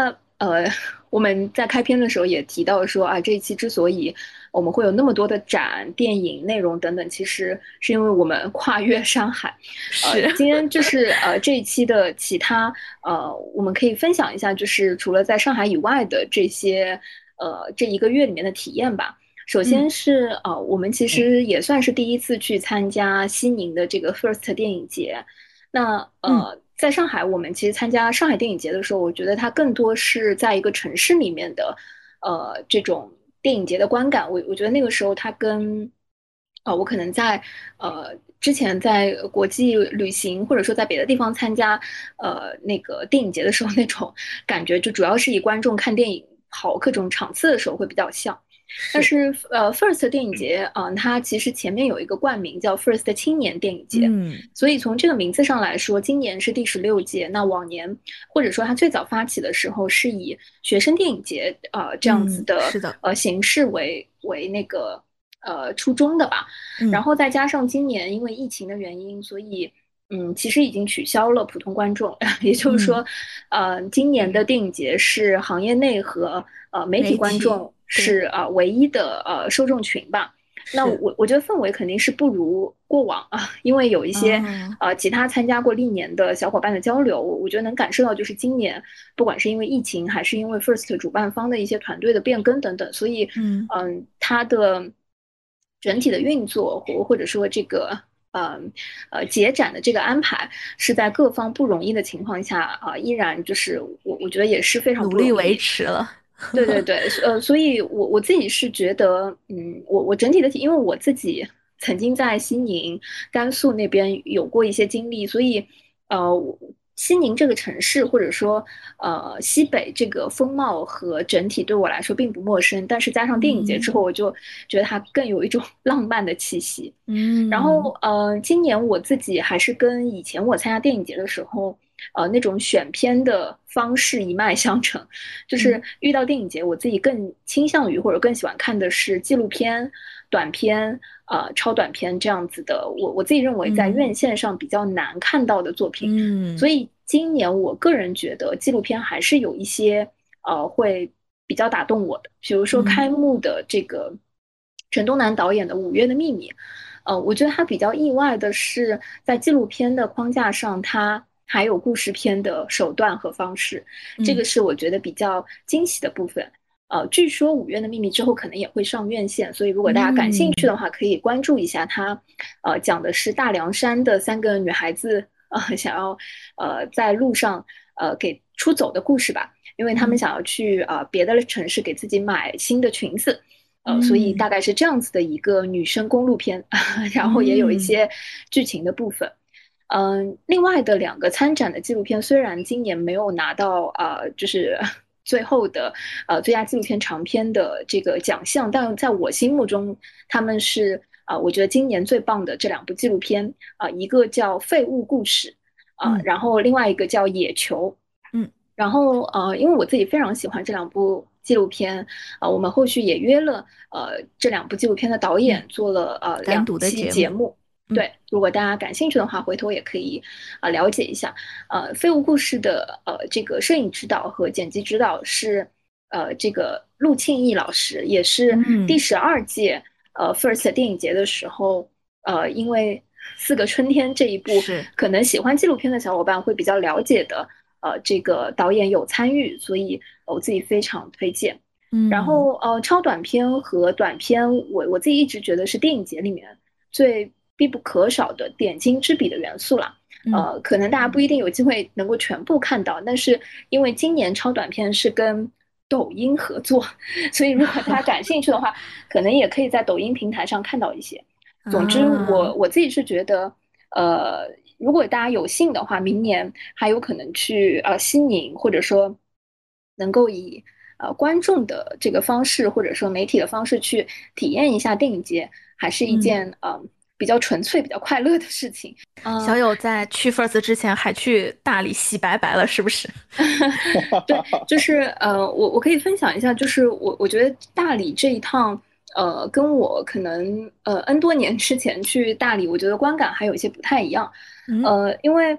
呃，我们在开篇的时候也提到说啊，这一期之所以我们会有那么多的展、电影内容等等，其实是因为我们跨越山海。呃， 是， 今天就是呃这一期的其他呃，我们可以分享一下，就是除了在上海以外的这些呃这一个月里面的体验吧。首先嗯是呃，我们其实也算是第一次去参加西宁的这个 First 电影节。那嗯呃，在上海，我们其实参加上海电影节的时候，我觉得它更多是在一个城市里面的呃这种电影节的观感。我我觉得那个时候它跟啊、呃我可能在呃之前在国际旅行或者说在别的地方参加呃那个电影节的时候那种感觉，就主要是以观众看电影跑各种场次的时候会比较像。但是， 是呃，First 电影节啊、呃它其实前面有一个冠名叫 First 青年电影节， 嗯所以从这个名字上来说，今年是第十六届。那往年或者说它最早发起的时候是以学生电影节呃这样子嗯， 的是的， 呃形式为为那个呃初衷的吧。然嗯后再加上今年因为疫情的原因，所以嗯，其实已经取消了普通观众，也就是说， 嗯， 呃，今年的电影节是行业内和呃媒体媒体， 观众对， 是呃唯一的呃受众群吧。那是， 我我觉得氛围肯定是不如过往啊，因为有一些哦， 呃其他参加过历年的小伙伴的交流，我我觉得能感受到，就是今年不管是因为疫情，还是因为 First 主办方的一些团队的变更等等，所以嗯嗯，它的整体的运作或或者说这个。呃呃，节展的这个安排是在各方不容易的情况下啊、呃依然就是我我觉得也是非常努力维不容易。 持了， 对对对，呃，所以我我自己是觉得，嗯，我我整体的体，因为我自己曾经在西宁、甘肃那边有过一些经历，所以，呃，我西宁这个城市或者说呃西北这个风貌和整体对我来说并不陌生，但是加上电影节之嗯后，我就觉得它更有一种浪漫的气息。然后， 嗯呃，今年我自己还是跟以前我参加电影节的时候，呃，那种选片的方式一脉相承。就是嗯遇到电影节，我自己更倾向于或者更喜欢看的是纪录片、短片、呃超短片这样子的。我我自己认为在嗯院线上比较难看到的作品，所嗯以今年我个人觉得纪录片还是有一些呃会比较打动我的，比如说开嗯幕的这个陈东南导演的《五月的秘密》。呃，我觉得他比较意外的是，在纪录片的框架上，他还有故事片的手段和方式，这个嗯是我觉得比较惊喜的部分。呃，据说《五月的秘密》之后可能也会上院线，所以如果大家感兴趣的嗯话，可以关注一下它。呃，讲的是大凉山的三个女孩子，呃，想要呃在路上呃给出走的故事吧，因为他们嗯想要去呃别的城市给自己买新的裙子。呃，所以嗯大概是这样子的一个女生公路片，然后也有一嗯些剧情的部分。嗯，另外的两个参展的纪录片虽然今年没有拿到啊、呃就是最后的呃最佳纪录片长片的这个奖项，但在我心目中，他们是啊、呃我觉得今年最棒的这两部纪录片啊、呃一个叫《废物故事》啊、 嗯然后另外一个叫《野球》。 嗯然后呃，因为我自己非常喜欢这两部纪录片，啊、我们后续也约了呃这两部纪录片的导嗯， 演做了呃单独的两期节目， 节目。 嗯对，如果大家感兴趣的话，回头也可以啊、了解一下。呃，《废物故事》的呃这个摄影指导和剪辑指导是呃这个陆庆义老师，也是第嗯十二届呃 First 电影节的时候，呃因为《四个春天》这一部是， 可能喜欢纪录片的小伙伴会比较了解的。呃，这个导演有参与，所以我自己非常推荐。然嗯后呃，超短片和短片，我我自己一直觉得是电影节里面最必不可少的点睛之笔的元素啦。 嗯呃，可能大家不一定有机会能够全部看到，但是因为今年超短片是跟抖音合作，所以如果大家感兴趣的话，可能也可以在抖音平台上看到一些。总之我， 啊， 我自己是觉得，呃，如果大家有幸的话，明年还有可能去呃西宁，或者说能够以呃观众的这个方式，或者说媒体的方式去体验一下电影节，还是一嗯。 件呃比较纯粹、比较快乐的事情。嗯、 小友在去 First 之前还去大理洗白白了，是不是？ 对，就是呃，我我可以分享一下，就是我我觉得大理这一趟，呃，跟我可能呃 N 多年之前去大理，我觉得观感还有一些不太一样。 嗯呃，因为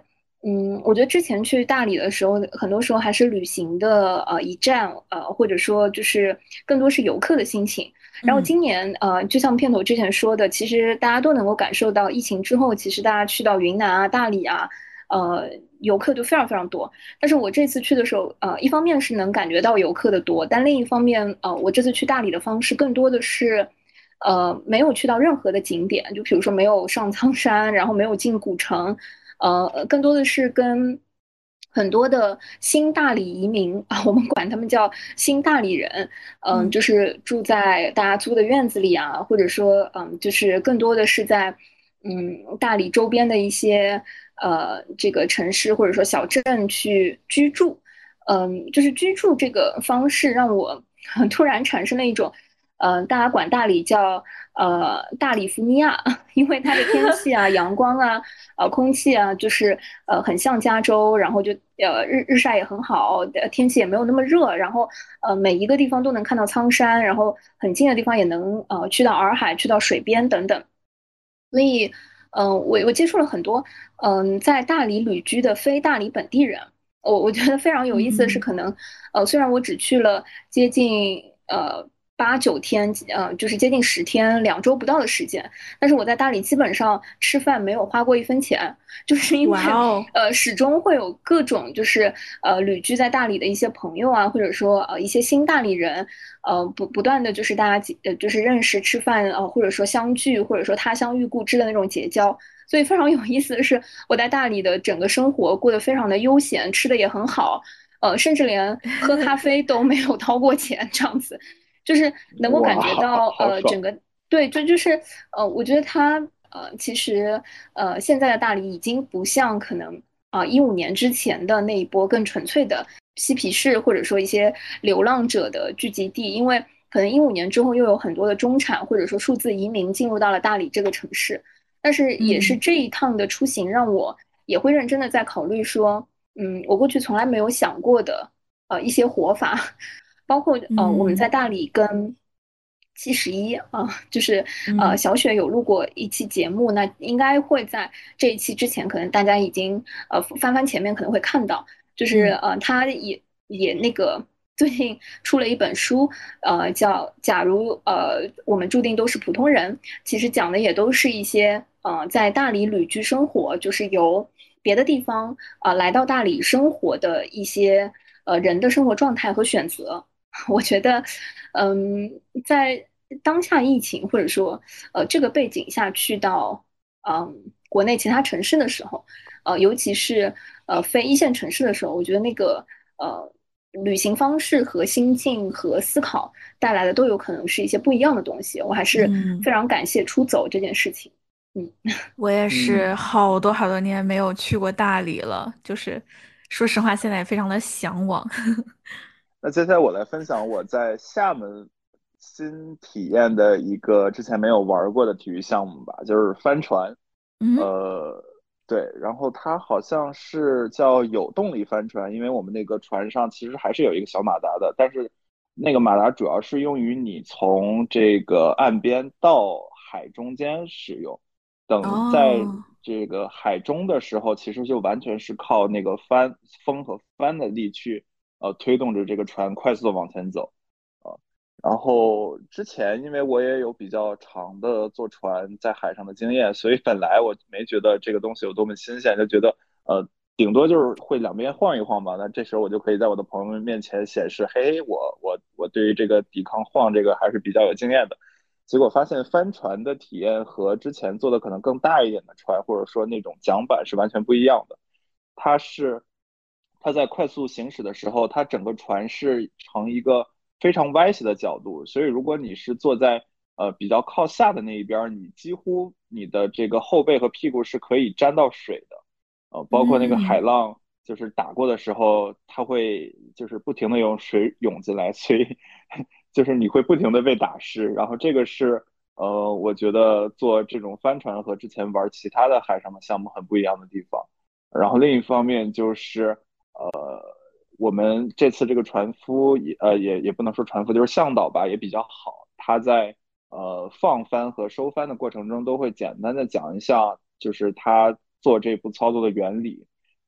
嗯，我觉得之前去大理的时候，很多时候还是旅行的呃一站，呃，或者说就是更多是游客的心情。然后嗯今年呃，就像片头之前说的，其实大家都能够感受到，疫情之后，其实大家去到云南啊、大理啊，呃，游客就非常非常多。但是我这次去的时候，呃，一方面是能感觉到游客的多，但另一方面，呃，我这次去大理的方式更多的是。呃，没有去到任何的景点，就比如说没有上苍山，然后没有进古城，呃，更多的是跟很多的新大理移民啊，我们管他们叫新大理人，嗯、 嗯就是住在大家租的院子里啊，或者说，嗯，就是更多的是在，嗯，大理周边的一些呃这个城市或者说小镇去居住，嗯，就是居住这个方式让我突然产生了一种。嗯、呃大家管大理叫呃大理福尼亚，因为它的天气啊、阳光啊、呃空气啊，就是呃很像加州，然后就呃日日晒也很好，呃天气也没有那么热，然后呃每一个地方都能看到苍山，然后很近的地方也能呃去到洱海、去到水边等等。所以，嗯、呃我我接触了很多嗯、呃在大理旅居的非大理本地人。我我觉得非常有意思的是， 嗯可能呃虽然我只去了接近呃八九天，呃就是接近十天，两周不到的时间，但是我在大理基本上吃饭没有花过一分钱，就是因为哇哦， 呃始终会有各种就是呃旅居在大理的一些朋友啊，或者说呃一些新大理人，呃不不断的就是大家呃就是认识吃饭呃或者说相聚或者说他乡遇故知的那种结交。所以非常有意思的是，我在大理的整个生活过得非常的悠闲，吃的也很好，呃，甚至连喝咖啡都没有掏过钱，这样子，就是能够感哇， 觉到，呃， 好爽！ 整个对，这就是呃，我觉得它呃，其实呃，现在的大理已经不像可能啊一五年之前的那一波更纯粹的嬉皮士或者说一些流浪者的聚集地，因为可能一五年之后又有很多的中产或者说数字移民进入到了大理这个城市。但是也是嗯这一趟的出行让我也会认真的在考虑说，嗯，我过去从来没有想过的呃一些活法，包括呃我们在嗯大理跟七十一啊，就是呃嗯小雪有录过一期节目，那应该会在这一期之前，可能大家已经呃翻翻前面可能会看到，就是嗯呃他也也那个。最近出了一本书，呃，叫《假如呃我们注定都是普通人》，其实讲的也都是一些呃在大理旅居生活，就是由别的地方啊、呃来到大理生活的一些呃人的生活状态和选择。我觉得，嗯，在当下疫情或者说呃这个背景下去到嗯国内其他城市的时候，呃尤其是呃非一线城市的时候，我觉得那个呃旅行方式和心境和思考带来的都有可能是一些不一样的东西。我还是嗯， 非常感谢出走这件事情。嗯我也是嗯， 好多好多年没有去过大理了，就是说实话，现在也非常的向往。 那接下来我来分享我在厦门新体验的一个之前没有玩过的体育项目吧，就是帆船。 嗯呃，对，然后它好像是叫有动力帆船，因为我们那个船上其实还是有一个小马达的，但是那个马达主要是用于你从这个岸边到海中间使用。等在哦， 这个海中的时候，其实就完全是靠那个帆风和帆的力去呃推动着这个船快速的往前走。呃然后之前因为我也有比较长的坐船在海上的经验，所以本来我没觉得这个东西有多么新鲜，就觉得呃顶多就是会两边晃一晃吧。那这时候我就可以在我的朋友们面前显示，嘿，我我我对于这个抵抗晃这个还是比较有经验的。结果发现帆船的体验和之前坐的可能更大一点的船，或者说那种桨板是完全不一样的。它是它在快速行驶的时候，它整个船是呈一个非常歪斜的角度，所以如果你是坐在呃比较靠下的那一边，你几乎你的这个后背和屁股是可以沾到水的。呃，包括那个海嗯浪就是打过的时候，它会就是不停的有水涌进来，所以就是你会不停的被打湿。然后这个是呃，我觉得做这种帆船和之前玩其他的海上的项目很不一样的地方。然后另一方面就是我们这次这个船夫也呃也也不能说船夫，就是向导吧，也比较好。他在呃放帆和收帆的过程中，都会简单的讲一下，就是他做这步操作的原理。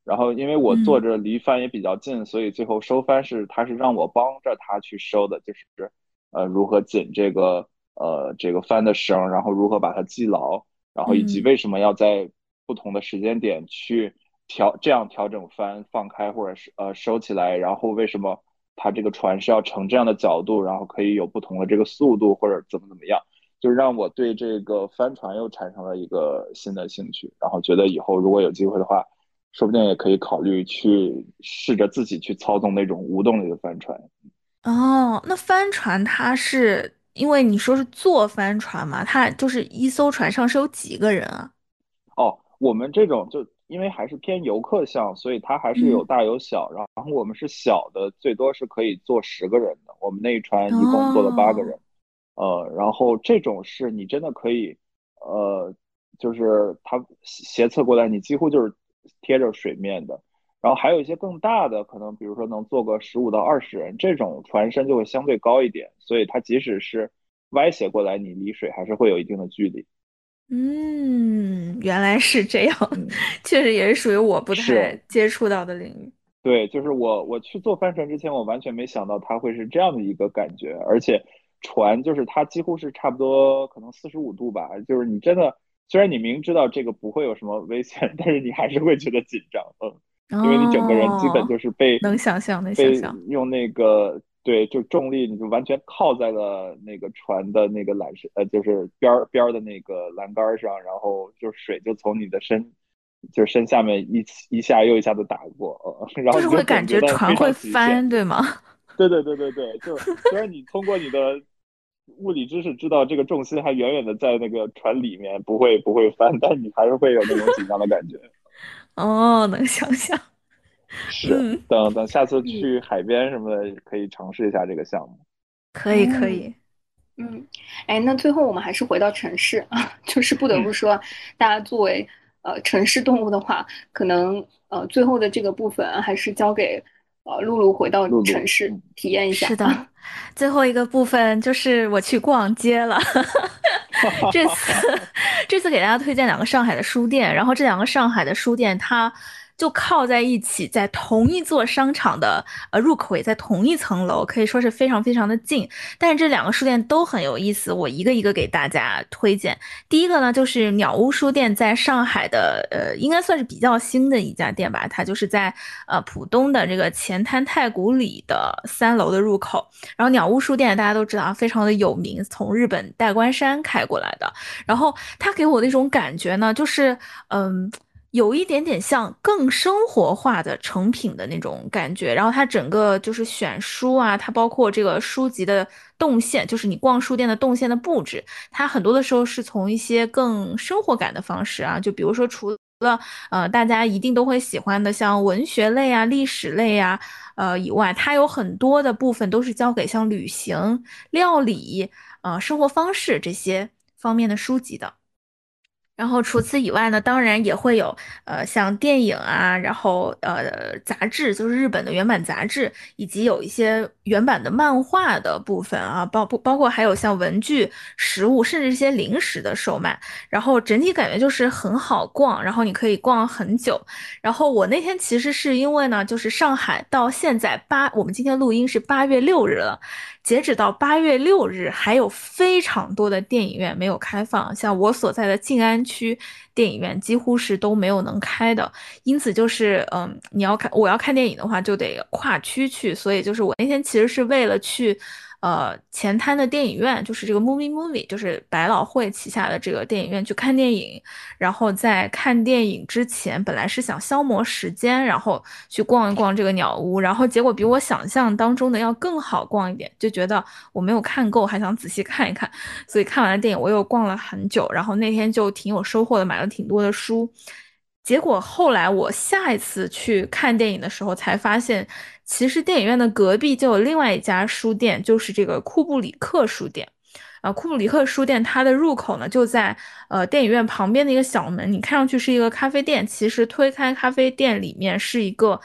然后因为我坐嗯着离帆也比较近，所以最后收帆是他是让我帮着他去收的，就是呃如何紧这个呃这个帆的绳，然后如何把它系牢，然后以及嗯。 为什么要在不同的时间点去调这样调整帆放开或者是呃收起来，然后为什么它这个船是要呈这样的角度，然后可以有不同的这个速度或者怎么怎么样。就让我对这个帆船又产生了一个新的兴趣，然后觉得以后如果有机会的话，说不定也可以考虑去试着自己去操纵那种无动力的帆船。 哦，那帆船它是因为你说是坐帆船嘛，它就是一艘船上是有几个人啊？ 哦，我们这种就因为还是偏游客向，所以它还是有嗯， 大有小。然后我们是小的，最多是可以坐十个人的。我们那一船一共坐了八个哦， 人。呃，然后这种是你真的可以，呃，就是它斜侧过来，你几乎就是贴着水面的。然后还有一些更大的，可能比如说能坐个十五到二十人，这种船身就会相对高一点，所以它即使是歪斜过来，你离水还是会有一定的距离。 嗯，原来是这样， 嗯， 确实也是属于我不太是。 接触到的领域。 对，就是我我去坐帆船之前，我完全没想到它会是这样的一个感觉，而且船就是它几乎是差不多可能四十五度吧，就是你真的虽然你明知道这个不会有什么危险，但是你还是会觉得紧张，嗯，因为你整个人基本哦， 就是被能想象，能想被象。 用那个对，就重力你就完全靠在了那个船的那个缆绳呃，就是边儿边儿的那个栏杆上，然后就水就从你的身就是身下面一一下又一下的打过，呃，然后就是你就会感觉总觉得船会非常极限。 翻，对吗？ 对对对对对，就虽然你通过你的物理知识知道这个重心还远远的在那个船里面，不会不会翻，但你还是会有那种紧张的感觉。 哦，能想象。 是， 嗯， 等等下次嗯去海边什么的，可以尝试一下这个项目。 可以，可嗯以。 嗯，哎，那最后我们还是回到城市啊，就是不得不嗯， 说，大家作为呃城市动物的话，可能呃最后的这个部分还是交给呃露露回到露露， 城市嗯， 体验一下。 是的，最后一个部分就是我去逛街了。 哈哈这次， 哈哈， 这次给大家推荐两个上海的书店，然后这两个上海的书店它就靠在一起，在同一座商场的呃入口，也在同一层楼，可以说是非常非常的近。但是这两个书店都很有意思，我一个一个给大家推荐。第一个呢，就是鸟屋书店，在上海的呃，应该算是比较新的一家店吧，它就是在呃浦东的这个前滩太古里的三楼的入口。然后鸟屋书店大家都知道啊，非常的有名，从日本代官山开过来的。然后它给我的一种感觉呢，就是嗯。有一点点像更生活化的成品的那种感觉，然后它整个就是选书啊，它包括这个书籍的动线，就是你逛书店的动线的布置，它很多的时候是从一些更生活感的方式啊，就比如说除了呃大家一定都会喜欢的像文学类啊、历史类啊，呃以外，它有很多的部分都是交给像旅行、料理、呃生活方式这些方面的书籍的。然后除此以外呢，当然也会有呃像电影啊，然后呃杂志，就是日本的原版杂志，以及有一些原版的漫画的部分啊，包不包括还有像文具、食物，甚至一些零食的售卖。然后整体感觉就是很好逛，然后你可以逛很久。然后我那天其实是因为呢，就是上海到现在八，我们今天录音是八月六日了。截止到八月六日，还有非常多的电影院没有开放，像我所在的静安区电影院几乎是都没有能开的，因此就是，嗯，你要看我要看电影的话，就得跨区去，所以就是我那天其实是为了去。呃，前滩的电影院就是这个 Movie Movie，就是百老汇旗下的这个电影院去看电影，然后在看电影之前，本来是想消磨时间，然后去逛一逛这个鸟屋，然后结果比我想象当中的要更好逛一点，就觉得我没有看够，还想仔细看一看，所以看完了电影我又逛了很久，然后那天就挺有收获的，买了挺多的书。结果后来我下一次去看电影的时候，才发现，其实电影院的隔壁就有另外一家书店，就是这个库布里克书店。啊，库布里克书店它的入口呢就在呃电影院旁边的一个小门，你看上去是一个咖啡店，其实推开咖啡店里面是一个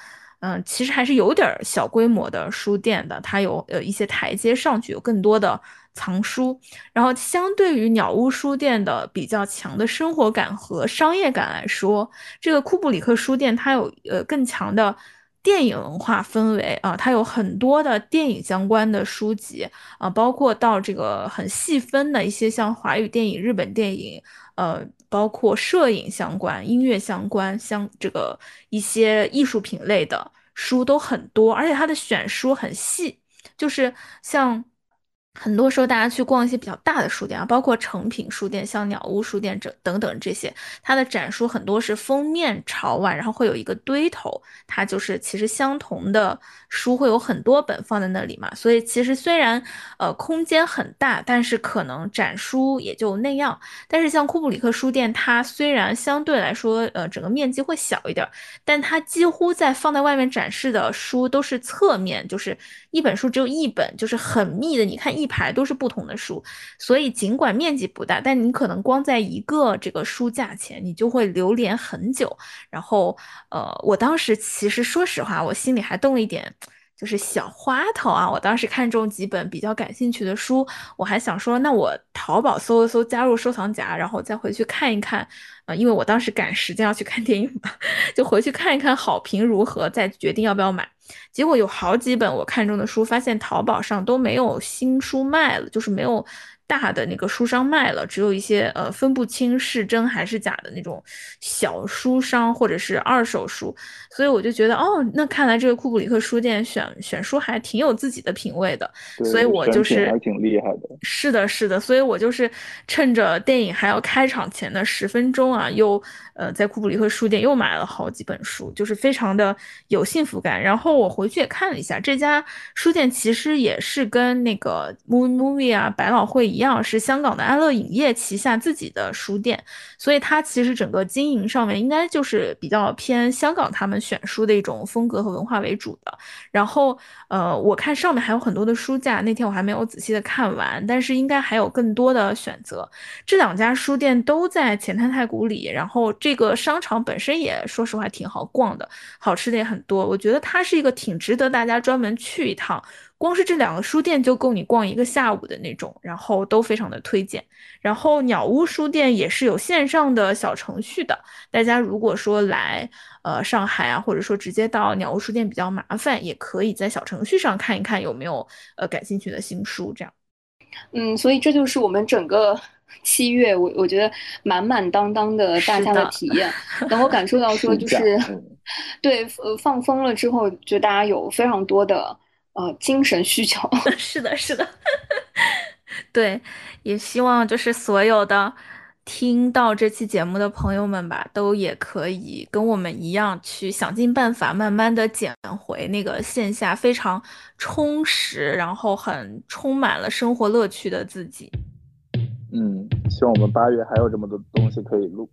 嗯、呃，其实还是有点小规模的书店的，它有呃一些台阶上去，有更多的藏书。然后相对于鸟屋书店的比较强的生活感和商业感来说，这个库布里克书店它有呃更强的电影文化氛围啊，它有很多的电影相关的书籍啊，包括到这个很细分的一些像华语电影、日本电影，呃，包括摄影相关、音乐相关，像这个一些艺术品类的书都很多，而且它的选书很细，就是像。很多时候，大家去逛一些比较大的书店啊，包括诚品书店、像鸟屋书店这等等这些，它的展书很多是封面朝外，然后会有一个堆头，它就是其实相同的书会有很多本放在那里嘛，所以其实虽然呃空间很大，但是可能展书也就那样。但是像库布里克书店，它虽然相对来说呃整个面积会小一点，但它几乎在放在外面展示的书都是侧面，就是一本书只有一本，就是很密的，你看一排都是不同的书，所以尽管面积不大，但你可能光在一个这个书架前，你就会流连很久。然后，呃，我当时其实说实话，我心里还动了一点。就是小花头啊，我当时看中几本比较感兴趣的书，我还想说，那我淘宝搜一搜，加入收藏夹，然后再回去看一看，呃，因为我当时赶时间要去看电影嘛，就回去看一看好评如何，再决定要不要买。结果有好几本我看中的书，发现淘宝上都没有新书卖了，就是没有大的那个书商卖了，只有一些呃分不清是真还是假的那种小书商或者是二手书，所以我就觉得哦，那看来这个库布里克书店选选书还挺有自己的品味的，所以我就是还挺厉害的。 是的，是的，所以我就是趁着电影还要开场前的十分钟啊，又呃在库布里克书店又买了好几本书，就是非常的有幸福感。然后我回去也看了一下，这家书店其实也是跟那个 Moon Movie 啊、百老汇一样，是香港的安乐影业旗下自己的书店，所以它其实整个经营上面应该就是比较偏香港他们选书的一种风格和文化为主的。然后呃，我看上面还有很多的书架，那天我还没有仔细的看完，但是应该还有更多的选择。这两家书店都在前滩太古里，然后这个商场本身也说实话挺好逛的，好吃的也很多，我觉得它是一个挺值得大家专门去一趟，光是这两个书店就够你逛一个下午的那种，然后都非常的推荐。然后鸟屋书店也是有线上的小程序的，大家如果说来呃上海啊，或者说直接到鸟屋书店比较麻烦，也可以在小程序上看一看有没有呃感兴趣的新书这样。 嗯，所以这就是我们整个七月，我我觉得满满当当的大家的体验，能够感受到说就是对呃放风了之后，就大家有非常多的呃精神需求。 是的，是的，对，也希望就是所有的听到这期节目的朋友们吧，都也可以跟我们一样去想尽办法，慢慢的捡回那个线下非常充实，然后很充满了生活乐趣的自己。 嗯，希望我们八月还有这么多东西可以录。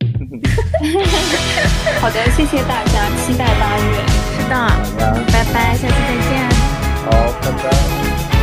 好的，谢谢大家，期待八月。 是的，拜拜，下次再见。 好，拜拜。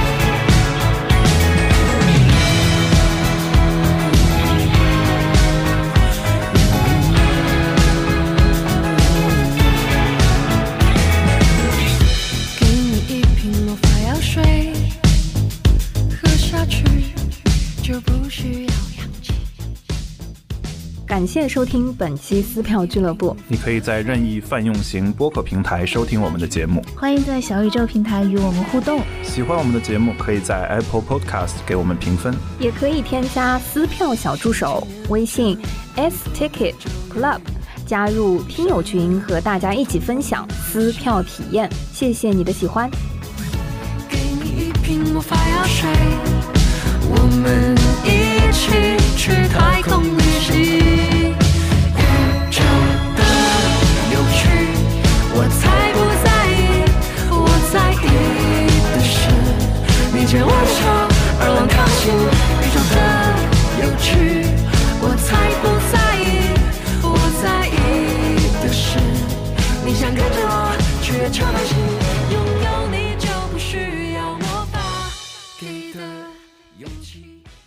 感谢收听本期撕票俱乐部。 你可以在任意泛用型播客平台收听我们的节目， 欢迎在小宇宙平台与我们互动。 喜欢我们的节目，可以在 Apple Podcast 给我们评分， 也可以添加撕票小助手微信 S Ticket Club， 加入听友群，和大家一起分享撕票体验。谢谢你的喜欢。 给你一瓶魔法药水，我们一起去太空旅行。宇宙的有趣，我才不在意，我在意的是你牵我手，而往靠近。宇宙的有趣，我才不在意，我在意的是你想跟着我去月球旅行，拥有你就不需要魔法给的勇气。